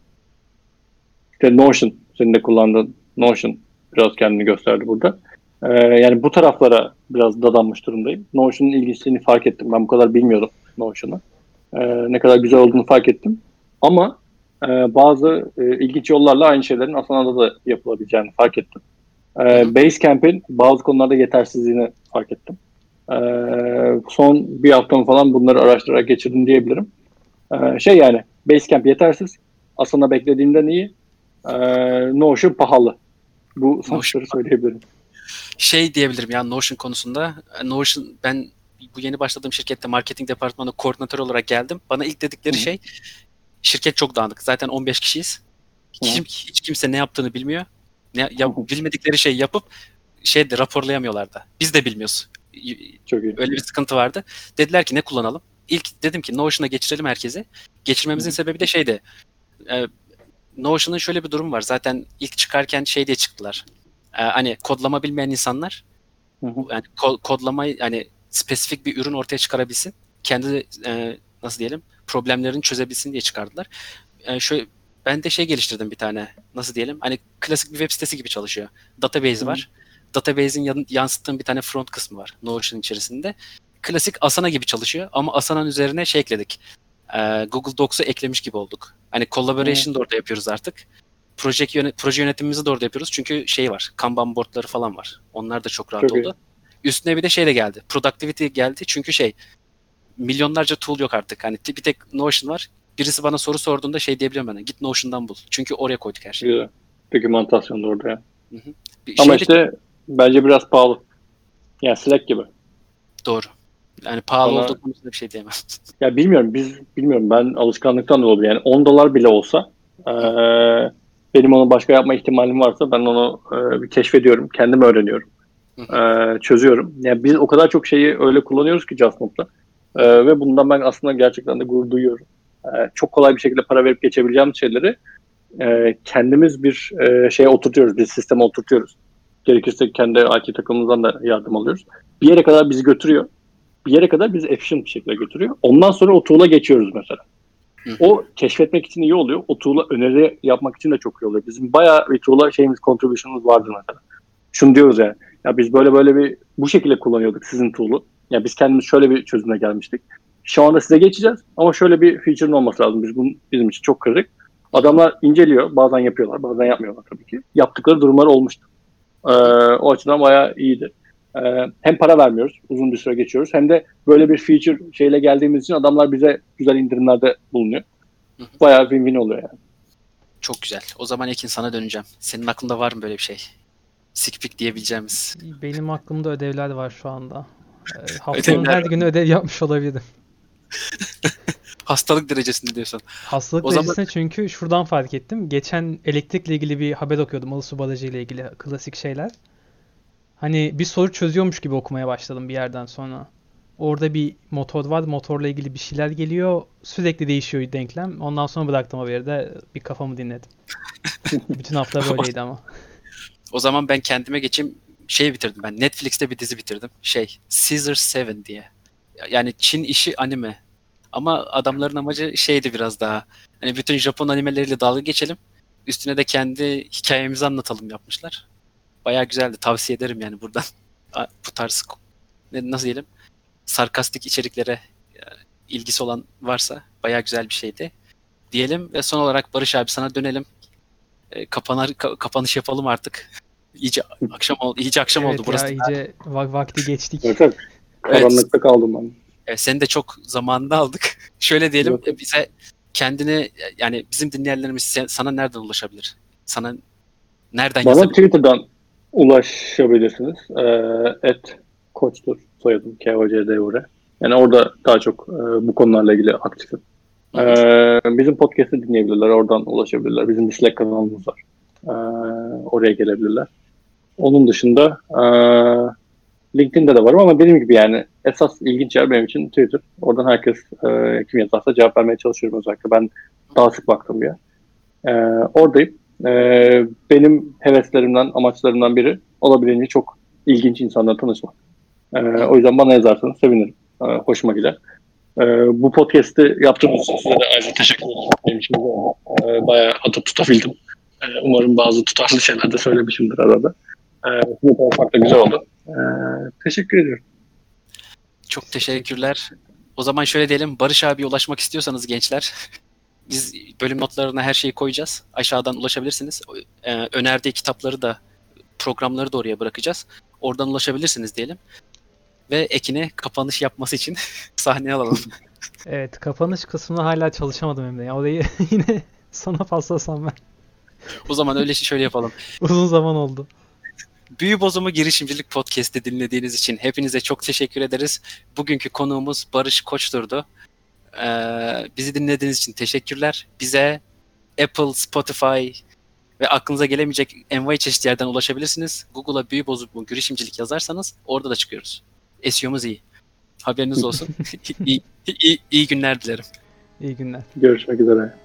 işte Notion, senin de kullandığın Notion biraz kendini gösterdi burada. Ee, yani bu taraflara biraz dadanmış durumdayım. Notion'un ilgisini fark ettim. Ben bu kadar bilmiyordum Notion'u. Ee, ne kadar güzel olduğunu fark ettim. Ama e, bazı e, ilginç yollarla aynı şeylerin Asana'da da yapılabileceğini fark ettim. Ee, Basecamp'in bazı konularda yetersizliğini fark ettim. Ee, son bir haftamı falan bunları araştırarak geçirdim diyebilirim. Ee, şey yani Basecamp yetersiz. Asana beklediğimden iyi. Ee, Notion pahalı. Bu sonuçları söyleyebilirim. Şey diyebilirim ya Notion konusunda. Notion ben bu yeni başladığım şirkette marketing departmanı koordinatör olarak geldim. Bana ilk dedikleri Hı. şey şirket çok dağınık. Zaten on beş kişiyiz. Hiç, hiç kimse ne yaptığını bilmiyor. Ne, ya, Hı. bilmedikleri şeyi yapıp şeyde raporlayamıyorlar da. Biz de bilmiyoruz. Çok iyi. Öyle bir sıkıntı vardı. Dediler ki ne kullanalım? İlk dedim ki Notion'a geçirelim herkesi. Geçirmemizin Hı. sebebi de şeydi. E, Notion'ın şöyle bir durum var. Zaten ilk çıkarken şey diye çıktılar. E, hani kodlama bilmeyen insanlar Hı hı. yani ko- kodlamayı yani spesifik bir ürün ortaya çıkarabilsin. Kendi e, nasıl diyelim problemlerini çözebilsin diye çıkardılar. E, şöyle ben de şey geliştirdim bir tane. Nasıl diyelim? Hani klasik bir web sitesi gibi çalışıyor. Database Hı. var. Database'in yan- yansıttığım bir tane front kısmı var Notion içerisinde. Klasik Asana gibi çalışıyor ama Asana'nın üzerine şey ekledik. E, Google Docs'u eklemiş gibi olduk. Hani collaboration da orada yapıyoruz artık. Proje, yönet- proje yönetimimizi de orada yapıyoruz. Çünkü şey var. Kanban boardları falan var. Onlar da çok rahat Çok iyi. oldu. Üstüne bir de şey de geldi. Productivity geldi. Çünkü şey milyonlarca tool yok artık. Hani bir tek Notion var. Birisi bana soru sorduğunda şey diyebiliyorum ben. Git Notion'dan bul. Çünkü oraya koyduk her şeyi. Güzel. Dokümantasyon da orada ya. Hı hı. Bir Ama şey de işte bence biraz pahalı. Yani Slack gibi. doğru. Yani pahalı Bana- olduğu konusunda bir şey diyemem. Ya bilmiyorum biz bilmiyorum ben alışkanlıktan da olabilir. Yani on dolar bile olsa eee, benim onu başka yapma ihtimalim varsa ben onu eee, bir keşfediyorum. Kendim öğreniyorum. Hı hı. Eee, çözüyorum. Yani biz o kadar çok şeyi öyle kullanıyoruz ki JustNote'da. Eee, ve bundan ben aslında gerçekten de gurur duyuyorum. Eee, çok kolay bir şekilde para verip geçebileceğimiz şeyleri eee, kendimiz bir eee, şeye oturtuyoruz. Bir sisteme oturtuyoruz. Gerekirse kendi I T takımımızdan da yardım alıyoruz. Bir yere kadar bizi götürüyor. Bir yere kadar bizi efficient bir şekilde götürüyor. Ondan sonra o tool'a geçiyoruz mesela. Hı hı. O keşfetmek için iyi oluyor. O tool'a öneri yapmak için de çok iyi oluyor. Bizim bayağı bir tool'a şeyimiz, contribution'ımız vardı mesela. Şunu diyoruz yani. Ya biz böyle böyle bir bu şekilde kullanıyorduk sizin tool'u. Ya biz kendimiz şöyle bir çözüme gelmiştik. Şu anda size geçeceğiz ama şöyle bir feature'ın olması lazım. Biz bunun bizim için çok kritik. Adamlar inceliyor. Bazen yapıyorlar, bazen yapmıyorlar tabii ki. Yaptıkları durumlar olmuştu. Ee, o açıdan bayağı iyiydi. Ee, hem para vermiyoruz, uzun bir süre geçiyoruz. Hem de böyle bir feature şeyle geldiğimiz için adamlar bize güzel indirimlerde bulunuyor. Hı hı. Bayağı win-win oluyor yani. Çok güzel. O zaman Ekin sana döneceğim. Senin aklında var mı böyle bir şey? SickPick diyebileceğimiz. Benim aklımda ödevler var şu anda. Ee, haftanın Ödevler her günü ödev yapmış olabilirim. Hastalık derecesinde diyorsun. Hastalık O zaman- derecesine çünkü şuradan fark ettim. Geçen elektrikle ilgili bir haber okuyordum. Ilısu Barajı ile ilgili klasik şeyler. Hani bir soru çözüyormuş gibi okumaya başladım bir yerden sonra. Orada bir motor var. Motorla ilgili bir şeyler geliyor. Sürekli değişiyor denklem. Ondan sonra bıraktım haberi de bir kafamı dinledim. Bütün hafta böyleydi ama. O zaman ben kendime geçeyim. Şey bitirdim ben. Netflix'te bir dizi bitirdim. Şey, Caesar Seven diye. Yani Çin işi anime. Ama adamların amacı şeydi biraz daha. Hani bütün Japon animeleriyle dalga geçelim. Üstüne de kendi hikayemizi anlatalım yapmışlar. Bayağı güzeldi. Tavsiye ederim yani buradan. Bu tarz ne- nasıl diyelim? Sarkastik içeriklere e, ilgisi olan varsa bayağı güzel bir şeydi. Diyelim ve son olarak Barış abi sana dönelim. E, kapanar ka- kapanış yapalım artık. İyice akşam oldu. İyice akşam Evet oldu ya burası. iyice va- vakti geçtik. Evet, evet. Karanlıkta kaldım ben. E, senin de çok zamanını aldık. Şöyle diyelim Yok. e, bize kendini yani bizim dinleyenlerimiz sen- sana nereden ulaşabilir? Sana nereden Bana yazabilir? Twitter'dan ulaşabilirsiniz. Ee, et koçtur soyadım. K O C D U R. Yani orada daha çok e, bu konularla ilgili aktifim. Ee, bizim podcast'ı dinleyebilirler. Oradan ulaşabilirler. Bizim bir Slack kanalımız var. Ee, oraya gelebilirler. Onun dışında e, LinkedIn'de de varım ama dediğim gibi yani esas ilginç yer benim için Twitter. Oradan herkes e, kim yazarsa cevap vermeye çalışıyorum özellikle. Ben daha sık baktım bir yer. Ee, oradayım. Ee, benim heveslerimden, amaçlarımdan biri olabildiğince çok ilginç insanlarla tanışmak. Ee, o yüzden bana yazarsanız sevinirim. Ee, hoşuma gider. Ee, bu podcast'i yaptığınız için size de ayrıca teşekkür ederim. Benim için de ee, bayağı atıp tutabildim. Ee, umarım bazı tutarlı şeyler de söylemişimdir arada. Ee, bu konuşmak da güzel oldu. Ee, teşekkür ediyorum. Çok teşekkürler. O zaman şöyle diyelim. Barış abiye ulaşmak istiyorsanız gençler biz bölüm notlarına her şeyi koyacağız. Aşağıdan ulaşabilirsiniz. Ee, önerdiği kitapları da programları da oraya bırakacağız. Oradan ulaşabilirsiniz diyelim. Ve Ekin'e kapanış yapması için sahneye alalım. Evet, kapanış kısmına hala çalışamadım Emre. Ya orayı yine sana paslasam ben. O zaman öyle şey şöyle yapalım. Uzun zaman oldu. Büyü Bozumu Girişimcilik Podcast'i dinlediğiniz için hepinize çok teşekkür ederiz. Bugünkü konuğumuz Barış Koçtur'du. Ee, bizi dinlediğiniz için teşekkürler. Bize Apple, Spotify ve aklınıza gelemeyecek envai çeşit yerden ulaşabilirsiniz. Google'a Büyü Bozumu Girişimcilik yazarsanız orada da çıkıyoruz. S E O'muz iyi. Haberiniz olsun. iyi, iyi, iyi günler dilerim. İyi günler. Görüşmek üzere.